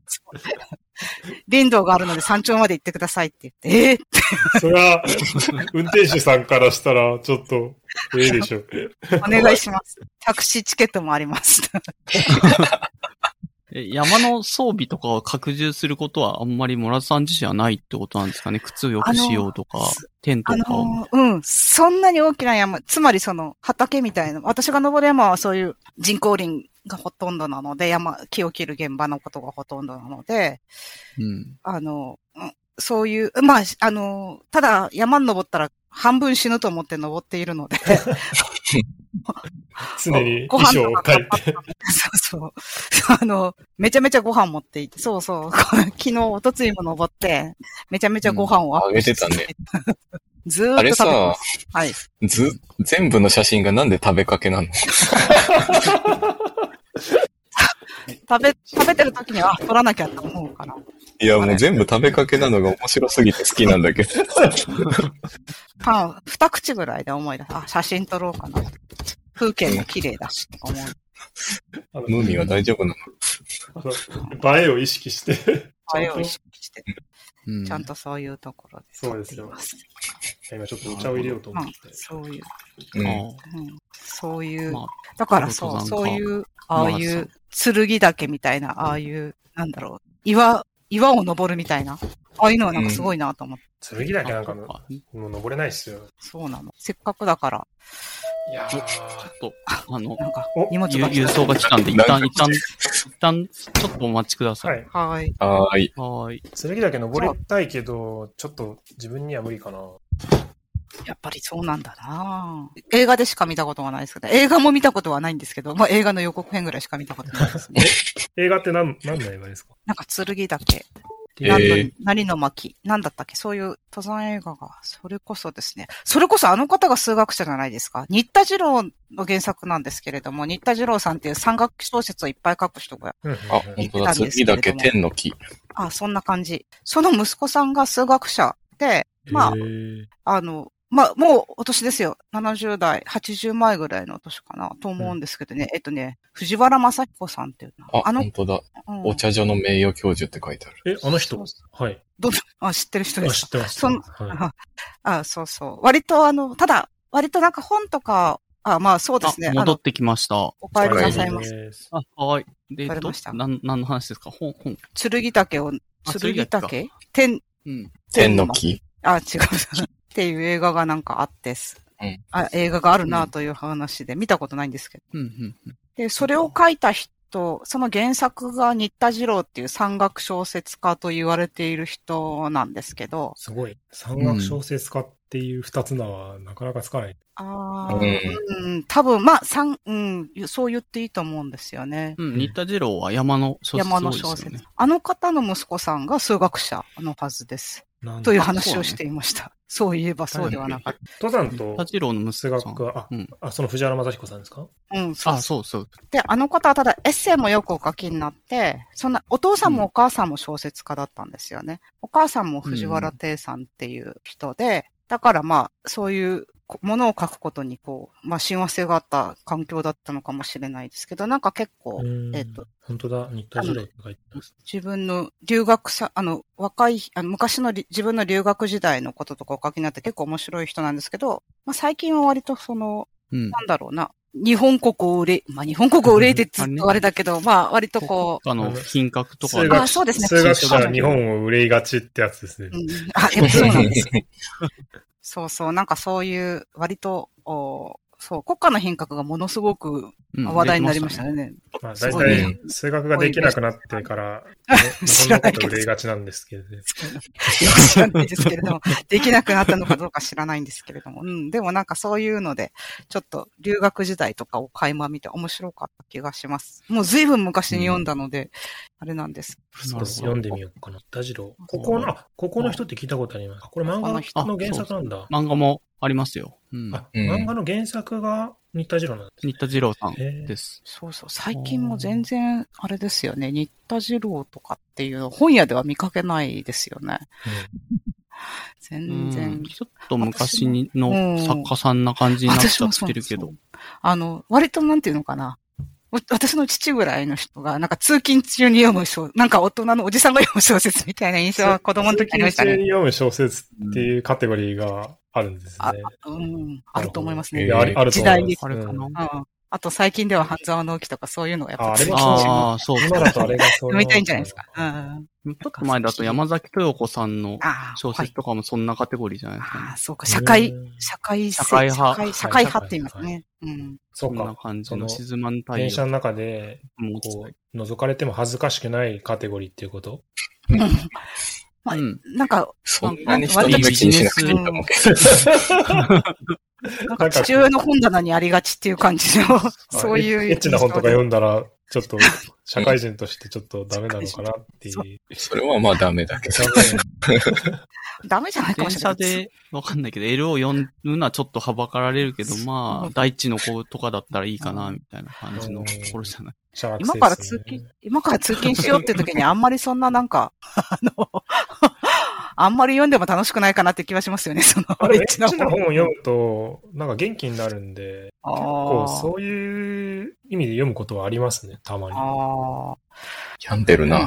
林道があるので山頂まで行ってくださいって言って。えー、って。 それは、運転手さんからしたら、ちょっと、ええでしょ。 お願いします。タクシーチケットもあります。 山の装備とかを拡充することはあんまりモラさん自身はないってことなんですかね。靴をよくしようとか、テントとかを。 あのー、うん。そんなに大きな山、つまりその畑みたいな、私が登る山はそういう人工林がほとんどなので、山、木を切る現場のことがほとんどなので、 うん、 あの、そういう、まあ、あの、ただ山に登ったら半分死ぬと思って登っているので。 常に衣装を書いて。 そうそう。あの、めちゃめちゃご飯持っていて、そうそう。昨日、おとついも登って、めちゃめちゃご飯をあげてたね。 ずーっと食べてます。あれさ、はい。 ず、全部の写真がなんで食べかけなの食べ、食べてる時には、撮らなきゃと思うから。 いや、もう全部食べかけなのが面白すぎて好きなんだけど。 パン、二口ぐらいで思い出す。あ、写真撮ろうかな。風景も綺麗だし、思う。ムーミンは大丈夫なの？映えを意識して。 映えを意識して。ちゃんとそういうところでそうですよ。今ちょっとお茶を入れようと思って。 そういう。 うんうん、そういう。だからそう、そういう、ああいう剣岳みたいな、ああいう、なんだろう、岩、岩を登るみたいな、ああいうのはなんかすごいなと思って。 うん、剣岳なんかもう登れないっすよ。 そうなの。せっかくだから。 いやー、ちょっと、あの、 なんか、荷物が郵送が来たんで、一旦、一旦、一旦、ちょっとお待ちください。 はい。 はい。 はい。 剣岳登りたいけど、ちょっと自分には無理かな。 やっぱりそうなんだなぁ。映画でしか見たことがないですけど、映画も見たことはないんですけど、まあ映画の予告編ぐらいしか見たことないですね。 映画って何、何の映画ですか？ なんか剣岳。何の、何の巻何だったっけ？そういう登山映画が、それこそですね。それこそあの方が数学者じゃないですか。新田次郎の原作なんですけれども、新田次郎さんっていう山岳小説をいっぱい書く人がいてたんですけれども。あ、本当だ、剣岳天の木。 あ、そんな感じ。その息子さんが数学者で、まあ、あの、まあ、もうお年ですよ。ななじゅうだい、はちじゅうまえぐらいのお年かなと思うんですけどね。うん、えっとね、藤原正彦さんっていうの。 あ、あの、本当だ、うん。お茶所の名誉教授って書いてある。 え、あの人？はい。 どうあ、知ってる人ですか？ あ、知ってます。 そん、はい、あ、そうそう。割とあの、ただ、割となんか本とか、あ、まあそうですね。 戻ってきました。お帰りなさいませ。 あ、はい。で、どうしたなん、何の話ですか？本、本。 剣岳を、剣岳天、 うん。天の木？ あ、違う。っていう映画がなんかあってす。うん、あ、映画があるなという話で、見たことないんですけど。 うんうんうん、 で、それを書いた人、その原作が新田次郎っていう山岳小説家と言われている人なんですけど。 すごい。山岳小説家っていう二つ名はなかなかつかない。 ああ、うん、多分、まあ、三、うん、そう言っていいと思うんですよね。 うん、新田次郎は山の小説、ね、山の小説。 あの方の息子さんが数学者のはずです。という話をしていました。そう、ね,そういえばそうではなかった。 登山と田次郎の息子さん。 数学は、あ、うん、あ、その藤原正彦さんですか？ うん、そう。 あ、そうそう。 で、あの方はただエッセイもよくお書きになって、そんな、お父さんもお母さんも小説家だったんですよね。うん、お母さんも藤原定さんっていう人で、うん、だからまあ、そういうものを書くことにこう、まあ親和性があった環境だったのかもしれないですけど、なんか結構、えっと、 本当だ、新田次郎って書いてます。 自分の留学さ、あの、若い、あの昔の自分の留学時代のこととかお書きになって結構面白い人なんですけど、まあ最近は割とその、うん、なんだろうな、日本国を憂い、まあ日本国を憂いてずっとあれだけど、まあ割とこう。 あの、品格とか。 あ、そうですね。 数学者は日本を憂いがちってやつですね。うん、 あ、やっぱそうなんですね。そうそう、なんかそういう、割と、おそう、国家の品格がものすごく話題になりましたね。うん、ねまあ、大体、数学ができなくなってから、日本のこと憂いがちなんですけどね。 知らないですけれども、できなくなったのかどうか知らないんですけれども、うん、でもなんかそういうので、ちょっと留学時代とかを垣間見て面白かった気がします。もう随分昔に読んだので、うん、あれなんです。 そう読んでみようかな。田次郎。ここの、あ、ここの人って聞いたことあります。これ漫画の原作なんだ。 漫画もありますよ。 うん、あ、漫画の原作が新田次郎なんですね。 新田次郎さんです。 そうそう。最近も全然、あれですよね。新田次郎とかっていうの本屋では見かけないですよね。うん、全然。 ちょっと昔の作家さんな感じになっちゃってるけど。 あの、割となんていうのかな。私の父ぐらいの人が、なんか通勤中に読む小説、なんか大人のおじさんが読む小説みたいな印象は子供の時にありましたね。 通勤中に読む小説っていうカテゴリーがあるんですね。 うん、あると思いますね。 あると思います。 時代に。 あれかな。 あと最近では半沢直樹とかそういうのがやっぱあ、あれもああ、そう。 今だとあれがそう。 読みたいんじゃないですか。うん。 ちょっと前だと山崎豊子さんの小説とかもそんなカテゴリーじゃないですかね。 ああ、そうか。社会、社会、 社会派。 社会、社会派って言いますね。うん。 そんな感じの静まん太陽。 電車の中で、こう、覗かれても恥ずかしくないカテゴリーっていうことうん。まあ、なんか、 そんなに人の目気にしなくていいと思うけど。なんか父親の本棚にありがちっていう感じの、そういう。 エッチな本とか読んだら、ちょっと、社会人としてちょっとダメなのかなっていう。 それはまあダメだけど。 ダメじゃないかもしれない。 電車で、わかんないけど、L を読むのはちょっとはばかられるけど、まあ、大地の子とかだったらいいかな、みたいな感じのところじゃない。 今から通勤、今から通勤しようって時にあんまりそんななんか、あの、あんまり読んでも楽しくないかなって気はしますよね、その。 エッチな本を読むと、なんか元気になるんで、結構そういう意味で読むことはありますね、たまに。 あ病んでるな。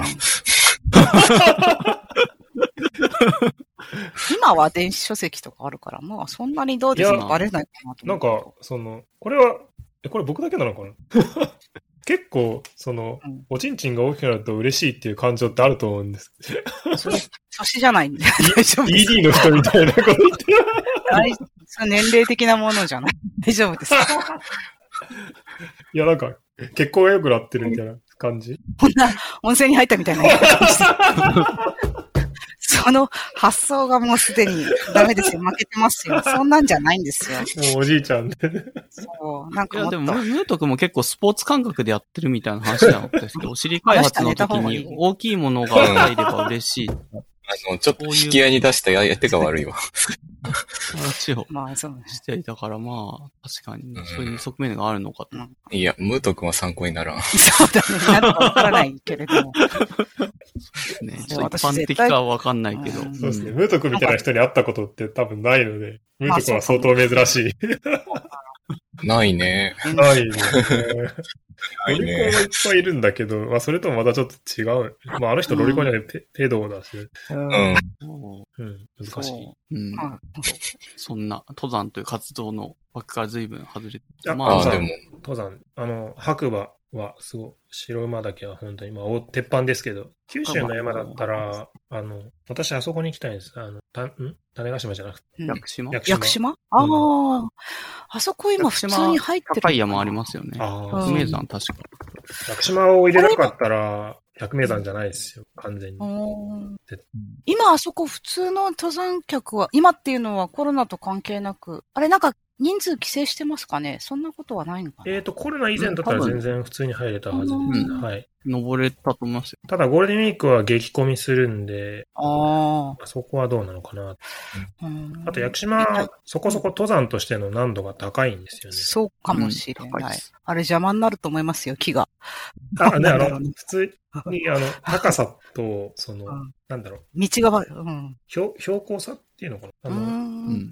今は電子書籍とかあるから、まあそんなにどうですかバレないかなと思って。なんか、その、これは、え、これ僕だけなのかな結構、その、うん、おちんちんが大きくなると嬉しいっていう感情ってあると思うんです。 それ、年じゃないんで。大丈夫です。イーディー の人みたいなこと言って。 それ年齢的なものじゃない。大丈夫です。 いや、なんか、血行が良くなってるみたいな感じ。 こんな、温泉に入ったみたいな感じ。その発想がもうすでにダメですよ。負けてますよ。そんなんじゃないんですよ。 もうおじいちゃんで。 そう。なんかもっと。 いや、でも、ムート君も結構スポーツ感覚でやってるみたいな話なんですけど、お尻開発の時に大きいものが入れば嬉しい。 あの、ちょっと引き合いに出した相手が悪いわ。 話をまあ、そうしていたから、まあ、確かに、そういう側面があるのかと。 いや、ムート君は参考にならん。 そうだね。なんかわからないけれども。 ね、ちょっと一般的かはわかんないけど。 そうですね。ムート君みたいな人に会ったことって多分ないので、ムート君は相当珍しい。 ないね。 ないね。ロリコンはいっぱいいるんだけど、まあそれともまたちょっと違う。まああの人ロリコンじゃない、ペ、ペドだし。 うん。 うん。難しい。 うん。そんな、登山という活動の枠から随分外れて。 まあ、でも。登山、あの、白馬はすごい、白馬岳は本当に、まあ、鉄板ですけど、九州の山だったら、あの、私あそこに行きたいんです。あの、た、ん種子島じゃなくて。 屋久島屋久島ああ、あそこ今普通に入ってる。 高い山ありますよね。百名山確か。 屋久島を入れなかったら、百名山じゃないですよ、完全に。 今あそこ普通の登山客は、今っていうのはコロナと関係なく、あれなんか人数規制してますかね？そんなことはないのかな？ えっと、コロナ以前だったら全然普通に入れたはずです。うん、はい。 登れたと思いますよ。 ただゴールデンウィークは激混みするんで、 あそこはどうなのかな。うん、あと屋久島、そこそこ登山としての難度が高いんですよね。 そうかもしれない。うん、あれ邪魔になると思いますよ、木が。 あ、ね、あの、普通に、あの、高さと、その、うん、なんだろう。 道が、うん。 標、標高差っていうのかなあの、うん、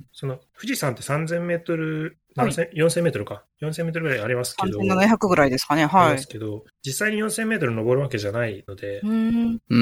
その、富士山ってさんぜんメートル、はい、よんせんメートルか。よんせんメートルぐらいありますけど。 さんぜんななひゃくぐらいですかね。はい。ありますけど、実際によんせんメートル登るわけじゃないので。 うん。 うん。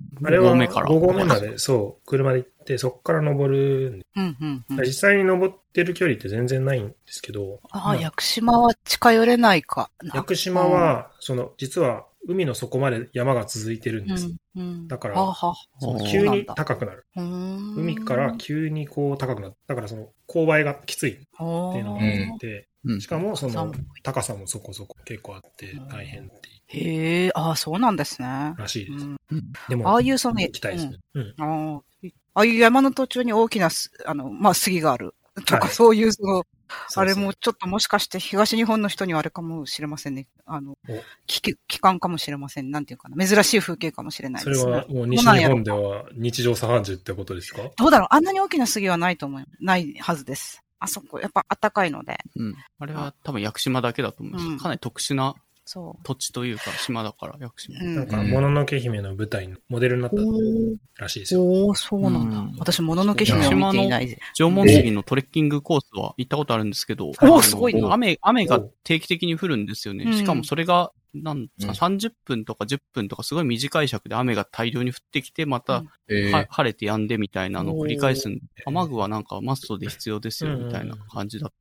あれはご合目まで、そう、車で行って、そこから登るんで。 うんうんうん、 実際に登ってる距離って全然ないんですけど。 ああ、屋久島は近寄れないか。 屋久島は、その、実は、海の底まで山が続いてるんです。 うんうん、 だから、はは急に高くなる。海から急にこう高くなる。だからその勾配がきついっていうのがあって、しかもその高さもそこそこ結構あって大変っていう。 へえ、ああ、そうなんですね。 らしいです。 うん、 でも、 ああいうその、 行きたいですね。うん、 ああいう山の途中に大きな、あの、まあ、杉がある。とか、はい、そういうその、あれもちょっともしかして東日本の人にはあれかもしれませんね。あの、機関かもしれません。なんていうかな。珍しい風景かもしれないですね。 それはもう西日本では日常茶飯事ってことですか？ どうだろう、あんなに大きな杉はないと思う。ないはずです。あそこ、やっぱ暖かいので。 うん。あれは多分屋久島だけだと思う、うん。かなり特殊な土地というか島だから屋久島。 うん、なんか、もののけ姫の舞台のモデルになったらしいですよ。 おー、そうなんだ。うん、私、もののけ姫は見ていないで。 縄文杉のトレッキングコースは行ったことあるんですけど、 おー、すごいな。 雨、雨が定期的に降るんですよね。しかもそれが、なんかさんじゅっぷんとかじゅっぷんとかすごい短い尺で雨が大量に降ってきて、また、うん、晴れて止んでみたいなのを繰り返すんで、雨具はなんかマストで必要ですよみたいな感じだっ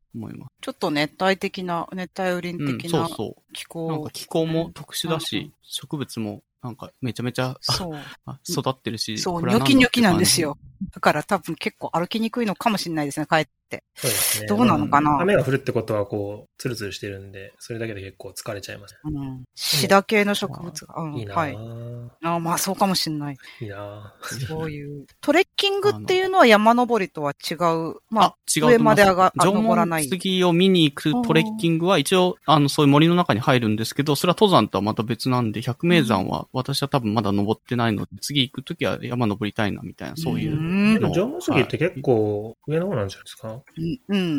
思います。 ちょっと熱帯的な、熱帯雨林的な気候。うん、そうそう。なんか気候も特殊だし、うん、植物もなんかめちゃめちゃそう育ってるし。 そう、ニョキニョキなんですよ。だから多分結構歩きにくいのかもしれないですね、帰って。 そうですね。 どうなのかな、 うん、雨が降るってことはこう、ツルツルしてるんで、それだけで結構疲れちゃいます。 うん。シダ系の植物が。うん、 いいなぁ、 はい。あまあそうかもしれない。 いいなぁ。そういう。トレッキングっていうのは山登りとは違う。まあ、あ違う上まで上が、登らない。 縄文杉を見に行くトレッキングは一応、あの、そういう森の中に入るんですけど、それは登山とはまた別なんで、百名山は私は多分まだ登ってないので、次行くときは山登りたいなみたいな、そういうの。でも縄文杉って結構上の方なんじゃないですか？ うん、うん、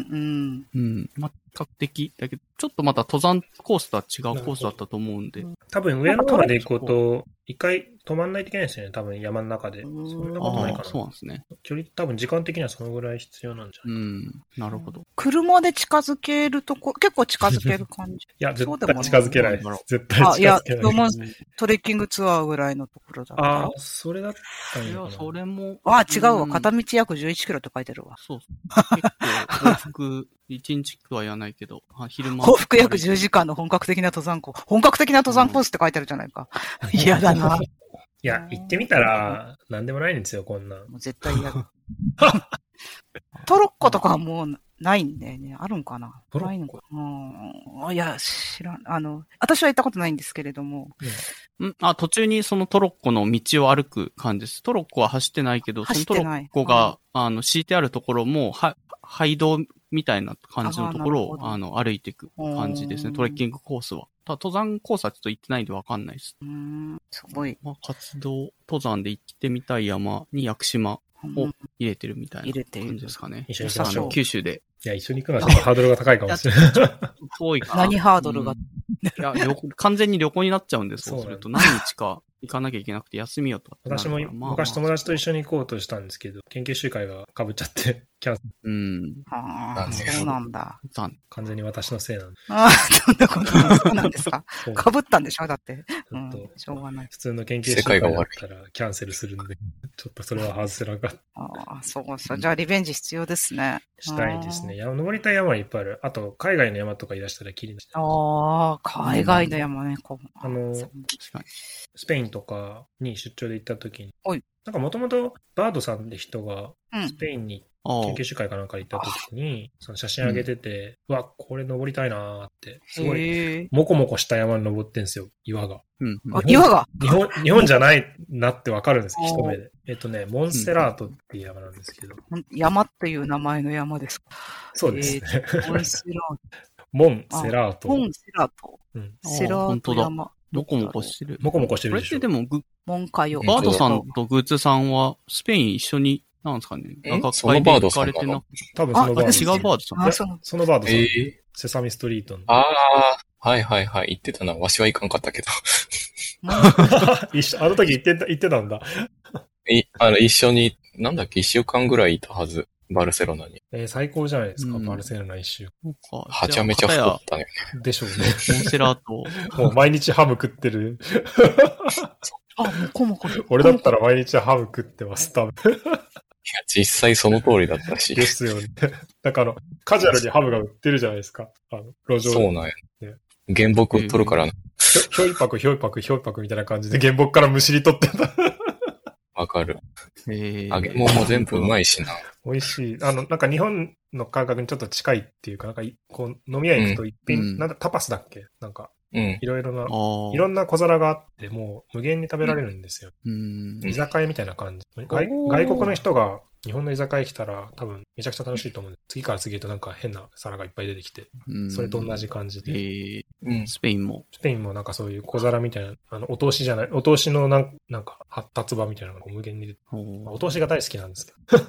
うん。まあ、比較的だけど、ちょっとまた登山コースとは違うコースだったと思うんで。 多分上の方まで行くと、一回止まんないといけないですよね。多分山の中で。そんなことないかな。 そうなんですね。 距離、多分時間的にはそのぐらい必要なんじゃないかな。 うん。なるほど。 車で近づけるとこ、結構近づける感じ。いや、絶対近づけない。絶対近づけない。あ、いや、 トレッキングツアーぐらいのところだったら。 ああ、それだったんいや、それも。 あ、違うわ。片道約じゅういちキロって書いてるわ。 そう。結構、往復、いちにちとは言わないけど、昼間。 往復約じゅうじかんの本格的な登山コース。本格的な登山コースって書いてあるじゃないか。嫌だな。 いや、行ってみたら、なんでもないんですよ、こんな。 もう絶対嫌だ。トロッコとかはもうないんだよね。あるんかなないのかな。うん。いや、知らん。あの、私は行ったことないんですけれども。 うん、あ、途中にそのトロッコの道を歩く感じです。トロッコは走ってないけど、そのトロッコが、あの、敷いてあるところも、は、廃道みたいな感じのところを、あの、歩いていく感じですね。トレッキングコースは。ただ登山コースはちょっと行ってないんでわかんないです。 うーん、すごい。 まあ、活動、登山で行ってみたい山に屋久島を入れてるみたいな感じですかね。 一緒に行きましょう。 九州で。 いや、一緒に行くのはちょっとハードルが高いかもしれない。 遠いかな。 何ハードルが、 うん、いや、完全に旅行になっちゃうんで、そうすると何日か行かなきゃいけなくて休みよとか。 私も昔友達と一緒に行こうとしたんですけど、研究集会が被っちゃって、キャンセル。うん。 ああ、そうなんだ。 完全に私のせいなんで。 ああ、そんなことない。そうなんですか。被ったんでしょだって。ちょっと、しょうがない。 普通の研究集会だったらキャンセルするんで、ちょっとそれは外せなかった。 ああ、そうそう。じゃあリベンジ必要ですね。 したいですね。山登りたい山はいっぱいある。あと、海外の山とか言い出したらきりにして。 ああ、海外の山ね。こうあの、スペインとかに出張で行った時に、なんかもともとバードさんって人がスペインに研究集会かなんか行った時に、その写真上げてて、うん、うわ、これ登りたいなーって、すごい、もこもこした山に登ってんすよ、岩が。 うん、岩が日本、日本じゃないなってわかるんですよ、一目で。えっとね、モンセラートっていう山なんですけど。 うん、山っていう名前の山ですか？ そうですね。 えー、モンセラート。 モンセラート。 モンセラート。 うん。 セラート山。 もこもこしてる。 もこもこしてるでしょ。 これってでもグ、 モンカヨ。 バードさんとグーツさんはスペイン一緒に、なんですかね。 なんか、そのバードさんかな。 多分そのバードさん。違うバードさん。 あ、その、 そのバードさん。えー、セサミストリートの。 ああ、はいはいはい。言ってたな。わしは行かんかったけど。 一緒、あの時言ってた、言ってたんだ。 い、あの、一緒に、なんだっけ、一週間ぐらいいたはず。バルセロナに。 えー、最高じゃないですか、うん、バルセロナ一周。 はちゃめちゃ太ったね。 でしょうね。モンセラート。 もう毎日ハム食ってる。 あ、もこもこ。 俺だったら毎日ハム食ってます、多分。いや、 実際その通りだったし。 ですよね。だから、カジュアルにハムが売ってるじゃないですか。あの、路上で。 そうなんや。ね、原木売っとるからな。 ひょいぱくひょいぱくひょいぱくみたいな感じで原木からむしり取ってた。 わかる。 えー、 揚げ物も全部うまいしな。 美味しい。あの、なんか日本の感覚にちょっと近いっていうか、なんか、こう、飲み屋行くと一品、うん、なんだ、タパスだっけなんか、 うん、 いろいろな、いろんな小皿があって、もう無限に食べられるんですよ。 うん、 居酒屋みたいな感じ。外, 外国の人が日本の居酒屋来たら多分めちゃくちゃ楽しいと思うんで、次から次へとなんか変な皿がいっぱい出てきて、うん、それと同じ感じで、 えーうん。スペインも。 スペインもなんかそういう小皿みたいな、あの、お通しじゃない、お通しのなん、なんか発達場みたいなのが無限に出て、お通しが大好きなんですけど。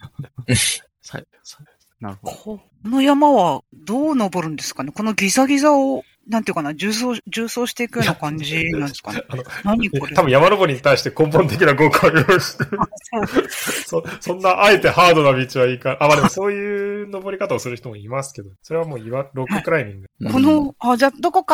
なるほど。 この山はどう登るんですかね？このギザギザを、なんていうかな、重走、重走していくような感じなんですかね？あの何これ？ 多分山登りに対して根本的な誤解をしてる。そ, そんなあえてハードな道はいいか。あ、まあでもそういう登り方をする人もいますけど、それはもう岩、ロッククライミング。 この、あ、じゃあどこか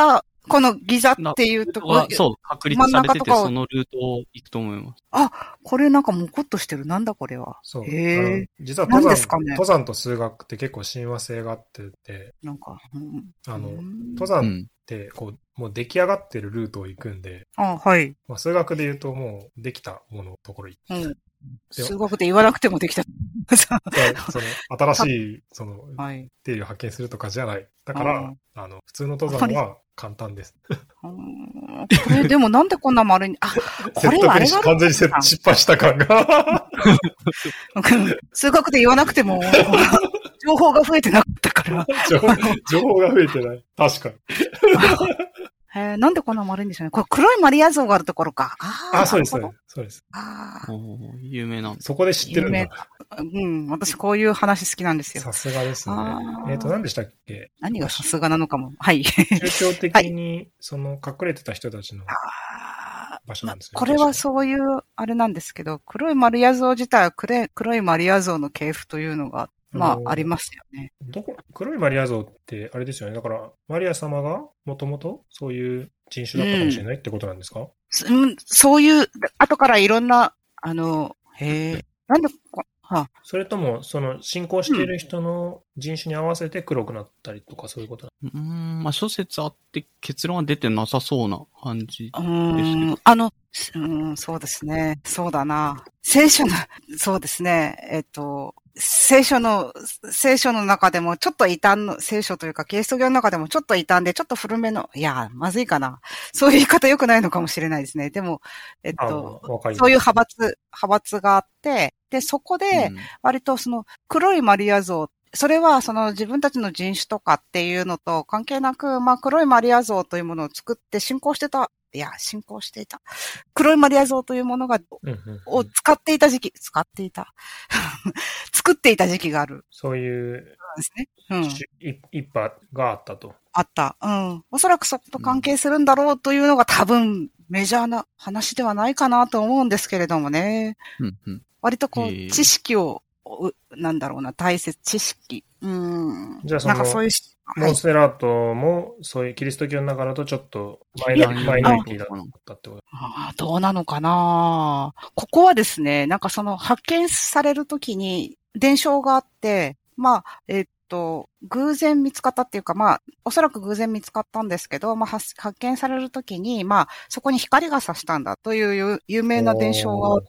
このギザっていうところ。 そう、確立されてて、そのルートを行くと思います。 あ、これなんかもこっとしてる。なんだこれは。 そう。 へえ。 実は登山、ね、登山と数学って結構親和性があってて、 なんか、うん、 あの、登山って、こう、もう出来上がってるルートを行くんで、 あ、はい。 まあ、数学で言うともうできたもののところ行く。うん数学で言わなくてもできた。 その新しい、その、はい、定理を発見するとかじゃない。だから、あの、普通の登山は簡単です。 これ、でもなんでこんな丸に、あ、これはあれが完全に失敗した感が。 数学で言わなくても、情報が増えてなかったから。 情報が増えてない。確かに。 えー、なんでこんな丸いんでしょうね。これ黒いマリア像があるところか。ああ、そうです、そうです。 ああ。有名なんそこで知ってるんだ。 うん、私こういう話好きなんですよ。 さすがですね。えっと、何でしたっけ？ 何がさすがなのかも。はい。 宗教的に、その、隠れてた人たちの場所なんですよね。 これはそういう、あれなんですけど、黒いマリア像自体は黒いマリア像の系譜というのが、まあ、ありますよね。 どこ、黒いマリア像って、あれですよね。だから、マリア様がもともとそういう人種だったかもしれないってことなんですか？ うん、そういう、後からいろんな、あの、へえ、なんで、はあ、 それとも、その、信仰している人の人種に合わせて黒くなったりとか、そういうことなの？うん、まあ、諸説あって結論は出てなさそうな感じですけど。 うん、あの、うん、そうですね。そうだな。聖書の、そうですね。えっと、聖書の、聖書の中でもちょっと異端の、聖書というかキリスト教の中でもちょっと異端でちょっと古めの、いや、まずいかな。そういう言い方良くないのかもしれないですね。でも、えっと、そういう派閥、派閥があって、で、そこで、割とその黒いマリア像、それはその自分たちの人種とかっていうのと関係なく、まあ黒いマリア像というものを作って信仰してた。いや、信仰していた。黒いマリア像というものが、を使っていた時期、使っていた。作っていた時期がある。 そういう、 ですね。うん。 一派があったと。 あった。うん。おそらくそこと関係するんだろうというのが多分メジャーな話ではないかなと思うんですけれどもね。 うんうん、 割とこう、知識を、なんだろうな、大切、知識。うん。 じゃあその、なんかそういうモンステラートも、そういうキリスト教の中だとちょっとマイナー、マイノリティだったってこと？ ああ、どうなのかな。ここはですね、なんかその発見されるときに伝承があって、まあ、えっと、偶然見つかったっていうか、まあ、おそらく偶然見つかったんですけど、まあ、発見されるときに、まあ、そこに光が差したんだという有名な伝承があって、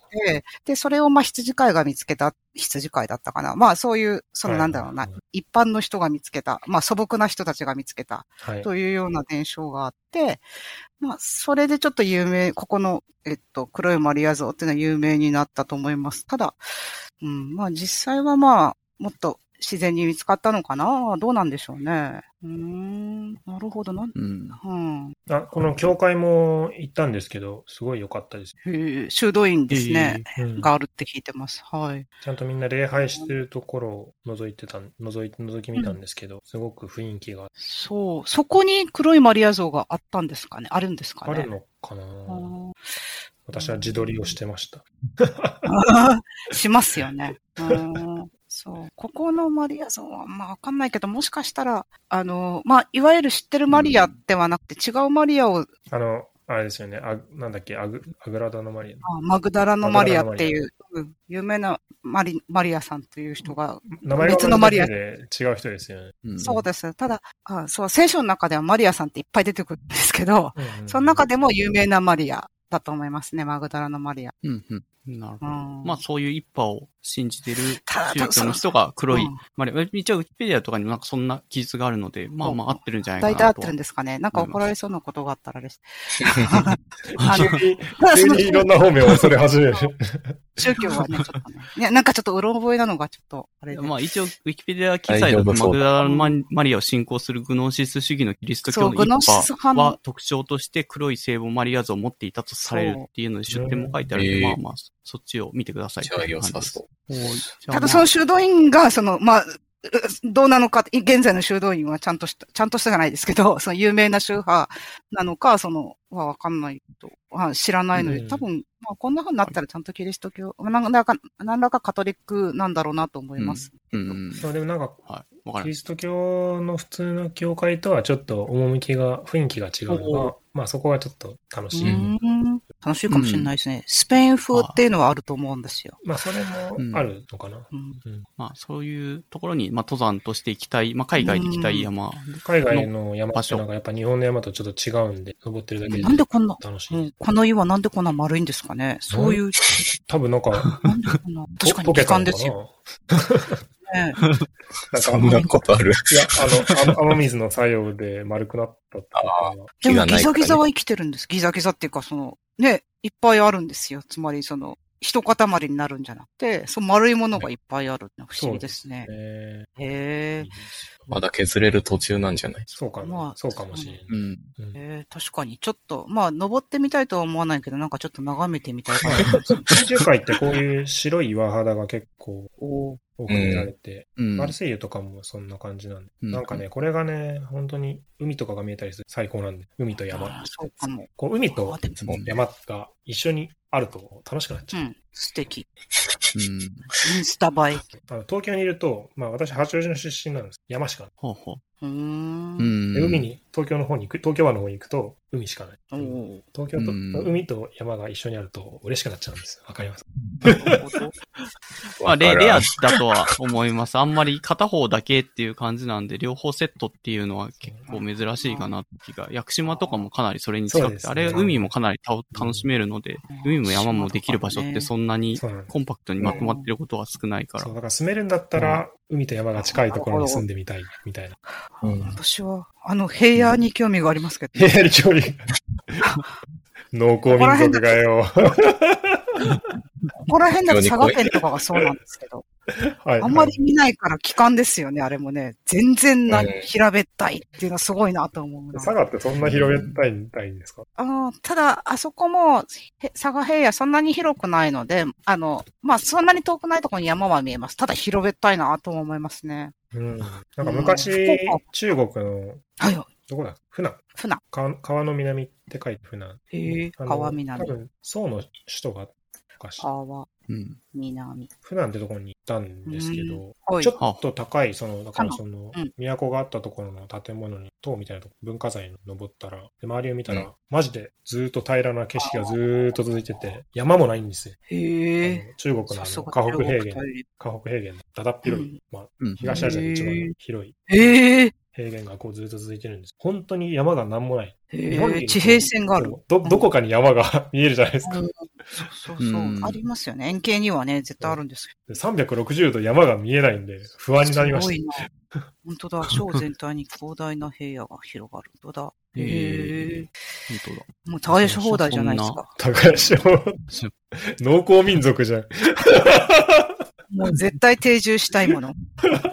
で、それをまあ、羊飼いが見つけた、羊飼いだったかな。まあ、そういう、そのなんだろうな、はいはいはい、一般の人が見つけた、まあ、素朴な人たちが見つけた、というような伝承があって、はい、まあ、それでちょっと有名、ここの、えっと、黒いマリア像っていうのは有名になったと思います。ただ、うん、まあ、実際はまあ、もっと、自然に見つかったのかな？どうなんでしょうね。うーん、なるほどな。 うん。 うん。 あ、この教会も行ったんですけど、すごい良かったです。 へえ、修道院ですね、うん。があるって聞いてます。はい。 ちゃんとみんな礼拝してるところを覗いてた、覗いて、覗き見たんですけど、うん、すごく雰囲気が。 そう。そこに黒いマリア像があったんですかね？あるんですかね？ あるのかな？私は自撮りをしてました。 しますよね。うんそう。ここのマリア像は、まあわかんないけど、もしかしたら、あの、まあ、いわゆる知ってるマリアではなくて、違うマリアを。 あの、あれですよね。あ、なんだっけ、アグ、アグラダのマリア。 あマグダラのマリアっていう、うん、有名なマリ、マリアさんという人が、 名前が別のマリアで違う人ですよね。 うん、そうです。ただあ、そう、聖書の中ではマリアさんっていっぱい出てくるんですけど、うんうん、その中でも有名なマリアだと思いますね。マグダラのマリア。 うんうんなるほど。うん、まあそういう一派を信じてる宗教の人が黒い、まあ、一応ウィキペディアとかにもなんかそんな記述があるので、まあまあ合ってるんじゃないかなと。 大体合ってるんですかね。なんか怒られそうなことがあったらです。 あの急にいろんな方面を恐れ始める。 宗教はね、ちょっとね。いや、なんかちょっとうろ覚えなのがちょっと、あれ。 まあ一応ウィキペディア記載だとマグダラのマリアを信仰するグノーシス主義のキリスト教の一派は特徴として黒い聖母マリア像を持っていたとされるっていうので出典も書いてあるので、まあまあ、そっちを見てください。 じゃあ良さそう。 ただその修道院が、その、まあ、 どうなのか、現在の修道院はちゃんとした、ちゃんとしたじゃないですけど、その有名な宗派なのか、その、はわかんないと、知らないので、多分、まあ、こんな風になったらちゃんとキリスト教、何らか、何らかカトリックなんだろうなと思います。 うん。うん、そう、でもなんか、 はい、 キリスト教の普通の教会とはちょっと趣が、雰囲気が違うのが、まあそこはちょっと楽しい。 うん楽しいかもしれないですね、うん。スペイン風っていうのはあると思うんですよ。 まあそれもあるのかな。 うんうん、まあそういうところに、まあ登山として行きたい、まあ海外に行きたい山。 海外の山ってなんかやっぱ日本の山とちょっと違うんで、登ってるだけでなんでこんな、 楽しい、 うん。この岩なんでこんな丸いんですかね。そういう。 多分なんか、 なんでこんな、確かに時間ですよ。 ね、なんかそんなことある。 いや、あの、雨水の作用で丸くなったってことは。でもギザギザは生きてるんです。ギザギザっていうか、その、ね、いっぱいあるんですよ。つまり、その、一塊になるんじゃなくて、その丸いものがいっぱいある。不思議ですね。へえ。 まだ削れる途中なんじゃない？ そうかな。まあ、そうかもしれない。うん。 えー、確かに、ちょっと、まあ、登ってみたいとは思わないけど、なんかちょっと眺めてみたいかな。 地中海ってこういう白い岩肌が結構多く見られて、うん、マルセイユとかもそんな感じなんで、うん、なんかね、これがね、本当に海とかが見えたりする最高なんで、海と山。 そうかも。 こう海と山が一緒にあると楽しくなっちゃう。うん、 素敵。うん、インスタ映え。 あの東京にいると、まあ私八王子の出身なんです。山しかない。 ほうほう。 うーんで海に、東京の方に行く、東京湾の方に行くと海しかない。東京と海と山が一緒にあると嬉しくなっちゃうんです。わかりますまあレ、レアだとは思います。あんまり片方だけっていう感じなんで、両方セットっていうのは結構珍しいかなって気が。屋久島とかもかなりそれに近くて、ね、あれ海もかなり楽しめるので、うん、海も山もできる場所ってそんなにコンパクトにまとまってることは少ないから。 そう、だから住めるんだったら、海と山が近いところに住んでみたい、みたいな。 うん、私は、あの、平野に興味がありますけど、 ね。平野に興味が。農耕民族がよ。 ここら辺だと佐賀県とかがそうなんですけど。はい、あんまり見ないから奇観ですよね、あれもね。全然な、平べったいっていうのはすごいなと思うな。 佐賀ってそんな平べったいんですか？ あただ、あそこも、佐賀平野そんなに広くないので、あの、まあ、そんなに遠くないところに山は見えます。ただ平べったいなと思いますね。 うん。なんか昔、うん、中国の、 はい。 どこだ？船。 船。 川の南って書いて船。 へえ、川南。 多分、宋の首都が川、うん、南。 普段ってところに行ったんですけど、うん、ちょっと高い、その、だからその、うん、都があったところの建物に、塔みたいなとこ、文化財に登ったら、で周りを見たら、うん、マジでずーっと平らな景色がずーっと続いてて、山もないんですよ。 へえ。 中国のあの河北平原、河北平原、だだっ広い、うん、まあ、東アジアで一番広い。 へえ。 平原がこうずっと続いてるんです。本当に山が何もない。 日本に地平線がある。 ど、どこかに山が見えるじゃないですか。 うん、そうそうそう、うん。ありますよね。円形にはね、絶対あるんですよ。さんびゃくろくじゅうど山が見えないんで、不安になりました。 すごいな。本当だ。小全体に広大な平野が広がる。本当だ。へえ。 本当だ。 もう耕し放題じゃないですか。 耕し放題。農耕民族じゃん。 もう絶対定住したいもの。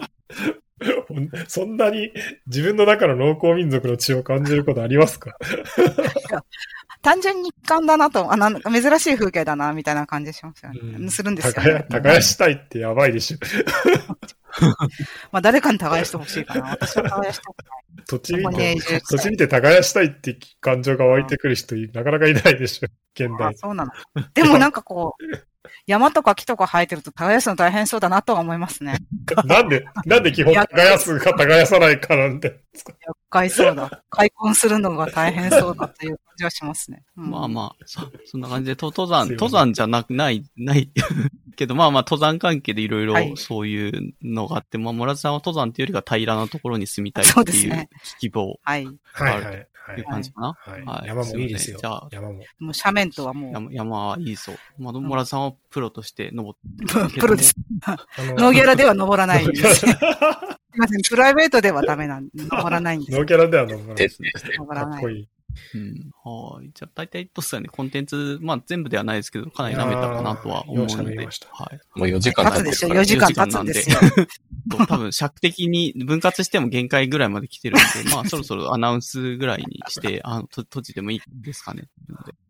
そんなに自分の中の農耕民族の血を感じることありますか？ 単純に一貫だなと、あ、なんか珍しい風景だな、みたいな感じしますよね。うん、するんですよね。 耕したいってやばいでしょ。 まあ誰かに耕してほしいかな。私は耕したくない。 土地見て、土地見て耕したいって感情が湧いてくる人、なかなかいないでしょ、現代。 あ、そうなの。でもなんかこう、山とか木とか生えてると耕すの大変そうだなとは思いますね。 なんで、なんで基本耕すか耕さないかなんで。 厄介そうだ。開墾するのが大変そうだという感じはしますね。 うん、まあまあ、そ、そんな感じで、登山、登山じゃなく、ない、ないけど、まあまあ、登山関係でいろいろそういうのがあって、はい、まあ、村田さんは登山っていうよりか平らなところに住みたいっていう希望があるという感じかな。 はいはいはいはい、山もいいですよ。じゃあ、山も。 もう斜面とはもう。 山、山はいいそう。まあ、村田さんはプロとして登ってプロです。ノーギャラでは登らないんです。すいません、プライベートではダメなんで、登らないんです。 ノーギャラでは登らない。 登らない。かっこいい。 うん。はい。じゃあ、大体としたらね、コンテンツ、まあ全部ではないですけど、かなり舐めたかなとは思うので。はい。 もうよじかん経つでしょ、よじかん経つんですよ。 多分、尺的に分割しても限界ぐらいまで来てるんで、まあそろそろアナウンスぐらいにして、あの、と閉じてもいいですかね。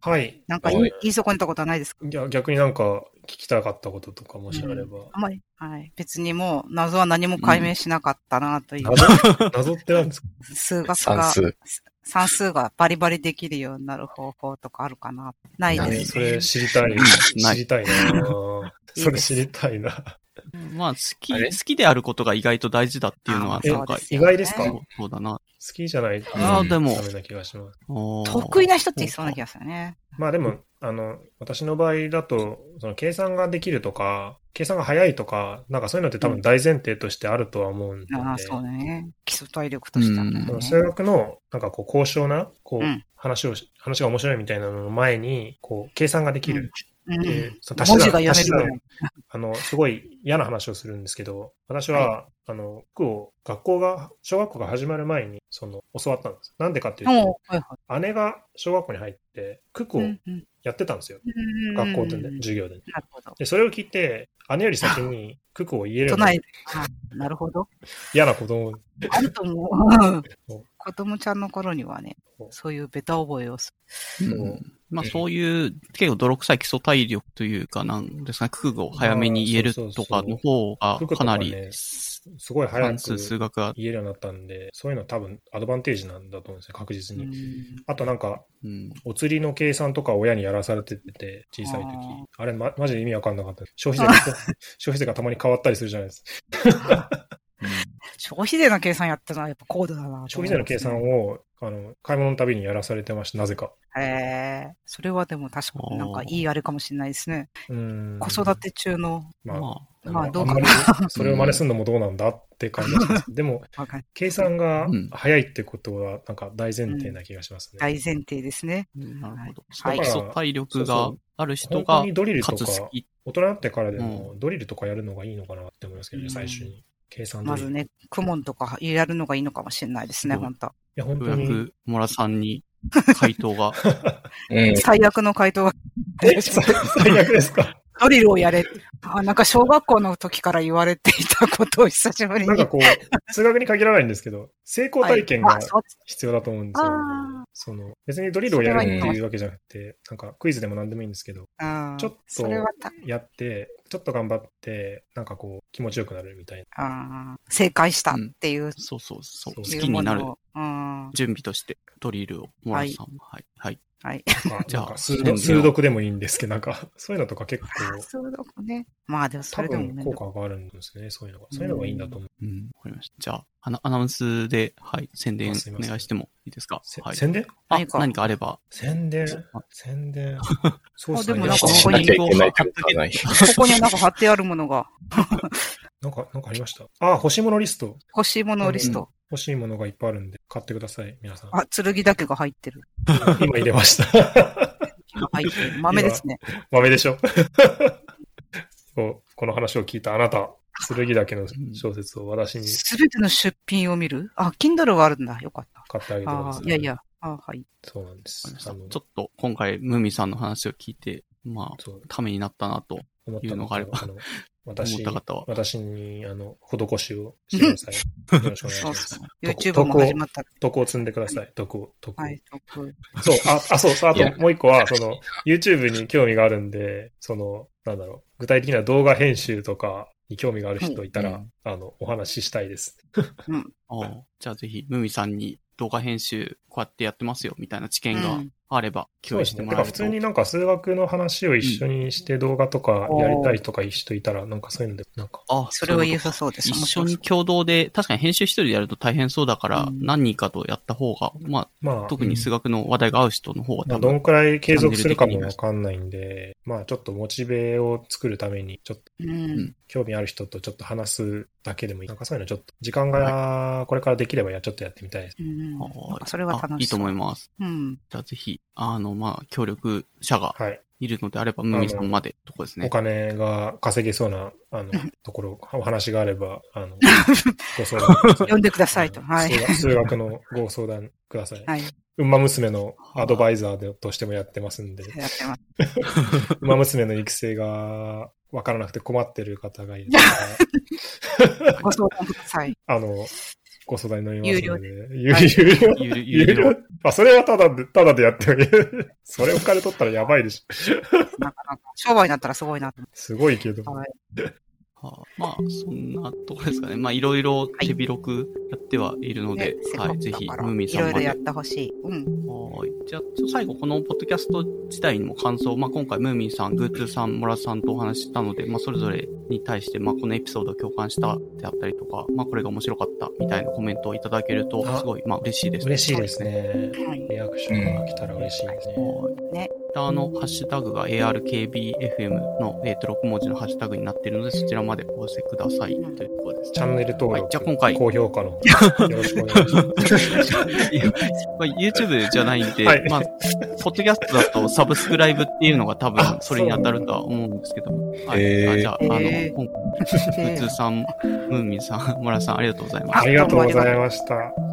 はい。 なんか言い、言い損ねたことはないですか？ いや、逆になんか聞きたかったこととかもしあれば。うん、 あまり、はい。別にもう謎は何も解明しなかったなという。 うん、謎謎って何ですか？ 数学が。 算数。 算数がバリバリできるようになる方法とかあるかな？ないですね。 それ知りたい。知りたいなそれ知りたいな。 まあ、好き、好きであることが意外と大事だっていうのは、なんか、 意外ですか？ そうだな。 好きじゃないとダメな気がします。 得意な人っていそうな気がするね。 まあでも、あの、私の場合だと、その計算ができるとか、計算が早いとか、なんかそういうのって多分大前提としてあるとは思うんで。 ああ、そうね。基礎体力としてはね。 数学の、なんかこう、高尚な、こう、話を、話が面白いみたいなのの前に、こう、計算ができる。 うん、文字が読めるぐらい。 あの、すごい嫌な話をするんですけど、私は、はい、あの、句を、学校が、小学校が始まる前に、その、教わったんです。なんでかっていうと、はいはい、姉が小学校に入って、句をやってたんですよ。うんうん、学校でね、授業で、ね。 なるほど。 で、それを聞いて、姉より先に句を言えるようになる。なるほど。 嫌な子供。 あると思う。子供ちゃんの頃にはね、そういうベタ覚えをする。うんまあそういう結構泥臭い基礎体力というかなんですかね、国語を早めに言えるとかの方がかなり、 すごい早く数学が言えるようになったんで、そういうのは多分アドバンテージなんだと思うんですよ、確実に。あとなんか、うん、お釣りの計算とか親にやらされてて、小さい時。あ, あれ、ま、マジで意味わかんなかった。消費税が、消費税がたまに変わったりするじゃないですか。 うん、消費税の計算やったのはやっぱ高度だな、ね。 消費税の計算を、あの、買い物のたびにやらされてました、なぜか。 へえ、それはでも確かになんかいいあれかもしれないですね。うん子育て中の。 まあ、まあ、どうかな。それを真似するのもどうなんだって感じです。でも、計算が早いってことは、なんか大前提な気がしますね。 うん、大前提ですね。 なるほど。はい、基礎体力がある人が、 ドリルとか、大人になってからでもドリルとかやるのがいいのかなって思いますけどね、最初に。計算まずね、クモンとかやるのがいいのかもしれないですね、本当。いや、本当に。 モラさんに回答が。 うん、最悪の回答が。 最悪ですか？ ドリルをやれ。あ、なんか小学校の時から言われていたことを久しぶりに。 なんかこう、数学に限らないんですけど、成功体験が必要だと思うんですよ。はい、その別にドリルをやるっていうわけじゃなくて、なんかクイズでも何でもいいんですけど、ちょっとやって、ちょっと頑張って、なんかこう気持ちよくなるみたいな。あ正解したっていう。うん、 そうそうそう。好きになる準備としてドリルをモラさんは、はい。はいはい。 じゃあ、数読でもいいんですけど、なんか、そういうのとか結構。 数読ね。まあでもそれでもね。 多分効果があるんですね、そういうのが。そういうのがいいんだと思う。 うん、わかりました。じゃあ、アナ、アナウンスで、はい、宣伝お願いしてもいいですか？はい、 宣伝あ、何か何かあれば。 宣伝宣伝そうですね。でもなんかここに、ここになんか貼ってあるものが。 なんか、なんかありました。あ、欲しいものリスト。 欲しいものリスト。 欲しいものがいっぱいあるんで、買ってください、皆さん。 あ、剣だけが入ってる。 今入れました。 今入ってる。豆ですね。 豆でしょ。この話を聞いたあなた、剣だけの小説を私に。 すべての出品を見る？あ、Kindle があるんだ。よかった。 買ってあげてください。 いやいや。あ、はい。 そうなんです。 ちょっと今回、ムミさんの話を聞いて、まあ、ためになったなというのがあれば。 私、私に、あの、施しをしてください。よろしくお願いします。 YouTube も始まったら。 徳を積んでください。徳を、徳を。 はい、徳。 そう、あ、あ、そう、あともう一個は、その、YouTube に興味があるんで、その、なんだろう、具体的な動画編集とかに興味がある人いたら、あの、お話ししたいです。 うん。じゃあぜひ、ムミさんに動画編集、こうやってやってますよ、みたいな知見があれば、共有してもらえると。 そうですね。てか普通になんか数学の話を一緒にして動画とかやりたいとかいう人いたら、なんかそういうので、なんか。 あ、それは良さそうです。 一緒に共同で、確かに編集一人でやると大変そうだから、何人かとやった方が、まあ、まあ、特に数学の話題が合う人の方が多分、 まあ、どんくらい継続するかもわかんないんで、まあちょっとモチベを作るために、ちょっと、興味ある人とちょっと話すだけでもいい。なんかそういうのちょっと、時間がこれからできればや、ちょっとやってみたいです。 うん、それは楽しそう。 いいと思います。 うん。 じゃあぜひ、あの、まあ、協力者がいるのであれば、ムミさんまでとこですね。 お金が稼げそうな、あの、ところ、お話があれば、あの、ご相談。 呼んでくださいと。はい。 数学のご相談ください。 はい。 ウマ娘のアドバイザーでとしてもやってますんで。 やってます。 ウマ娘の育成がわからなくて困ってる方がいるご相談ください。 あの、 ご相談に乗りますので。 有料。 有料。 有料。有料。 あ、それはただで、ただでやってる。それお金取ったらやばいでしょ。 なかなか、商売になったらすごいなと。 すごいけど。 はい。 はあ、まあ、そんなところですかね。まあ、いろいろ手広くやってはいるので、はい、はい、ぜひ、ムーミンさんまで。 いろいろやってほしい。うん。 はい。じゃあ、最後、このポッドキャスト自体にも感想、まあ、今回、ムーミンさん、グーツーさん、モラさんとお話ししたので、まあ、それぞれに対して、まあ、このエピソードを共感したであったりとか、まあ、これが面白かったみたいなコメントをいただけると、すごい、まあ、嬉しいです。 嬉しいですね。リアクションが来たら嬉しいですね。 はい。ね。あの、ハッシュタグが エーアールケービーエフエム の、えっと、ろく文字のハッシュタグになっているので、そちらまでお寄せください。というところです。 チャンネル登録。はい、 じゃあ今回。 高評価の。よろしくお願いします。 まあ、YouTube じゃないんで、はい、まあ、ポッドキャストだとサブスクライブっていうのが多分それに当たるとは思うんですけども。はい。あじゃあ、あの、今回、グーツーさん、ムーミンさん、モラさん、ありがとうございました。 ありがとうございました。